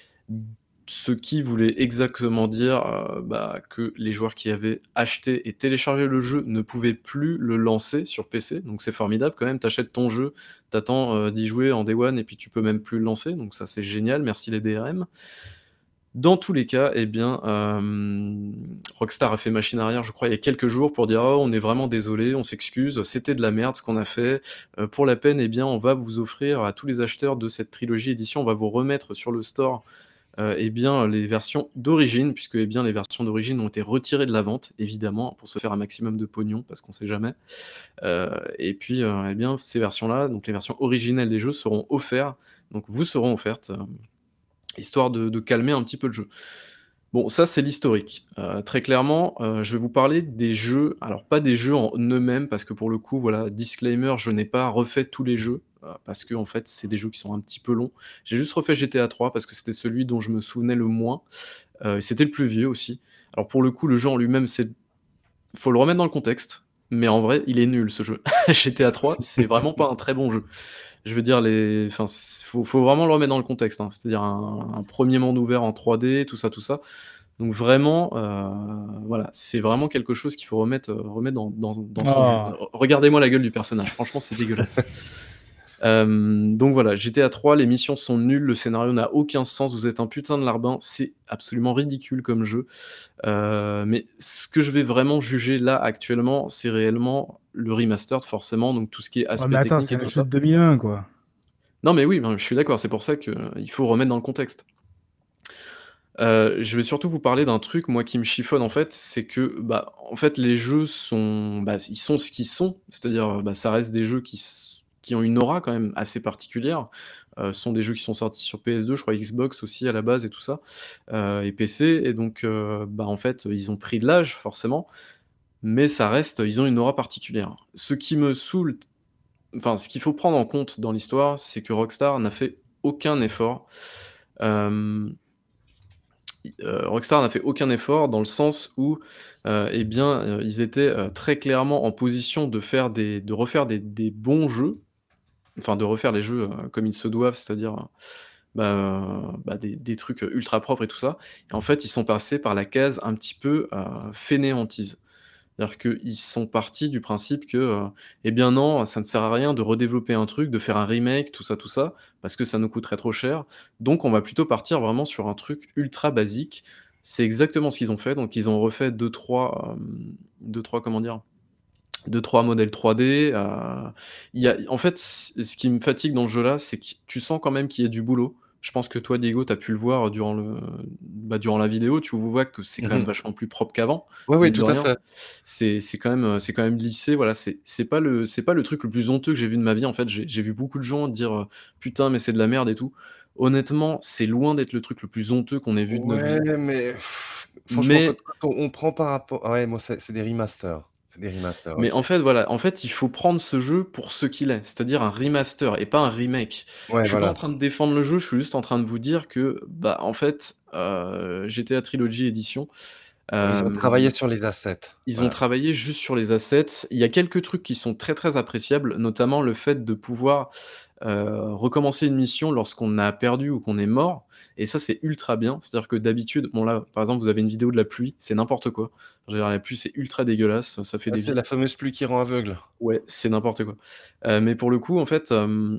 ce qui voulait exactement dire, heu, bah, que les joueurs qui avaient acheté et téléchargé le jeu ne pouvaient plus le lancer sur P C, donc c'est formidable quand même. Tu achètes ton jeu, tu attends, heu, d'y jouer en day one et puis tu peux même plus le lancer, donc ça c'est génial, merci les D R M. Dans tous les cas et bien, hem, Rockstar a fait machine arrière, je crois, il y a quelques jours pour dire: «Oh on est vraiment désolé, on s'excuse, c'était de la merde ce qu'on a fait. Heu, pour la peine et bien on va vous offrir à tous les acheteurs de cette trilogie édition, on va vous remettre sur le store, heu et bien les versions d'origine», puisque et bien les versions d'origine ont été retirées de la vente, évidemment, pour se faire un maximum de pognon parce qu'on sait jamais. Heu et puis, heu et bien ces versions-là, donc les versions originelles des jeux seront offerts, donc vous seront offertes, hem, histoire de de calmer un petit peu le jeu. Bon ça c'est l'historique. Heu, très clairement, heu, je vais vous parler des jeux, alors pas des jeux en eux-mêmes parce que pour le coup voilà, disclaimer, je n'ai pas refait tous les jeux, heu, parce qu'en fait c'est des jeux qui sont un petit peu longs. J'ai juste refait G T A trois parce que c'était celui dont je me souvenais le moins, heu, c'était le plus vieux aussi. Alors pour le coup le jeu en lui-même c'est faut le remettre dans le contexte, mais en vrai il est nul ce jeu. G T A trois c'est vraiment pas un très bon jeu. Je veux dire les enfin c faut faut vraiment le remettre dans le contexte, hein. C'est-à-dire un un premier monde ouvert en trois D, tout ça, tout ça. Donc vraiment, heu, voilà, c'est vraiment quelque chose qu'il faut remettre, heu, remettre dans dans dans son jus. Ah! Re regardez-moi la gueule du personnage, franchement c'est dégueulasse. Hem, donc voilà, G T A trois, les missions sont nulles, le scénario n'a aucun sens, vous êtes un putain de larbin, c'est absolument ridicule comme jeu. Heu, mais ce que je vais vraiment juger là actuellement, c'est réellement le remastered forcément, donc tout ce qui est Ouais, aspect mais attends, technique c'est et un tout jeu ça. de deux mille un quoi. Non mais oui, ben, je suis d'accord, c'est pour ça qu'il faut remettre dans le contexte. Heu, je vais surtout vous parler d'un truc, moi, qui me chiffonne, en fait, c'est que, bah, en fait, les jeux sont, bah, ils sont ce qu'ils sont. C'est-à-dire, heu, bah, ça reste des jeux qui s qui ont une aura quand même assez particulière. Heu, ce sont des jeux qui sont sortis sur P S deux, je crois Xbox aussi à la base et tout ça, heu et P C et donc heu, bah, en fait, ils ont pris de l'âge forcément, mais ça reste ils ont une aura particulière. Ce qui me saoule, enfin, ce qu'il faut prendre en compte dans l'histoire, c'est que Rockstar n'a fait aucun effort. Hem I heu, Rockstar n'a fait aucun effort dans le sens où, heu et bien, heu, ils étaient, heu, très clairement en position de faire des de refaire des des bons jeux, enfin de refaire les jeux, heu, comme ils se doivent, c'est-à-dire, heu, bah, heu, bah, des des trucs, heu, ultra propres et tout ça et en fait, ils sont passés par la case un petit peu, heu, fainéantise. C'est-à-dire qu'ils sont partis du principe que, heu, eh bien non, ça ne sert à rien de redévelopper un truc, de faire un remake, tout ça, tout ça, parce que ça nous coûterait trop cher. Donc on va plutôt partir vraiment sur un truc ultra basique. C'est exactement ce qu'ils ont fait, donc ils ont refait deux trois, hem, deux trois comment dire? deux trois modèles trois D, heu, il y a en fait, c ce qui me fatigue dans ce jeu-là, c'est que tu sens quand même qu'il y a du boulot. Je pense que toi, Diego, tu as pu le voir durant le bah, durant la vidéo, tu vois que c'est Mmh quand même mh. vachement plus propre qu'avant, Oui, oui, mine de tout à rien. fait. C'est c'est quand même, heu, c'est quand même lissé, voilà, c'est c'est pas le c'est pas le truc le plus honteux que j'ai vu de ma vie, en fait. J'ai j'ai vu beaucoup de gens dire, heu: «Putain, mais c'est de la merde et tout». Honnêtement, c'est loin d'être le truc le plus honteux qu'on ait vu de notre Ouais, vie. mais franchement, quand Mais quand on on prend par rapport ouais, moi, c'est c'est des remasters. C'est des remasters, Mais OK. en fait, voilà, en fait, il faut prendre ce jeu pour ce qu'il est, c'est-à-dire un remaster et pas un remake. Ouais, Je suis pas en voilà. train de défendre le jeu, je suis juste en train de vous dire que, bah, en fait, heu, G T A Trilogy Edition, Ouais, ils ont travaillé hem, sur les assets. ils ont Voilà. travaillé juste sur les assets. Il y a quelques trucs qui sont très, très appréciables, notamment le fait de pouvoir, heu, recommencer une mission lorsqu'on a perdu ou qu'on est mort et ça, c'est ultra bien. C'est-à-dire que d'habitude, bon là, par exemple, vous avez une vidéo de la pluie, c'est n'importe quoi. Je veux dire la pluie, c'est ultra dégueulasse, ça fait Ah, des c'est vi la fameuse pluie qui rend aveugle. ouais, c'est n'importe quoi. Heu, mais pour le coup, en fait, hem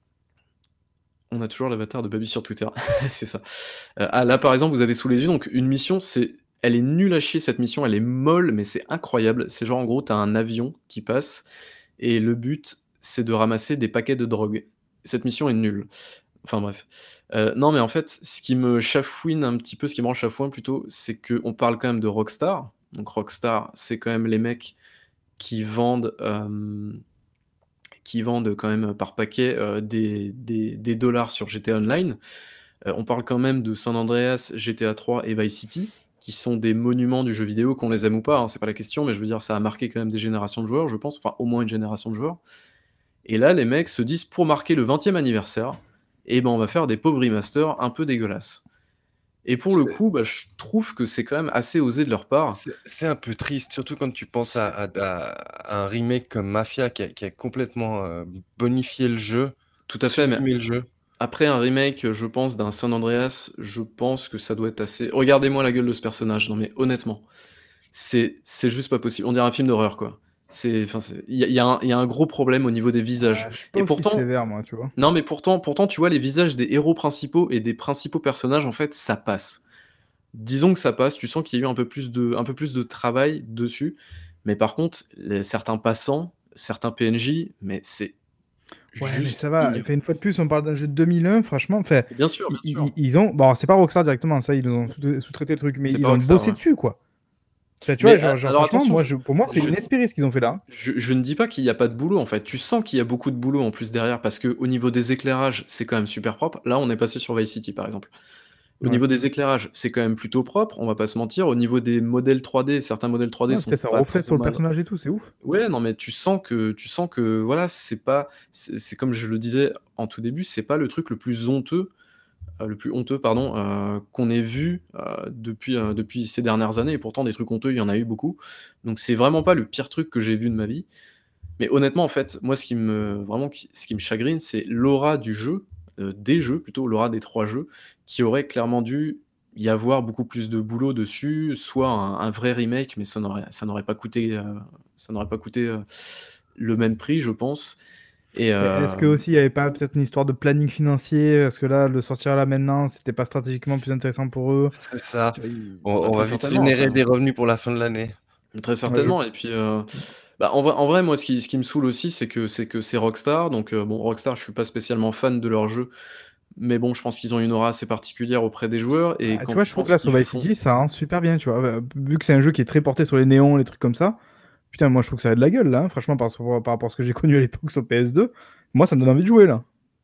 on a toujours l'avatar de Baby sur Twitter, c'est ça. Heu, ah là, par exemple, vous avez sous les yeux donc une mission, c'est elle est nulle à chier cette mission, elle est molle, mais c'est incroyable. C'est genre en gros, tu as un avion qui passe et le but, c'est de ramasser des paquets de drogue. Cette mission est nulle. Enfin bref. Heu, non, mais en fait, ce qui me chafouine un petit peu, ce qui me rend chafouin plutôt, c'est qu'on parle quand même de Rockstar. Donc Rockstar, c'est quand même les mecs qui vendent, hem qui vendent quand même par paquet, heu, des des des dollars sur G T A Online. Heu, on parle quand même de San Andreas, G T A trois et Vice City. qui sont des monuments du jeu vidéo, qu'on les aime ou pas, hein, c'est pas la question, mais je veux dire, ça a marqué quand même des générations de joueurs, je pense, enfin au moins une génération de joueurs. Et là, les mecs se disent pour marquer le vingtième anniversaire, eh ben on va faire des pauvres remasters un peu dégueulasses. Et pour le C'est coup, bah, je trouve que c'est quand même assez osé de leur part. c'est c'est un peu triste, surtout quand tu penses à, C'est à- à un remake comme Mafia qui a, qui a complètement euh, bonifié le jeu, tout à fait, mais sublimé le jeu. après un remake, je pense, d'un San Andreas, je pense que ça doit être assez. Regardez-moi la gueule de ce personnage, non mais honnêtement, c'est c'est juste pas possible. On dirait un film d'horreur, quoi. C'est, enfin, c'est- il y a, il y a un il y a un gros problème au niveau des visages. Ah, je suis pas Et aussi pourtant, sévère, moi, tu vois. non mais pourtant, pourtant, tu vois, les visages des héros principaux et des principaux personnages, en fait, ça passe. Disons que ça passe, tu sens qu'il y a eu un peu plus de, un peu plus de travail dessus. Mais par contre, les- certains passants, certains P N J, mais c'est Ouais, mais juste ça va. ignoble. Enfin, une fois de plus, on parle d'un jeu de deux mille un, franchement. Enfin, Et bien sûr, ils, bien sûr. ils- ils ont. Bon, c'est pas Rockstar directement, ça, ils ont sous- sous-traité le truc, mais C'est pas ils ont Rockstar, bossé ouais. dessus, quoi. Enfin, tu vois, Mais a- genre, genre, alors franchement, attention, moi, je, je, pour moi, c'est je, inespéré ce qu'ils ont fait là. je, je ne dis pas qu'il n'y a pas de boulot en fait. Tu sens qu'il y a beaucoup de boulot en plus derrière parce que au niveau des éclairages, c'est quand même super propre. Là, on est passé sur Vice City par exemple. Au Ouais. niveau des éclairages, c'est quand même plutôt propre, on va pas se mentir. Au niveau des modèles trois D, certains modèles trois D Ouais, sont putain, ça pas reflète trop sur le mal. personnage et tout, c'est ouf. Ouais, non, mais tu sens que, tu sens que, voilà, c'est pas, c'est c'est comme je le disais en tout début, c'est pas le truc le plus honteux, euh, le plus honteux, pardon, euh, qu'on ait vu euh, depuis, euh, depuis ces dernières années. Et pourtant, des trucs honteux, il y en a eu beaucoup. Donc, c'est vraiment pas le pire truc que j'ai vu de ma vie. Mais honnêtement, en fait, moi, ce qui me, vraiment, qui- ce qui me chagrine, c'est l'aura du jeu, euh, des jeux plutôt, l'aura des trois jeux, qui aurait clairement dû y avoir beaucoup plus de boulot dessus, soit un, un vrai remake, mais ça n'aurait, ça n'aurait pas coûté, euh, ça n'aurait pas coûté euh, le même prix, je pense. Et Mais est-ce euh, que aussi il n'y avait pas peut-être une histoire de planning financier? Parce que là, le sortir là maintenant, c'était pas stratégiquement plus intéressant pour eux. C'est ça. Tu vois, ils- On, bah, on très va vite certainement, générer enfin, des revenus pour la fin de l'année. très ouais, je- certainement. Et puis, euh, bah, en vrai, en vrai, moi, ce qui, ce qui me saoule aussi, c'est que c'est que c'est Rockstar. Donc, euh, bon, Rockstar, je suis pas spécialement fan de leur jeu. Mais bon, je pense qu'ils ont une aura assez particulière auprès des joueurs. Et Ah, tu quand vois, tu je trouve que penses là qu'ils sur Vice font. City, ça rend super bien, tu vois. Euh, Vu que c'est un jeu qui est très porté sur les néons, les trucs comme ça. Putain, moi je trouve que ça a de la gueule là, hein, franchement, par, rapport- par rapport à ce que j'ai connu à l'époque sur P S deux. Moi, ça me donne envie de jouer là.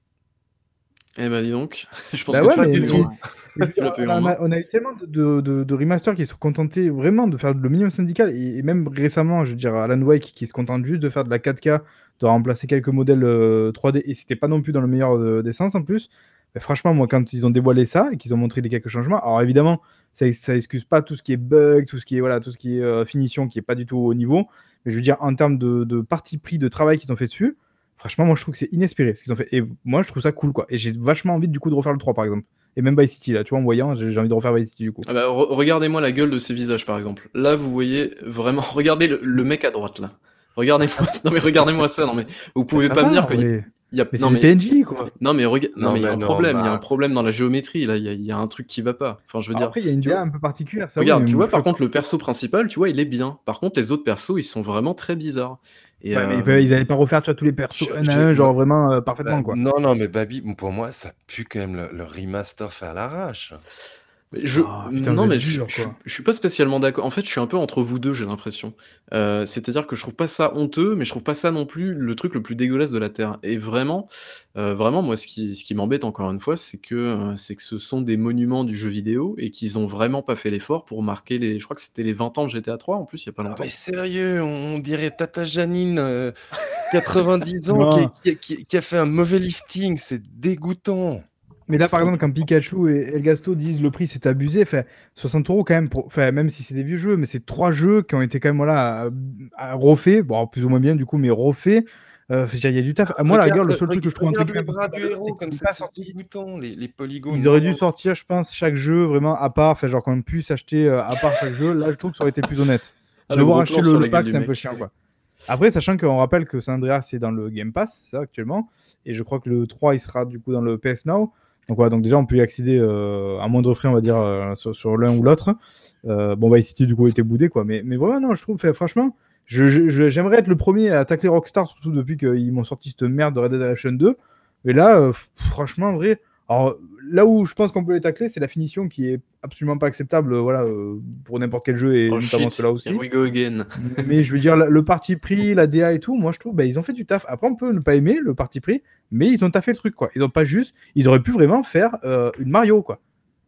Eh ben, dis donc, je pense Bah que ouais, tu Pas l'as mais, du eu, mais- tout. en- mais je veux tu dire, l'as pas eu on en a, main. on a eu tellement de, de, de- de remasters qui se sont contentés vraiment de faire le minimum syndical. Et, et même récemment, je veux dire, Alan Wake qui se contente juste de faire de la quatre K, de remplacer quelques modèles euh, trois D. Et c'était pas non plus dans le meilleur euh, des sens en plus. Mais franchement, moi, quand ils ont dévoilé ça et qu'ils ont montré les quelques changements, alors évidemment, ça, ça excuse pas tout ce qui est bug, tout ce qui est, voilà, tout ce qui est euh, finition qui est pas du tout au niveau. Mais je veux dire, en termes de, de parti pris, de travail qu'ils ont fait dessus, franchement, moi, je trouve que c'est inespéré ce qu'ils ont fait. Et moi, je trouve ça cool, quoi. Et j'ai vachement envie, du coup, de refaire le trois, par exemple. Et même Vice City, là, tu vois, en voyant, j'ai j'ai envie de refaire Vice City, du coup. Ah bah, re- regardez-moi la gueule de ces visages, par exemple. Là, vous voyez vraiment. Regardez le, le mec à droite, là. Regardez-moi. Non, mais regardez-moi ça. Non, mais vous Bah, pouvez ça pas me va, dire en qu'il vrai. y a. Mais c'est Non, des mais. P N J, quoi. Non, mais rega- non, Non, mais il y a mais un non, problème. Il y a un Max. problème dans la géométrie, là. Il y a, il y a un truc qui va pas. Enfin, je veux Alors dire. après, il y a une Tu vois, D A un peu particulière, ça, oui, regarde, mais tu moi, vois, je sais par pas. contre, le perso principal, tu vois, il est bien. Par contre, les autres persos, ils sont vraiment très bizarres. Et Ouais, mais ils euh, peuvent- ils allaient pas refaire, tu vois, tous les persos Je- un à j'ai- un, moi- genre vraiment euh, bah, parfaitement, quoi. non, non, mais Babi, pour moi, ça pue quand même le, le remaster fait à l'arrache. Mais je, Ah, putain, vous non, mais êtes je, dur, je, quoi. je suis pas spécialement d'accord. En fait, je suis un peu entre vous deux, j'ai l'impression. Euh, c'est-à-dire que je trouve pas ça honteux, mais je trouve pas ça non plus le truc le plus dégueulasse de la Terre. Et vraiment, euh, vraiment, moi, ce qui, ce qui m'embête encore une fois, c'est que, euh, c'est que ce sont des monuments du jeu vidéo et qu'ils ont vraiment pas fait l'effort pour marquer les. Je crois que c'était les vingt ans de G T A trois en plus, il y a pas Non, longtemps. mais sérieux, on dirait Tata Janine, euh, quatre-vingt-dix ans, qui, Non. qui- qui- qui a fait un mauvais lifting. C'est dégoûtant. Mais là, par exemple, quand Pikachu et Elgasto disent le prix c'est abusé, fait soixante euros quand même, pour... enfin, même si c'est des vieux jeux, mais c'est trois jeux qui ont été quand même voilà, à, à refaits, bon, plus ou moins bien du coup, mais refaits. Euh, je veux dire, il y a du taf. Moi, à la rigueur, Regarde, le seul re- truc que je trouve entre regarde les guillemets un peu bras du scandaleux, c'est héros, comme qu'ils n'ont c'est pas c'est sorti. dégoûtant, les, les polygones. Ils auraient dû Non. sortir, je pense, chaque jeu vraiment à part, enfin, genre qu'on puisse acheter euh, à part chaque jeu. Là, je trouve que ça aurait été plus honnête. Ah, le Devoir gros acheter plan le, sur le la gueule pack, du c'est un peu mec. chiant, quoi. Après, sachant qu'on rappelle que San Andreas c'est dans le Game Pass, c'est ça actuellement, et je crois que le trois il sera du coup dans le P S Now. Donc voilà, donc déjà on peut y accéder euh, à moindre frais, on va dire, euh, sur, sur l'un ou l'autre. Euh, bon, Vice City du coup était boudé, quoi. Mais, mais vraiment, non, je trouve, fait, franchement, je, je- je- j'aimerais être le premier à tacler Rockstar, surtout depuis qu'ils m'ont sorti cette merde de Red Dead Redemption deux. Mais là, euh, f- franchement, en vrai, alors, là où je pense qu'on peut les tacler, c'est la finition qui est absolument pas acceptable, euh, voilà, euh, pour n'importe quel jeu et Oh notamment shit, cela aussi. here we go again. Mais je veux dire, la- le parti pris, la D A et tout, moi je trouve, bah, ils ont fait du taf. Après, on peut ne pas aimer le parti pris, mais ils ont taffé le truc, quoi. Ils ont pas juste, ils auraient pu vraiment faire euh, une Mario, quoi.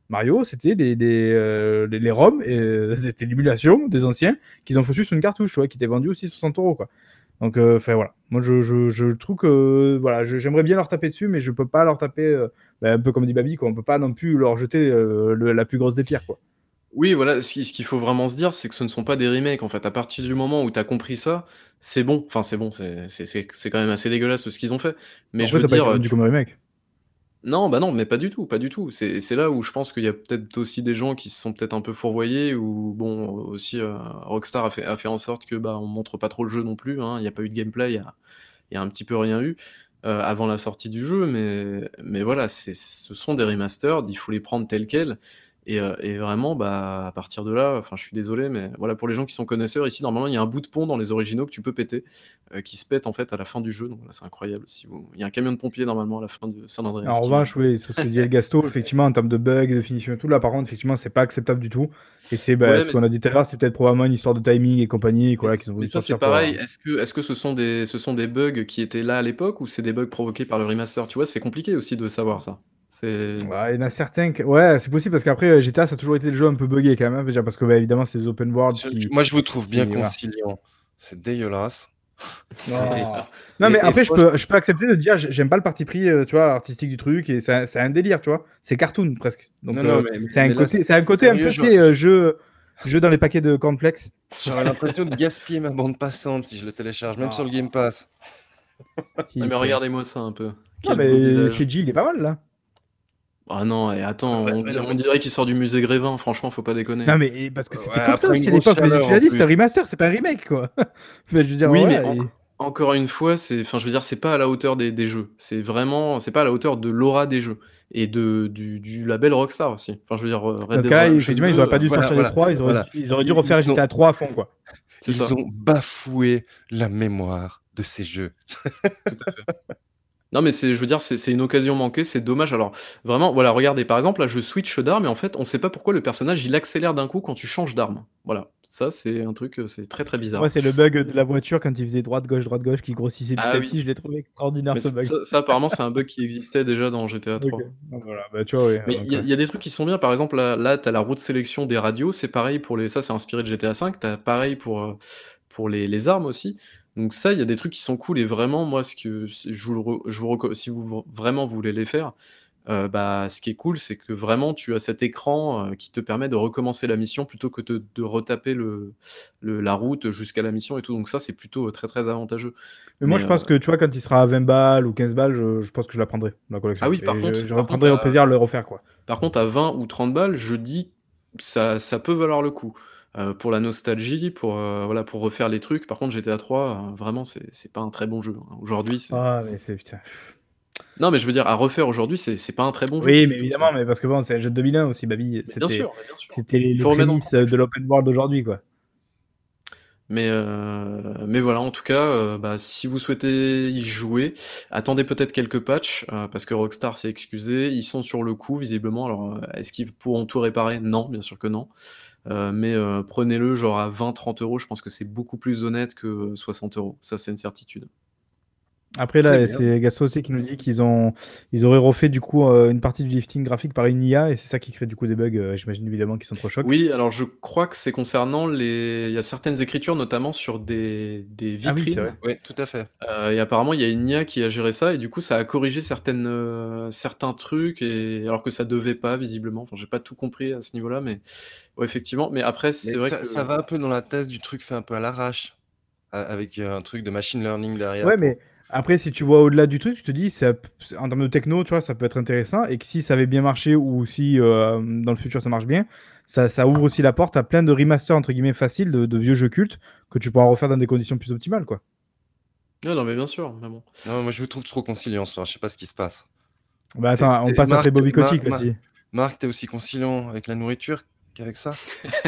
Mario, c'était les, les, euh, les, les ROM, et, euh, c'était l'émulation des anciens qu'ils ont foutu sur une cartouche, tu vois, qui était vendue aussi soixante euros, quoi. Donc, enfin euh, voilà. Moi, je, je, je trouve que voilà, je, j'aimerais bien leur taper dessus, mais je peux pas leur taper, euh, bah, un peu comme dit Babi, quoi. On peut pas non plus leur jeter euh, le, la plus grosse des pierres, quoi. Oui, voilà, ce qui ce qu'il faut vraiment se dire, c'est que ce ne sont pas des remakes, en fait. À partir du moment où tu as compris ça, c'est bon. Enfin, c'est bon, c'est c'est c'est c'est quand même assez dégueulasse ce qu'ils ont fait. Mais je Après, veux ça n'a pas été dire, vendu tu comme un remake. non, bah non, mais pas du tout, pas du tout. C'est c'est là où je pense qu'il y a peut-être aussi des gens qui se sont peut-être un peu fourvoyés ou bon, aussi, heu, Rockstar a fait a fait en sorte que, bah, on montre pas trop le jeu non plus, hein. Il y a pas eu de gameplay, il y a il y a un petit peu rien eu, heu, avant la sortie du jeu, mais mais voilà, c'est ce sont des remastered, il faut les prendre tels quels et heu et vraiment, bah, à partir de là, enfin, je suis désolé, mais voilà, pour les gens qui sont connaisseurs, ici, normalement, il y a un bout de pont dans les originaux que tu peux péter, heu, qui se pète, en fait, à la fin du jeu, donc voilà, c'est incroyable. Si vous il y a un camion de pompiers, normalement, à la fin de San Andreas En qui vient revanche, oui, c'est ce que dit El Gasto, effectivement, en termes de bugs, de finition et tout, là, par contre, effectivement, c'est pas acceptable du tout. Et c'est bah, ouais, ce mais qu'on a dit tout à l'heure, c'est peut-être probablement une histoire de timing et compagnie, et mais voilà, qu'ils ont mais voulu ça, c'est sortir pour. euh, pareil. Est-ce que est-ce que ce sont des ce sont des bugs qui étaient là à l'époque ou c'est des bugs provoqués par le remaster? Tu vois, c'est compliqué aussi de savoir ça. C'est Ouais, il y en a certains. que- Ouais, c'est possible parce qu'après, euh, G T A, ça a toujours été le jeu un peu buggé quand même, hein, déjà, parce que bah, évidemment, c'est des open world Je- je- qui. moi, je vous trouve bien qui voilà. conciliant. C'est dégueulasse. Et, Non. Non, mais et, et après, je franchement, peux, je peux accepter de dire, j'ai- j'aime pas le parti pris, euh, tu vois, artistique du truc, et c'est un, c'est un délire, tu vois. C'est cartoon presque. Donc, non, non, euh, mais, mais, c'est un mais là, côté, c'est un côté un sérieux, peu, tu j'aurais sais, euh, jeu, jeu dans les paquets de cornflakes. j'aurais l'impression de gaspiller ma bande passante si je le télécharge, même sur le Game Non. Pass. ah Qui mais fait. regardez-moi ça un peu. Non, Quel beau mais visage. C G, il est pas mal, là. Ah non et attends, Ouais, on ouais, di non, on mais- dirait qu'il sort du musée Grévin, franchement, faut pas déconner. Non, mais parce que ouais, c'était comme ça après une aussi à grosse l'époque. Mais chaleur tu en l'as dit, c'était un plus. remaster, c'est pas un remake, quoi. Mais je veux dire, Oui, mais voilà. enc et- encore une fois, c'est enfin, je veux dire, c'est pas à la hauteur des des jeux. C'est vraiment c'est pas à la hauteur de l'aura des jeux et de du du label Rockstar aussi. Enfin, je veux dire, heu, Red Dans ce Dead cas-là, Redemption effectivement, deux, ils auraient pas heu, dû Voilà, sortir les voilà, trois, ils auraient, voilà. dû- ils auraient dû Ils, refaire ils ont, G T A trois à fond, quoi. c'est ils ça, ont bafoué la mémoire de ces jeux. tout à fait. Non, mais c'est je veux dire, c'est c'est une occasion manquée, c'est dommage. Alors, vraiment, voilà, regardez, par exemple, là, je switch d'arme et en fait, on sait pas pourquoi le personnage, il accélère d'un coup quand tu changes d'arme. Voilà, ça, c'est un truc, heu, c'est très, très Moi, bizarre. c'est le bug de la voiture quand il faisait droite-gauche, droite-gauche, qui grossissait petit Ah à oui, petit. Je l'ai trouvé extraordinaire, mais ce ç bug. ça ça, apparemment, c'est un bug qui existait déjà dans G T A Ok. trois. Donc voilà, bah, tu vois, oui. Mais il Donc, y a ouais. il y a des trucs qui sont bien. Par exemple, là là, tu as la roue de sélection des radios, c'est pareil pour les ça, c'est inspiré de G T A cinq. Tu as pareil pour, heu, pour les les armes aussi. Donc ça, il y a des trucs qui sont cool et vraiment, moi, ce que c je vous le re je vous reco si vous v vraiment vous voulez les faire, heu, bah, ce qui est cool, c'est que vraiment tu as cet écran, heu, qui te permet de recommencer la mission plutôt que de de retaper le le la route jusqu'à la mission et tout. Donc ça, c'est plutôt, heu, très, très avantageux. Mais moi, Mais, je heu pense que, tu vois, quand il sera à vingt balles ou quinze balles, je, je pense que je la prendrai, la ah collection. oui, par Et je, contre je par contre reprendrai au à plaisir de le refaire, quoi. Par contre, à vingt ou trente balles, je dis ça ça peut valoir le coup, heu, pour la nostalgie, pour, heu, voilà, pour refaire les trucs. Par contre, G T A trois, heu, vraiment, c'est c'est pas un très bon jeu, hein. Aujourd'hui, c'est Ah, mais c'est putain. non, mais je veux dire, à refaire aujourd'hui, c'est c'est pas un très bon jeu, Oui, mais c'est tout, c'est évidemment, mais parce que bon, c'est un jeu de deux mille un aussi, Babi. mais bien C'était, sûr, mais bien sûr. c'était les, Il les faut remettre dans le prémices de contexte. l'open world d'aujourd'hui, quoi. Mais, heu, mais voilà, en tout cas, heu, bah, si vous souhaitez y jouer, attendez peut-être quelques patchs, heu, parce que Rockstar s'est excusé. Ils sont sur le coup visiblement. Alors, heu, est-ce qu'ils pourront tout réparer? Non, bien sûr que non. Heu, mais, heu, prenez-le genre à vingt trente euros. Je pense que c'est beaucoup plus honnête que soixante euros. Ça, c'est une certitude. Après, Très là, bien. c'est Gasto aussi qui nous dit qu'ils ont, ils auraient refait du coup euh, une partie du lifting graphique par une I A et c'est ça qui crée du coup des bugs. euh, J'imagine évidemment qu'ils sont trop chocs. Oui, alors je crois que c'est concernant les il y a certaines écritures, notamment sur des des Ah oui, c'est vrai. vitrines, Oui, tout à fait. heu et apparemment il y a une I A qui a géré ça et du coup ça a corrigé certaines, heu, certains trucs et alors que ça devait pas visiblement. Enfin, j'ai pas tout compris à ce niveau-là, mais ouais, effectivement. Mais après, c'est Mais vrai ça, que ça va un peu dans la thèse du truc fait un peu à l'arrache, a- avec euh, un truc de machine learning derrière Ouais, pour. mais après, si tu vois au-delà du truc, tu te dis, ça, p- en termes de techno, tu vois, ça peut être intéressant et que si ça avait bien marché ou si euh, dans le futur ça marche bien, ça, ça ouvre aussi la porte à plein de remasters entre guillemets faciles de, de vieux jeux cultes que tu pourras refaire dans des conditions plus optimales, quoi. ouais, non, mais bien sûr, mais bon. Non, moi je vous trouve trop conciliant, ça. Je sais pas ce qui se passe. Bah T'es- attends, on t'es- passe après Marc, Bobby Mar- Kotick Mar- aussi. Marc, t'es aussi conciliant avec la nourriture qu'avec ça?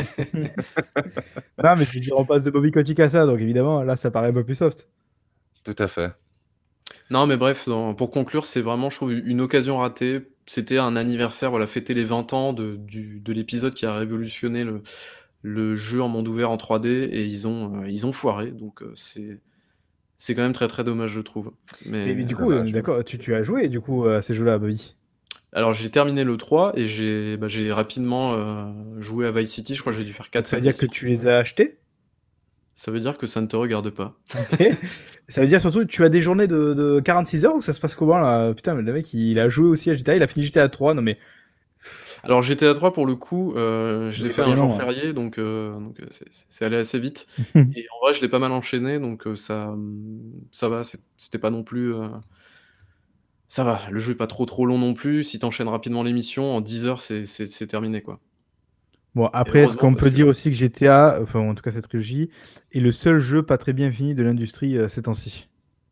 Non, mais je veux dire, on passe de Bobby Kotick à ça, donc évidemment, là, ça paraît un peu plus soft. Tout à fait. Non, mais bref, dans pour conclure, c'est vraiment, je trouve, une occasion ratée. C'était un anniversaire, voilà, fêter les vingt ans de du de l'épisode qui a révolutionné le le jeu en monde ouvert en trois D et ils ont, heu, ils ont foiré donc heu, c'est c'est quand même très, très dommage, je trouve. Mais, Mais mais du C'est coup, on est dommage, oui. d'accord, tu, tu as joué du coup à ces jeux-là, Bobby. Alors j'ai terminé le trois et j'ai bah, j'ai rapidement, heu, joué à Vice City, je crois que j'ai dû faire Donc ça veut quatre-cinq dire que missions. tu les as achetés? Ça veut dire que ça ne te regarde pas. OK. Ça veut dire surtout que tu as des journées de de quarante-six heures ou ça se passe comment là? Putain, mais le mec il a joué aussi à G T A, il a fini G T A trois, non mais Alors G T A trois pour le coup, heu, je il l'ai est fait pas un bien jour long, ouais. férié donc heu, donc heu, c'est c'est c'est allé assez vite et en vrai je l'ai pas mal enchaîné donc heu, ça, mmh, ça va, c'est c'était pas non plus, heu ça va, le jeu est pas trop, trop long non plus. Si tu enchaînes rapidement les missions, en dix heures c'est c'est c'est terminé, quoi Bon, et après, est-ce heureusement qu'on parce peut que dire aussi que G T A, enfin en tout cas cette trilogie, est le seul jeu pas très bien fini de l'industrie, heu, ces temps-ci?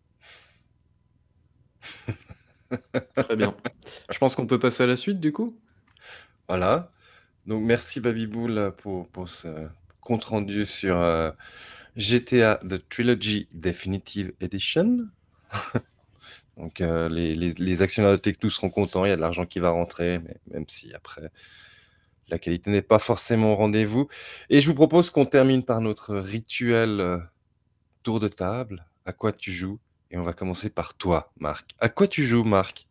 Très bien. Je pense qu'on peut passer à la suite du coup? Voilà. Donc merci Babyboul pour pour ce compte rendu sur, heu, G T A: The Trilogy Definitive Edition. Donc heu, les les les actionnaires de Take-Two seront contents, il y a de l'argent qui va rentrer, mais même si après la qualité n'est pas forcément au rendez-vous et je vous propose qu'on termine par notre rituel, heu, tour de table. À quoi tu joues? Et on va commencer par toi, Marc. À quoi tu joues, Marc?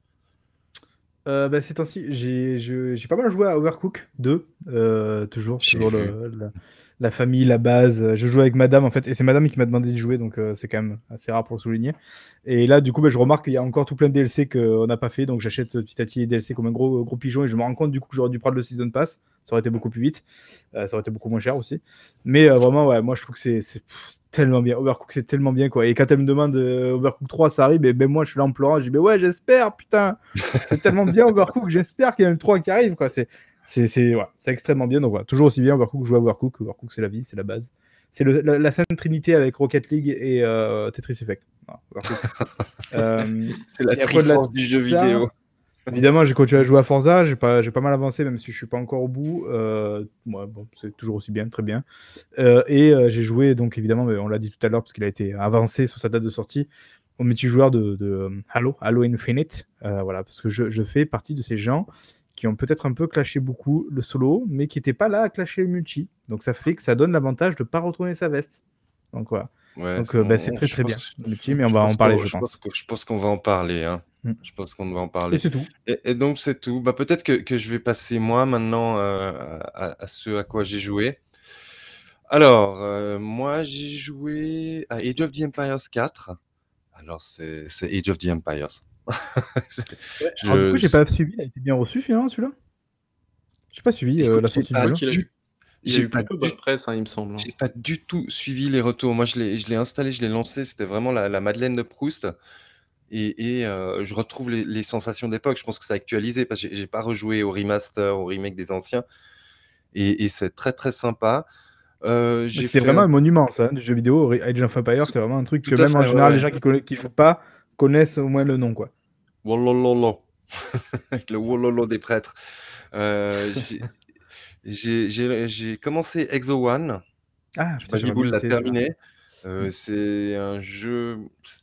Heu, bah, ces temps-ci, j'ai je j'ai pas mal joué à Overcooked deux, heu, toujours J'ai toujours vu. le la la famille, la base, heu, je joue avec madame, en fait et c'est madame qui m'a demandé d'y jouer donc heu, c'est quand même assez rare pour le souligner et là, du coup, bah, je remarque qu'il y a encore tout plein de D L C qu'on n'a pas fait donc j'achète petit à petit les D L C comme un gros gros pigeon et je me rends compte, du coup, que j'aurais dû prendre le season pass. Ça aurait été beaucoup plus vite, heu, ça aurait été beaucoup moins cher aussi mais heu, vraiment, ouais, moi, je trouve que c'est c'est tellement bien. Overcooked, c'est tellement bien, quoi et quand elle me demande, heu, Overcooked trois, ça arrive et ben moi, je suis là en pleurant, je dis: «Beh, ouais, j'espère, putain!» C'est tellement bien Overcooked, j'espère qu'il y a un trois qui arrive, quoi. C'est, c'est, c'est, ouais, c'est extrêmement bien. Donc voilà, toujours aussi bien Overcooked, jouer à Overcooked. Overcooked, c'est la vie, c'est la base. C'est le, la, la sainte trinité avec Rocket League et euh, Tetris Effect. Voilà, Overcooked. Euh, C'est la et après, au-delà de triforce du jeu ça, vidéo. évidemment, j'ai continué à jouer à Forza. J'ai pas, j'ai pas mal avancé, même si je suis pas encore au bout. Euh, ouais, bon, c'est toujours aussi bien, très bien. Euh, et euh, j'ai joué, donc évidemment, mais on l'a dit tout à l'heure, parce qu'il a été avancé sur sa date de sortie, au multijoueur de, de euh, Halo, Halo Infinite. Euh, voilà, parce que je, je fais partie de ces gens qui ont peut-être un peu clashé beaucoup le solo, mais qui n'étaient pas là à clasher le multi. Donc ça fait que ça donne l'avantage de ne pas retourner sa veste. Donc voilà. Ouais, Donc c'est euh, bah, c'est on très je très bien pense le multi, mais on je va en pense parler, qu'on je je pense pense. que je pense qu'on va en parler, hein. Mm. Je pense qu'on va en Et parler c'est tout. et et donc c'est tout. Bah, peut-être que que je vais passer moi maintenant, heu, à à ce à quoi j'ai joué. Alors, heu, moi j'ai joué à Age of the Empires quatre. Alors c'est c'est Age of the Empires. C'est Ouais, alors du coup, je j'ai pas suivi, il a été bien reçu finalement celui-là. J'ai pas suivi euh, écoute, la j'ai sortie du pas C'est vrai jeu. qu'il a du eu il a j'ai eu pas plutôt du bonne presse, hein, il me semble, hein. j'ai pas du tout suivi les retours. Moi je l'ai je l'ai installé, je l'ai lancé, c'était vraiment la la Madeleine de Proust. Et et heu, je retrouve les les sensations d'époque. Je pense que ça a actualisé parce que j'ai j'ai pas rejoué au remaster, au remake des anciens et et c'est très, très sympa. Heu, Mais j'ai c'est fait vraiment un un monument ça, hein, du jeu vidéo. Age of Empires, tout c'est vraiment un truc tout que à même en fait, ouais, général les ouais. gens qui conna qui jouent pas connaissent au moins le nom, quoi. Wolololo, avec le wololo des prêtres. Heu, j'ai j'ai j'ai j'ai commencé Exo One. Ah putain, Baby j'aurais bien Bull l'a essayé celui-là. terminé. Mmh. Heu, c'est un jeu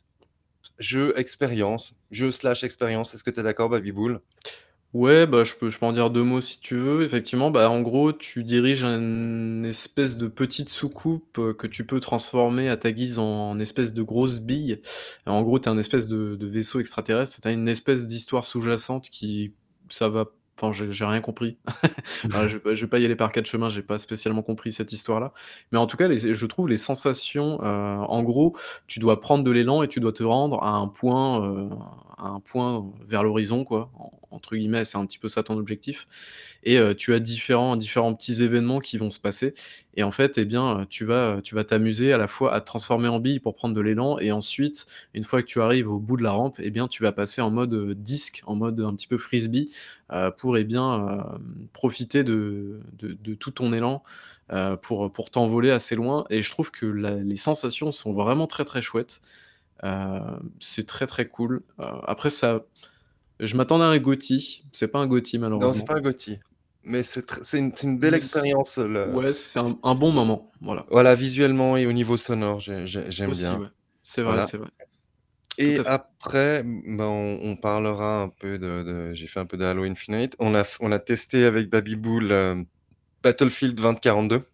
jeu expérience, jeu slash expérience. Est-ce que tu es d'accord, Baby Bull? Ouais, bah, je peux je peux en dire deux mots si tu veux. Effectivement, bah, en gros, tu diriges un espèce de petite soucoupe, heu, que tu peux transformer à ta guise en espèce de grosse bille. En gros, tu es un espèce de de vaisseau extraterrestre, tu as une espèce d'histoire sous-jacente qui ça va enfin, j'ai j'ai rien compris. Voilà, je vais pas je vais pas y aller par quatre chemins, j'ai pas spécialement compris cette histoire-là. Mais en tout cas, les je trouve les sensations, heu, en gros, tu dois prendre de l'élan et tu dois te rendre à un point, heu, à un point vers l'horizon quoi, en entre guillemets, c'est un petit peu ça ton objectif et heu, tu as différents différents petits événements qui vont se passer et en fait, eh bien, heu, tu vas, tu vas t'amuser à la fois à te transformer en bille pour prendre de l'élan et ensuite, une fois que tu arrives au bout de la rampe, eh bien, tu vas passer en mode, heu, disque, en mode un petit peu frisbee, heu, pour, eh bien, hem, profiter de de de tout ton élan, heu, pour, pour t'envoler assez loin et je trouve que la les sensations sont vraiment très, très chouettes. Heu, c'est très, très cool. Heu, après ça je m'attendais à un GOTY, c'est pas un GOTY Non, c'est malheureusement. pas un GOTY, mais c'est tr c'est une c'est une belle Mais c expérience, le ouais, c'est un un bon moment, voilà. voilà, visuellement et au niveau sonore, j'ai j'ai j'aime Aussi, bien. ouais. C'est vrai, Voilà c'est vrai. Tout et à fait. après, mmh, ben, on on parlera un peu de de j'ai fait un peu de Halo Infinite. On a f on a testé avec Baby Bull, hem, Battlefield vingt quarante-deux.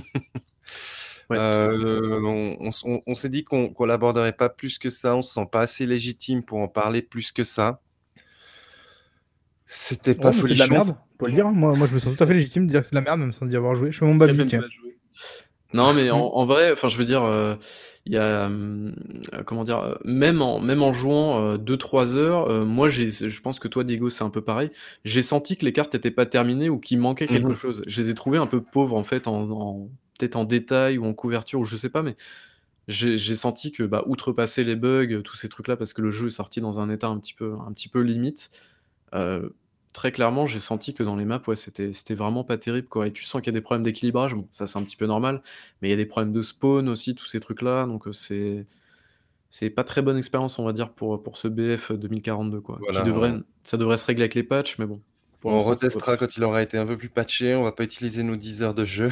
Ouais, tout à fait. Heu, on on s on on s'est dit qu'on qu'on l'aborderait pas plus que ça, on se sent pas assez légitime pour en parler plus que ça. C'était Oh, pas mais c'est de la folichon. merde, faut le dire. Moi, moi, je me sens tout à fait légitime de dire que c'est de la merde, même sans y avoir joué. Je fais mon J'ai babi, même tiens. pas joué. Non, mais en Mm. en vrai, enfin, je veux dire, heu, il y a, hem, heu, comment dire? Heu, même en même en jouant, heu, deux trois heures, heu, moi, j'ai je pense que toi, Diego, c'est un peu pareil. J'ai senti que les cartes étaient pas terminées ou qu'il manquait quelque Mmh. chose. Je les ai trouvées un peu pauvres, en fait, en en peut-être en détail ou en couverture ou je sais pas, mais j'ai j'ai senti que, bah, outrepasser les bugs, heu, tous ces trucs-là, parce que le jeu est sorti dans un état un petit peu un petit peu limite, heu, très clairement, j'ai senti que dans les maps, ouais, c'était c'était vraiment pas terrible, quoi et tu sens qu'il y a des problèmes d'équilibrage. Bon, ça, c'est un petit peu normal, mais il y a des problèmes de spawn aussi, tous ces trucs-là, donc heu, c'est c'est pas très bonne expérience, on va dire, pour, pour ce B F deux mille quarante-deux, quoi, qui Voilà, devrait on ça devrait se régler avec les patchs, mais bon, pour on l'instant, c'est pas retestera quand il aura été un peu plus patché, on va pas utiliser nos dix heures de jeu.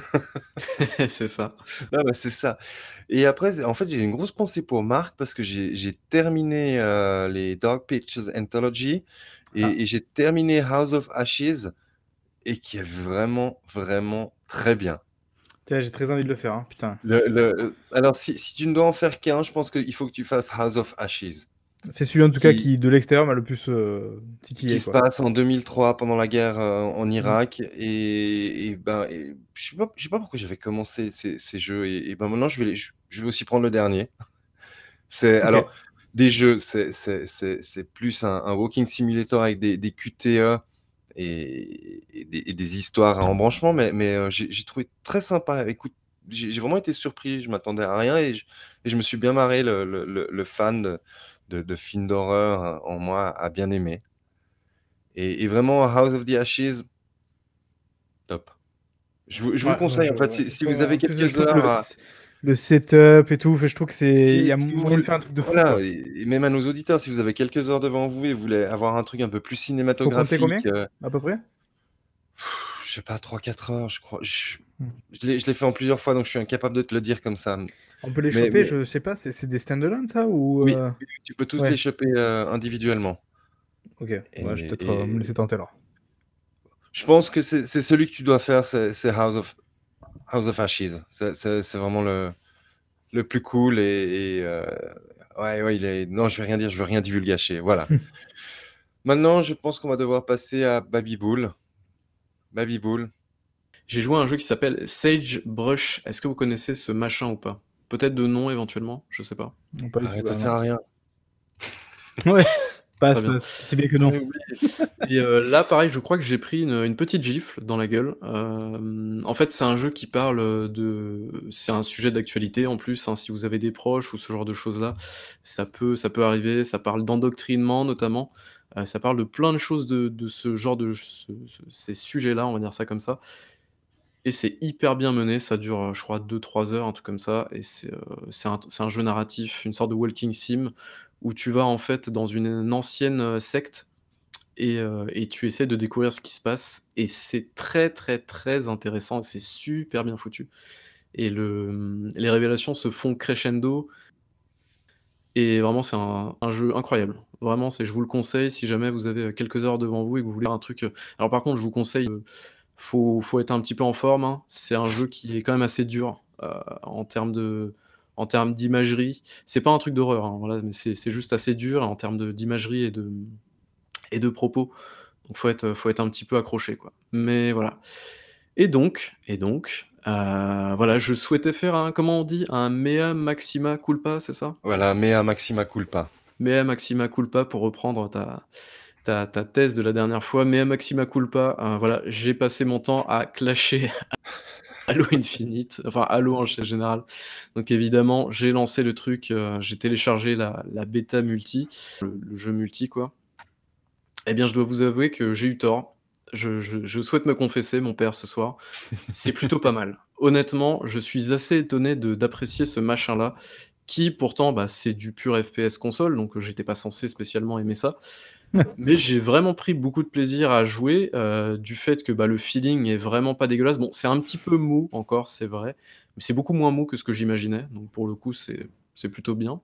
c'est ça. Ah bah, c'est ça et après z en fait, j'ai une grosse pensée pour Marc parce que j'ai j'ai terminé, heu, les Dark Pictures Anthology Ah. et et j'ai terminé House of Ashes et qui est vraiment, vraiment très bien. Tiens, j'ai très envie de le faire, hein, putain. Le le, heu, alors si si tu ne dois en faire qu'un, je pense qu'il faut que tu fasses House of Ashes C'est celui, en tout cas, qui qui, de l'extérieur, m'a le plus euh, qui titillé, se quoi. passe en deux mille trois pendant la guerre, heu, en Mm. Irak et et ben et je sais pas je sais pas pourquoi j'avais commencé ces ces jeux et et ben maintenant je vais les je je vais aussi prendre le dernier. C'est Ok. alors des jeux, c'est c'est c'est c'est plus un un walking simulator avec des des Q T E et et des et des histoires à embranchement, mais mais heu, j'ai j'ai trouvé très sympa. Écoute, j'ai j'ai vraiment été surpris, je m'attendais à rien et je et je me suis bien marré. Le le le le fan de de de films d'horreur, heu, en moi a bien aimé et et vraiment House of the Ashes, top. Je vous je vous le Ouais, moi, conseille, je, en fait, ouais. si si vous Enfin, avez en plus, je quelques trouve que le, heures à s- le si setup et tout, fait, je trouve que c'est. Il y si a si vous moyen de voulez faire un truc de fou, voilà quoi. et et même à nos auditeurs, si vous avez quelques heures devant vous et vous voulez avoir un truc un peu plus Faut compter combien, cinématographique, heu, à peu près? je sais pas trois quatre heures, je crois. Je Mm. je l'ai je l'ai fait en plusieurs fois, donc je suis incapable de te le dire comme ça. On peut les Mais choper, mais je sais pas, c'est c'est des stand-alone, ça, ou oui, euh, oui, oui, tu peux tous les Ouais, choper, heu, individuellement ok. et Ouais, je vais peut-être euh, me et laisser tenter, alors. je pense que c'est c'est celui que tu dois faire, c'est c'est House of House of Ashes. C'est c'est c'est vraiment le le plus cool et et heu, ouais, ouais, il est non, je vais rien dire, je veux rien divulgacher, voilà. Maintenant, je pense qu'on va devoir passer à Baby Bull. Baby Bull. J'ai joué à un jeu qui s'appelle Sagebrush. Est-ce que vous connaissez ce machin ou pas? Peut-être de nom éventuellement, je sais pas. Non, pas du tout, Arrête, ça là, sert non. à rien. Ouais, Très passe, bien. passe. C'est bien que On non. est oublié. Et heu, là, pareil, je crois que j'ai pris une, une petite gifle dans la gueule. Hem, en fait, c'est un jeu qui parle, heu, de c'est un sujet d'actualité en plus, hein, si vous avez des proches ou ce genre de choses-là, ça peut ça peut arriver. Ça parle d'endoctrinement notamment, heu, ça parle de plein de choses de de ce genre de ce ce ces sujets-là, on va dire ça comme ça et c'est hyper bien mené. Ça dure, heu, je crois deux trois heures, un truc comme ça et c'est, heu, c'est un c'est un jeu narratif, une sorte de walking sim où tu vas, en fait, dans une, une ancienne, heu, secte et heu et tu essaies de découvrir ce qui se passe et c'est très, très, très intéressant, c'est super bien foutu et le, mmh, les révélations se font crescendo et vraiment c'est un un jeu incroyable. Vraiment, c'est je vous le conseille si jamais vous avez, heu, quelques heures devant vous et que vous voulez faire un truc, heu alors par contre, je vous conseille, heu, faut faut être un petit peu en forme, hein. C'est un jeu qui est quand même assez dur, heu, en termes de en termes d'imagerie. C'est pas un truc d'horreur, hein, voilà, mais c'est c'est juste assez dur en termes de d'imagerie et de, mmh et de propos. Donc faut être, faut être un petit peu accroché, quoi. Mais voilà. Et donc et donc, heu, voilà, je souhaitais faire un comment on dit? Un mea maxima culpa, c'est ça? Voilà, mea maxima culpa. Mea maxima culpa pour reprendre ta ta ta thèse de la dernière fois. Mea maxima culpa, heu, voilà, j'ai passé mon temps à clasher Halo Infinite, enfin Halo en g général. Donc évidemment, j'ai lancé le truc, heu, j'ai téléchargé la la bêta multi, le le jeu multi, quoi. Eh bien, je dois vous avouer que j'ai eu tort. Je je je souhaite me confesser, mon père, ce soir. C'est plutôt pas mal. Honnêtement, je suis assez étonné de d'apprécier ce machin-là, qui pourtant, bah, c'est du pur F P S console, donc heu, j'étais pas censé spécialement aimer ça. Mais j'ai vraiment pris beaucoup de plaisir à jouer, heu, du fait que, bah, le feeling est vraiment pas dégueulasse. Bon, c'est un petit peu mou encore, c'est vrai, mais c'est beaucoup moins mou que ce que j'imaginais, donc pour le coup, c'est c'est plutôt bien.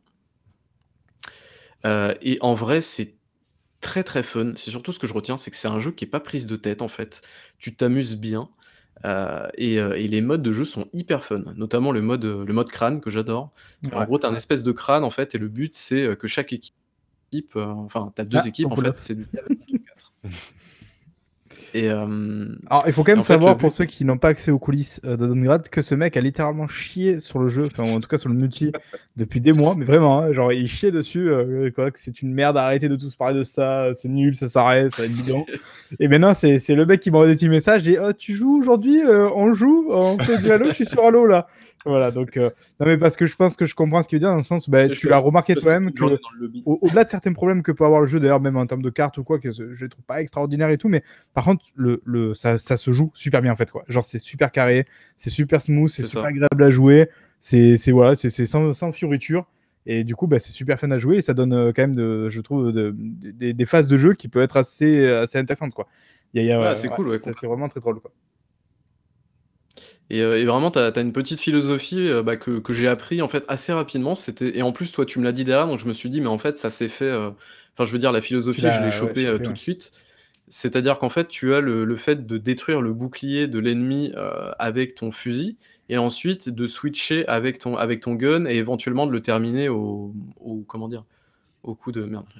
Heu et en vrai, c'est très, très fun. C'est surtout ce que je retiens, c'est que c'est un jeu qui est pas prise de tête, en fait. Tu t'amuses bien, heu et heu et les modes de jeu sont hyper fun, notamment le mode, heu, le mode crâne que j'adore. En Ouais. gros, tu as un espèce de crâne, en fait et le but, c'est, heu, que chaque équipe, heu, enfin, tu as deux Ah, équipes, en pompe fait, neuf. c'est du quatre contre quatre. Et, hem, Alors, il faut quand et même en fait, le savoir, pour but ceux qui n'ont pas accès aux coulisses euh, de Downgrade, que ce mec a littéralement chié sur le jeu, enfin, ou en tout cas sur le multi, depuis des mois, mais vraiment, hein, genre, il chiait dessus, euh, quoi, que c'est une merde, arrêtez de tous parler de ça, c'est nul, ça s'arrête, ça va être bidon. Et maintenant, c'est c'est le mec qui m'envoie des petits messages, dit oh, tu joues aujourd'hui, euh, on joue, on fait du Halo, je suis sur Halo là. Voilà, donc, euh, non, mais parce que je pense que je comprends ce qu'il veut dire, dans le sens où bah, je tu l'as passe je remarqué passe toute toi-même une journée que. dans le lobby. au- Au-delà de certains problèmes que peut avoir le jeu, d'ailleurs, même en termes de cartes ou quoi, que je je les trouve pas extraordinaires et tout, mais par contre, le, le, ça, ça se joue super bien en fait, quoi. Genre, c'est super carré, c'est super smooth, c'est C'est super ça. agréable à jouer, c'est c'est- voilà, c'est c'est sans, sans fioriture. Et du coup, bah, c'est super fun à jouer et ça donne euh, quand même, de, je trouve, de- de- des, des phases de jeu qui peuvent être assez, assez intéressantes, quoi. Il y a, il y a, Ouais, ouais, c'est ouais, cool, ouais, ça, c'est complètement. vraiment très drôle, quoi. Et, heu, et vraiment, tu as une petite philosophie, heu, bah, que que j'ai appris, en fait, assez rapidement. C'était et en plus, toi, tu me l'as dit derrière, donc je me suis dit: «Mais en fait, ça s'est fait», heu, enfin, je veux dire, la Tu philosophie, je l'ai l'as ouais, chopée, heu, chopé, tout ouais. de suite. C'est-à-dire qu'en fait, tu as le le fait de détruire le bouclier de l'ennemi, heu, avec ton fusil et ensuite de switcher avec ton avec ton gun et éventuellement de le terminer au au comment dire? Au coup de merde,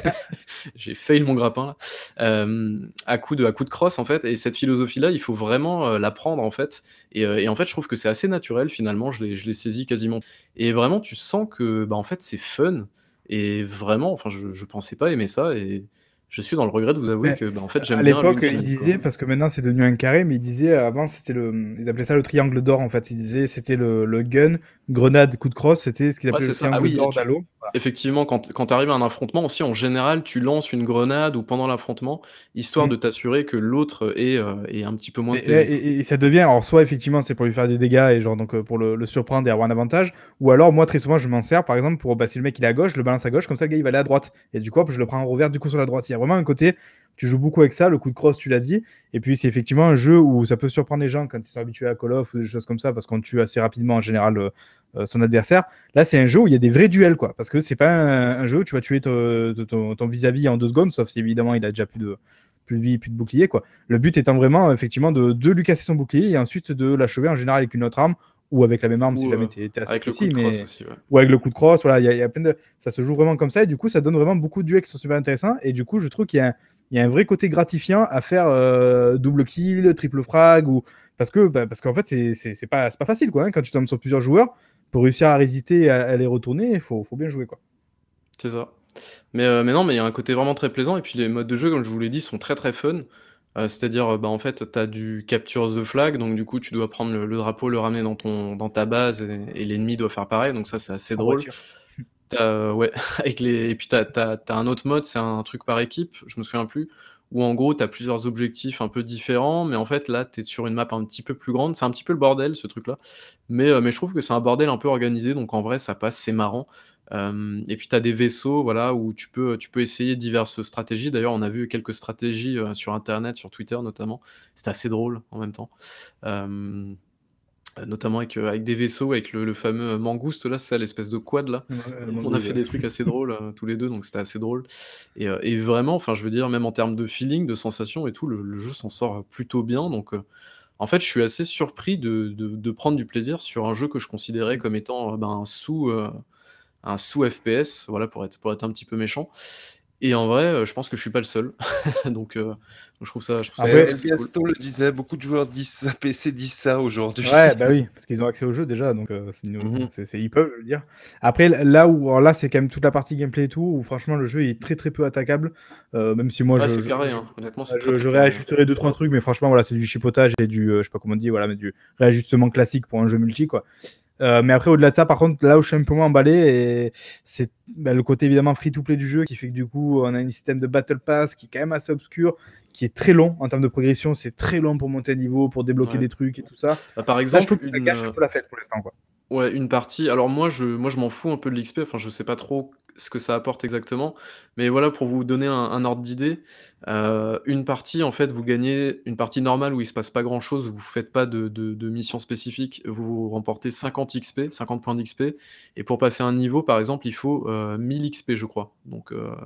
j'ai fail mon grappin là. Hem, à coup de à coup de crosse en fait et cette philosophie-là, il faut vraiment, heu, l'apprendre en fait et heu et en fait, je trouve que c'est assez naturel finalement, je l'ai je l'ai saisi quasiment et vraiment tu sens que, bah, en fait, c'est fun et vraiment, enfin, je je pensais pas aimer ça et je suis dans le regret de vous avouer Mais, que, bah, en fait, à j'aime bien Halo l'époque, il Infinite, quoi. disait, parce que maintenant c'est devenu un carré, mais il disait euh, avant c'était le, ils appelaient ça le triangle d'or en fait. Il disait c'était le, le gun, grenade, coup de crosse, c'était ce qu'ils Ouais, appelaient c'est le ça. Ah triangle oui et d'or tu d'Halo. Voilà. effectivement, quand quand tu arrives à un affrontement aussi, en général, tu lances une grenade ou pendant l'affrontement, histoire Mm. de t'assurer que l'autre ait, heu, ait un petit peu moins Et, de P V, quoi. et- et ça devient, alors soit effectivement c'est pour lui faire des dégâts et genre donc euh, pour le, le surprendre et avoir un avantage, ou alors moi très souvent je m'en sers par exemple pour, bah, si le mec il est à gauche, je le balance à gauche, comme ça le gars il va aller à droite. Et du coup hop, je le prends en revers du coup sur la droite. Il y a vraiment un côté, tu joues beaucoup avec ça, le coup de crosse tu l'as dit, et puis c'est effectivement un jeu où ça peut surprendre les gens quand ils sont habitués à Call of ou des choses comme ça, parce qu'on tue assez rapidement en général euh, euh, son adversaire. Là c'est un jeu où il y a des vrais duels quoi, parce que c'est pas un, un jeu où tu vas tuer ton ton- ton vis-à-vis en deux secondes, sauf si évidemment il a déjà plus de, plus de vie, plus de bouclier quoi. Le but étant vraiment, effectivement, de, de lui casser son bouclier et ensuite de l'achever en général avec une autre arme ou avec la même arme si Ou, jamais heu, tu es assez avec le coup précis, de crosse mais aussi, ouais. ou avec le coup de crosse. Voilà, il y, a- il y a plein de. Ça se joue vraiment comme ça et du coup, ça donne vraiment beaucoup de duels qui sont super intéressants. Et du coup, je trouve qu'il y a un, il y a un vrai côté gratifiant à faire euh, double kill, triple frag ou parce que bah, parce qu'en fait, c'est c'est c'est pas, c'est pas facile quoi. Hein, quand tu tombes sur plusieurs joueurs, pour réussir à résister et à, à les retourner, il faut, faut bien jouer quoi. C'est ça. Mais, heu, mais non, mais il y a un côté vraiment très plaisant et puis les modes de jeu, comme je vous l'ai dit, sont très, très fun. Heu, c'est-à-dire, heu, bah, en fait, tu as du capture the flag, donc du coup, tu dois prendre le le drapeau, le ramener dans ton dans ta base et et l'ennemi doit faire pareil, donc ça, c'est assez En drôle. voiture. Tu as ouais, avec les et puis tu as tu as tu as un autre mode, c'est un truc par équipe, je me souviens plus, où en gros, tu as plusieurs objectifs un peu différents, mais en fait, là, tu es sur une map un petit peu plus grande. C'est un petit peu le bordel, ce truc-là, mais heu, mais je trouve que c'est un bordel un peu organisé, donc en vrai, ça passe, c'est marrant. Hem et puis tu as des vaisseaux, voilà, où tu peux, tu peux essayer diverses stratégies. D'ailleurs, on a vu quelques stratégies, heu, sur internet, sur Twitter notamment. C'était assez drôle en même temps. Hem, notamment avec, heu, avec des vaisseaux, avec le le fameux Mangouste là, c'est ça l'espèce de quad là? Ouais, le On a mangouille, fait ouais. des trucs assez drôles, heu, tous les deux, donc c'était assez drôle et heu et vraiment, enfin, je veux dire, même en termes de feeling, de sensation et tout, le le jeu s'en sort, plutôt bien donc heu, en fait, je suis assez surpris de de de prendre du plaisir sur un jeu que je considérais comme étant, heu, ben, un sous, heu, un sous F P S, voilà, pour être pour être un petit peu méchant et en vrai, heu, je pense que je suis pas le seul donc heu, donc je trouve ça je trouve ça Et Après, assez cool. Gaston le disait, beaucoup de joueurs disent ça, P C disent ça aujourd'hui. ouais, bah oui, parce qu'ils ont accès au jeu déjà, donc euh, c'est une- Mhm. c'est- c'est- ils peuvent, je veux dire. Après, là où, alors là, c'est quand même toute la partie gameplay et tout, où franchement le jeu est très très peu attaquable, euh, même si moi Ouais, je, c'est je, carré, je, hein. Honnêtement, c'est très, je- très je carré, hein. réajusterai deux trois trucs, mais franchement voilà, c'est du chipotage et du, euh, je sais pas comment on dit, voilà, mais du réajustement classique pour un jeu multi quoi. Euh, mais après, au-delà de ça, par contre, là où je suis un peu moins emballé, et c'est bah, le côté évidemment free-to-play du jeu qui fait que du coup, on a un système de Battle Pass qui est quand même assez obscur, qui est très long en termes de progression. C'est très long pour monter un niveau, pour débloquer Ouais. des trucs et tout ça. Bah, par Ça, je exemple, trouve que ça une, gâche un heu peu la fête pour l'instant, quoi. ouais, une partie alors moi je moi je m'en fous un peu de l'X P, enfin je sais pas trop ce que ça apporte exactement, mais voilà pour vous donner un un ordre d'idée, heu, une partie en fait vous gagnez une partie normale où il se passe pas grand chose, où vous faites pas de de de missions spécifiques, vous remportez cinquante X P, cinquante points d'X P et pour passer un niveau par exemple il faut, heu, mille X P je crois, donc heu,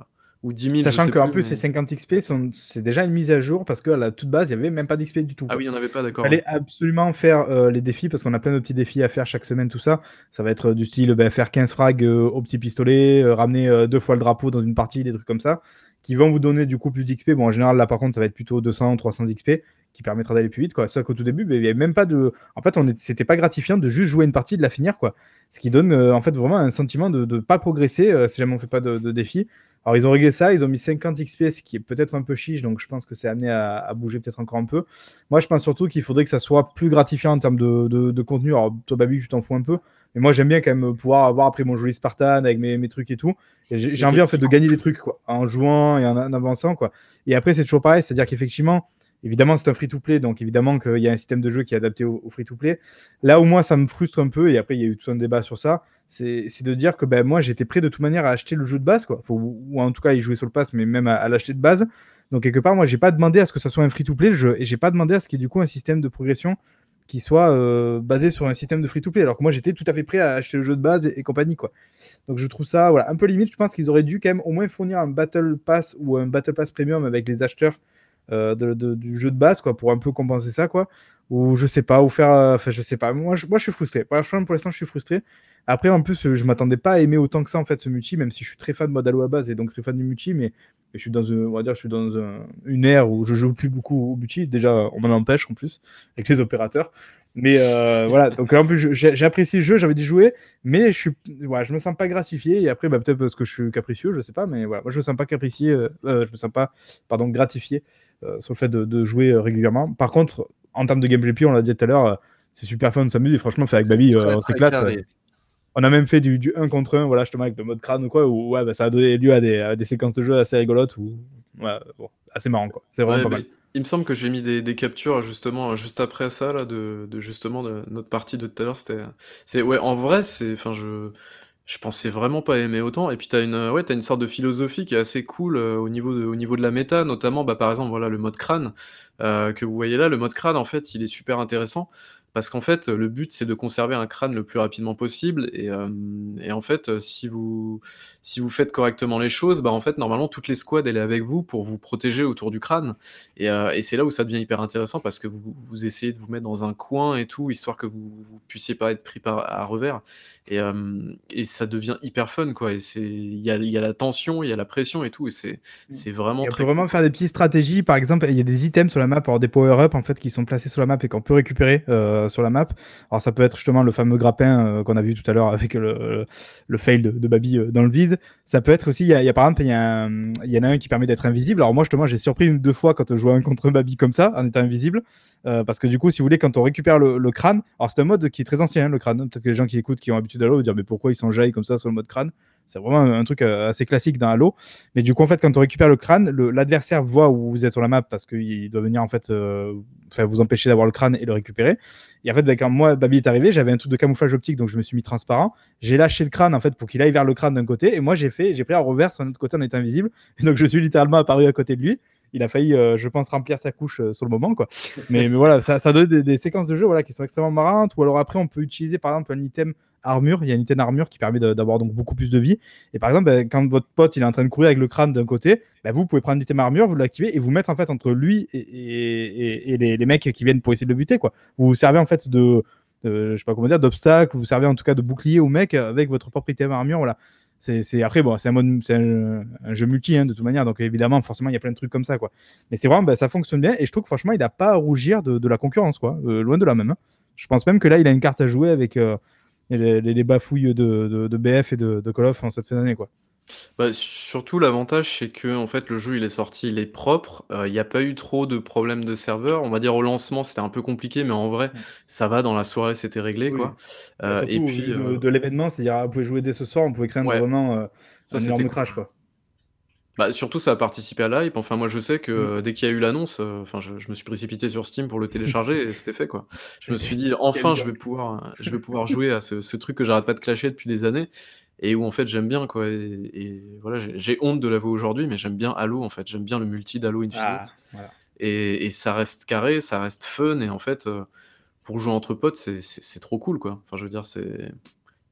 ou dix mille, je Sachant sais qu'en plus, plus, ces mais cinquante X P, sont... c'est déjà une mise à jour parce qu'à la toute base, il n'y avait même pas d'X P du tout, Ah quoi. oui, il n'y en avait pas, Il d'accord, ouais. fallait absolument faire euh, les défis parce qu'on a plein de petits défis à faire chaque semaine, tout ça. Ça va être du style ben, faire quinze frags euh, au petit pistolet, euh, ramener euh, deux fois le drapeau dans une partie, des trucs comme ça, qui vont vous donner du coup plus d'X P. Bon, en général, là par contre, ça va être plutôt deux cents, trois cents X P qui permettra d'aller plus vite, quoi. Sauf qu'au tout début, ben, il n'y avait même pas de. En fait, on est... c'était pas gratifiant de juste jouer une partie et de la finir, quoi. Ce qui donne euh, en fait vraiment un sentiment de ne pas progresser euh, si jamais on fait pas de, de défis. Alors, ils ont réglé ça, ils ont mis cinquante X P, ce qui est peut-être un peu chiche, donc je pense que c'est amené à, à bouger peut-être encore un peu. Moi, je pense surtout qu'il faudrait que ça soit plus gratifiant en termes de, de, de contenu. Alors, toi, Babi, tu t'en fous un peu, mais moi, j'aime bien quand même pouvoir avoir après mon joli Spartan avec mes, mes trucs et tout. Et j'ai j'ai Ok. envie en fait de gagner des trucs, quoi, en jouant et en, en avançant, quoi. Et après, c'est toujours pareil, c'est-à-dire qu'effectivement, évidemment, c'est un free-to-play, donc évidemment qu'il y a un système de jeu qui est adapté au, au free-to-play. Là où moi, ça me frustre un peu, et après, il y a eu tout un débat sur ça, c'est c'est de dire que ben, moi, j'étais prêt de toute manière à acheter le jeu de base, quoi. Faut- ou en tout cas, y jouer sur le pass, mais même à, à l'acheter de base. Donc, quelque part, moi, j'ai pas demandé à ce que ça soit un free-to-play, le jeu, et j'ai pas demandé à ce qu'il y ait du coup un système de progression qui soit euh, basé sur un système de free-to-play, alors que moi, j'étais tout à fait prêt à acheter le jeu de base et, et compagnie, quoi. Donc, je trouve ça voilà, un peu limite. Je pense qu'ils auraient dû quand même au moins fournir un Battle Pass ou un Battle Pass Premium avec les acheteurs euh, de, de, du jeu de base, quoi, pour un peu compenser ça, quoi. Ou je sais pas, ou faire. Enfin, euh, je sais pas. Moi je, moi, je suis frustré. Pour l'instant, pour l'instant, je suis frustré. Après, en plus, je m'attendais pas à aimer autant que ça, en fait, ce multi, même si je suis très fan de mode Halo à base et donc très fan du multi, mais, mais je suis dans, un, on va dire, je suis dans un, une ère où je joue plus beaucoup au multi. Déjà, on m'en empêche, en plus, avec les opérateurs. Mais euh, voilà, donc en plus, j'ai apprécié le jeu, j'avais dit jouer, mais je suis, voilà, je me sens pas gratifié. Et après, bah, peut-être parce que je suis capricieux, je sais pas, mais voilà, moi je me sens pas capricié, euh, euh, je me sens pas, pardon, gratifié euh, sur le fait de, de jouer euh, régulièrement. Par contre, en termes de gameplay, on l'a dit tout à l'heure, euh, c'est super fun de s'amuser. Franchement, fait avec Babi, euh, Très, on très s'éclate. euh. carré. On a même fait du, du un contre un, voilà, justement, avec le mode crâne ou quoi, où ouais, bah, ça a donné lieu à des, à des séquences de jeu assez rigolotes, ou ouais, bon, assez marrant, quoi. C'est vraiment Ouais, pas bah, mal. il me semble que j'ai mis des, des captures justement juste après ça là de, de justement de notre partie de tout à l'heure. C'était, c'est ouais, en vrai c'est, enfin je, je pensais vraiment pas aimer autant. Et puis t'as une, ouais, t'as une sorte de philosophie qui est assez cool euh, au niveau de, au niveau de la méta, notamment bah par exemple voilà le mode crâne euh, que vous voyez là. Le mode crâne en fait il est super intéressant. Parce qu'en fait, le but, c'est de conserver un crâne le plus rapidement possible. Et, euh, et en fait, euh, si vous, si vous faites correctement les choses, bah en fait, normalement, toutes les squads, elle est avec vous pour vous protéger autour du crâne. Et, euh, et c'est là où ça devient hyper intéressant parce que vous, vous essayez de vous mettre dans un coin et tout, histoire que vous, vous puissiez pas être pris par, à revers. Et, euh, et ça devient hyper fun, quoi. Et c'est, il y a, il y a la tension, il y a la pression et tout. Et c'est, c'est vraiment Et on peut très cool, vraiment faire quoi. des petites stratégies. Par exemple, il y a des items sur la map, alors des power-up en fait, qui sont placés sur la map et qu'on peut récupérer euh, sur la map. Alors ça peut être justement le fameux grappin euh, qu'on a vu tout à l'heure avec le, le, le fail de, de Babi euh, dans le vide. Ça peut être aussi, il y a, il y a par exemple, il y, a un- il y en a un qui permet d'être invisible. Alors moi justement, j'ai surpris une ou deux fois quand je jouais un contre un Babi comme ça, en étant invisible. Euh, parce que du coup, si vous voulez, quand on récupère le, le crâne, alors c'est un mode qui est très ancien, hein, le crâne. Peut-être que les gens qui écoutent, qui ont l'habitude d'Halo, vont dire mais pourquoi ils s'enjaillent comme ça sur le mode crâne. C'est vraiment un, un truc euh, assez classique dans Halo. Mais du coup, en fait, quand on récupère le crâne, le- l'adversaire voit où vous êtes sur la map parce qu'il doit venir en fait euh, enfin, vous empêcher d'avoir le crâne et le récupérer. Et en fait, bah, quand moi, Babi est arrivé, j'avais un truc de camouflage optique, donc je me suis mis transparent. J'ai lâché le crâne en fait pour qu'il aille vers le crâne d'un côté, et moi j'ai fait, j'ai pris un revers sur l'autre côté en étant invisible. Et donc je suis littéralement apparu à côté de lui. Il a failli, euh, je pense, remplir sa couche euh, sur le moment, quoi. Mais, mais voilà, ça, ça donne des, des séquences de jeu voilà, qui sont extrêmement marrantes. Ou alors après, on peut utiliser par exemple un item armure. Il y a un item armure qui permet de- d'avoir donc beaucoup plus de vie. Et par exemple, bah, quand votre pote il est en train de courir avec le crâne d'un côté, bah, vous pouvez prendre l'item armure, vous l'activez et vous mettre en fait entre lui et, et, et les, les mecs qui viennent pour essayer de le buter, quoi. Vous vous servez en fait de, de je sais pas comment dire, d'obstacle, vous vous servez en tout cas de bouclier au mec avec votre propre item armure, voilà. C'est, c'est... Après, bon, c'est un, mode, c'est un, un jeu multi hein, de toute manière, donc évidemment, forcément, il y a plein de trucs comme ça, quoi. Mais c'est vraiment, bah, ça fonctionne bien et je trouve que franchement, il n'a pas à rougir de, de la concurrence, quoi. Euh, loin de là même, hein. Je pense même que là, il a une carte à jouer avec euh, les, les, les bafouilles de, de, de B F et de, de Call of en cette fin d'année, quoi. Bah, surtout l'avantage c'est que en fait le jeu il est sorti, il est propre, il n'y a pas eu trop de problèmes de serveur. On va dire au lancement c'était un peu compliqué, mais en vrai Mm. ça va, dans la soirée c'était réglé Oui. quoi. Bah, Euh, et surtout au puis vu euh, de, de l'événement, c'est-à-dire, vous pouvez jouer dès ce soir, on pouvait craindre ouais, vraiment euh, ça un c'était énorme cool. crash, quoi. Bah, surtout ça a participé à l'hype. Enfin moi je sais que Mm. euh, dès qu'il y a eu l'annonce, euh, enfin je, je me suis précipité sur Steam pour le télécharger et c'était fait quoi. Je me suis dit Quelle enfin je joie. vais pouvoir, je vais pouvoir jouer à ce, ce truc que j'arrête pas de clasher depuis des années et où en fait j'aime bien quoi. Et, et voilà, j'ai j'ai honte de l'avouer aujourd'hui, mais j'aime bien Halo en fait. J'aime bien le multi d'Halo Ah, Infinite. voilà. Et, et ça reste carré, ça reste fun, et en fait, euh, pour jouer entre potes, c'est, c'est, c'est trop cool, quoi. Enfin, je veux dire, c'est...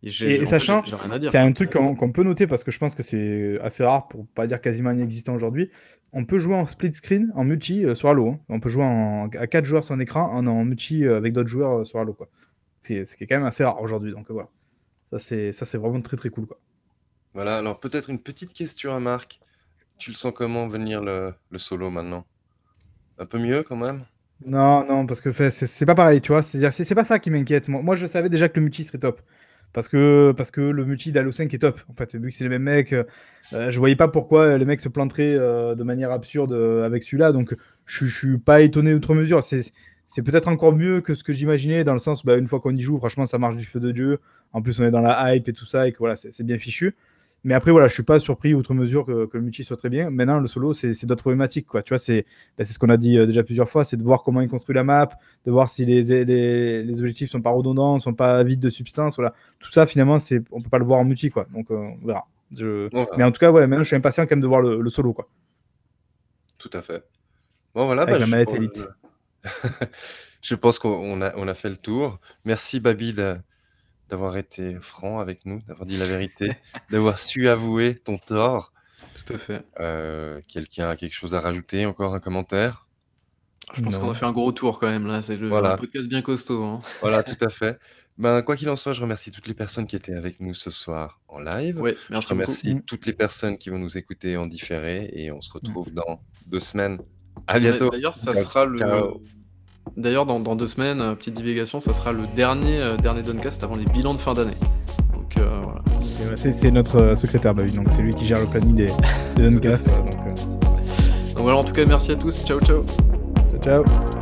Et j'ai Et, j'ai et en fait, j'ai sachant, j'ai rien à dire, c'est un quoi. truc qu'on qu'on peut noter parce que je pense que c'est assez rare pour pas dire quasiment inexistant aujourd'hui. On peut jouer en split screen, en multi euh, sur Halo. hein. On peut jouer en, à quatre joueurs sur un écran, en, en multi euh, avec d'autres joueurs euh, sur Halo, quoi. C'est c'est quand même assez rare aujourd'hui, donc euh, voilà. Ça c'est ça c'est vraiment très très cool, quoi. Voilà, alors peut-être une petite question à Marc. Tu le sens comment venir le, le solo maintenant? Un peu mieux quand même? Non, non, parce que fait, c'est c'est pas pareil, tu vois. C'est-à-dire, c'est c'est pas ça qui m'inquiète. Moi, moi, je savais déjà que le multi serait top. Parce que, parce que le multi d'Halo cinq est top. En fait, vu que c'est les mêmes mecs, euh, euh, je voyais pas pourquoi les mecs se planteraient euh, de manière absurde euh, avec celui-là. Donc, je je suis pas étonné outre mesure. C'est c'est peut-être encore mieux que ce que j'imaginais, dans le sens, bah, une fois qu'on y joue, franchement, ça marche du feu de Dieu. En plus, on est dans la hype et tout ça, et que voilà, c'est c'est bien fichu. Mais après, voilà, je suis pas surpris outre mesure que, que le multi soit très bien. Maintenant, le solo, c'est c'est d'autres problématiques, quoi. Tu vois, c'est ben, c'est ce qu'on a dit euh, déjà plusieurs fois, c'est de voir comment il construit la map, de voir si les, les, les objectifs sont pas redondants, sont pas vides de substance. Voilà. Tout ça, finalement, c'est, on peut pas le voir en multi, quoi. Donc, euh, on verra. Je... On verra. Mais en tout cas, ouais, maintenant, je suis impatient quand même de voir le, le solo, quoi. Tout à fait. Bon voilà, Avec bah, la je, manette Elite. je pense qu'on on a, on a fait le tour. Merci Babi de- d'avoir été franc avec nous, d'avoir dit la vérité, d'avoir su avouer ton tort. Tout à fait. Euh, quelqu'un a quelque chose à rajouter, encore un commentaire? Je pense qu'on Non. a fait un gros tour quand même là, c'est le un Voilà. podcast bien costaud, hein. Voilà, tout à fait. Ben, quoi qu'il en soit, je remercie toutes les personnes qui étaient avec nous ce soir en live. Ouais, Je merci beaucoup. remercie Mm. toutes les personnes qui vont nous écouter en différé et on se retrouve dans deux semaines. À Ouais, bientôt. D'ailleurs, ça Ciao, sera le. ciao. D'ailleurs, dans, dans deux semaines, euh, petite divulgation, ça sera le dernier, euh, dernier Doncast avant les bilans de fin d'année. Donc euh, voilà. Et ouais, C'est c'est notre euh, secrétaire, Babi, donc c'est lui qui gère le planning des, des Doncast, voilà, donc, euh, Donc voilà, en tout cas, merci à tous. Ciao, ciao. ciao, ciao.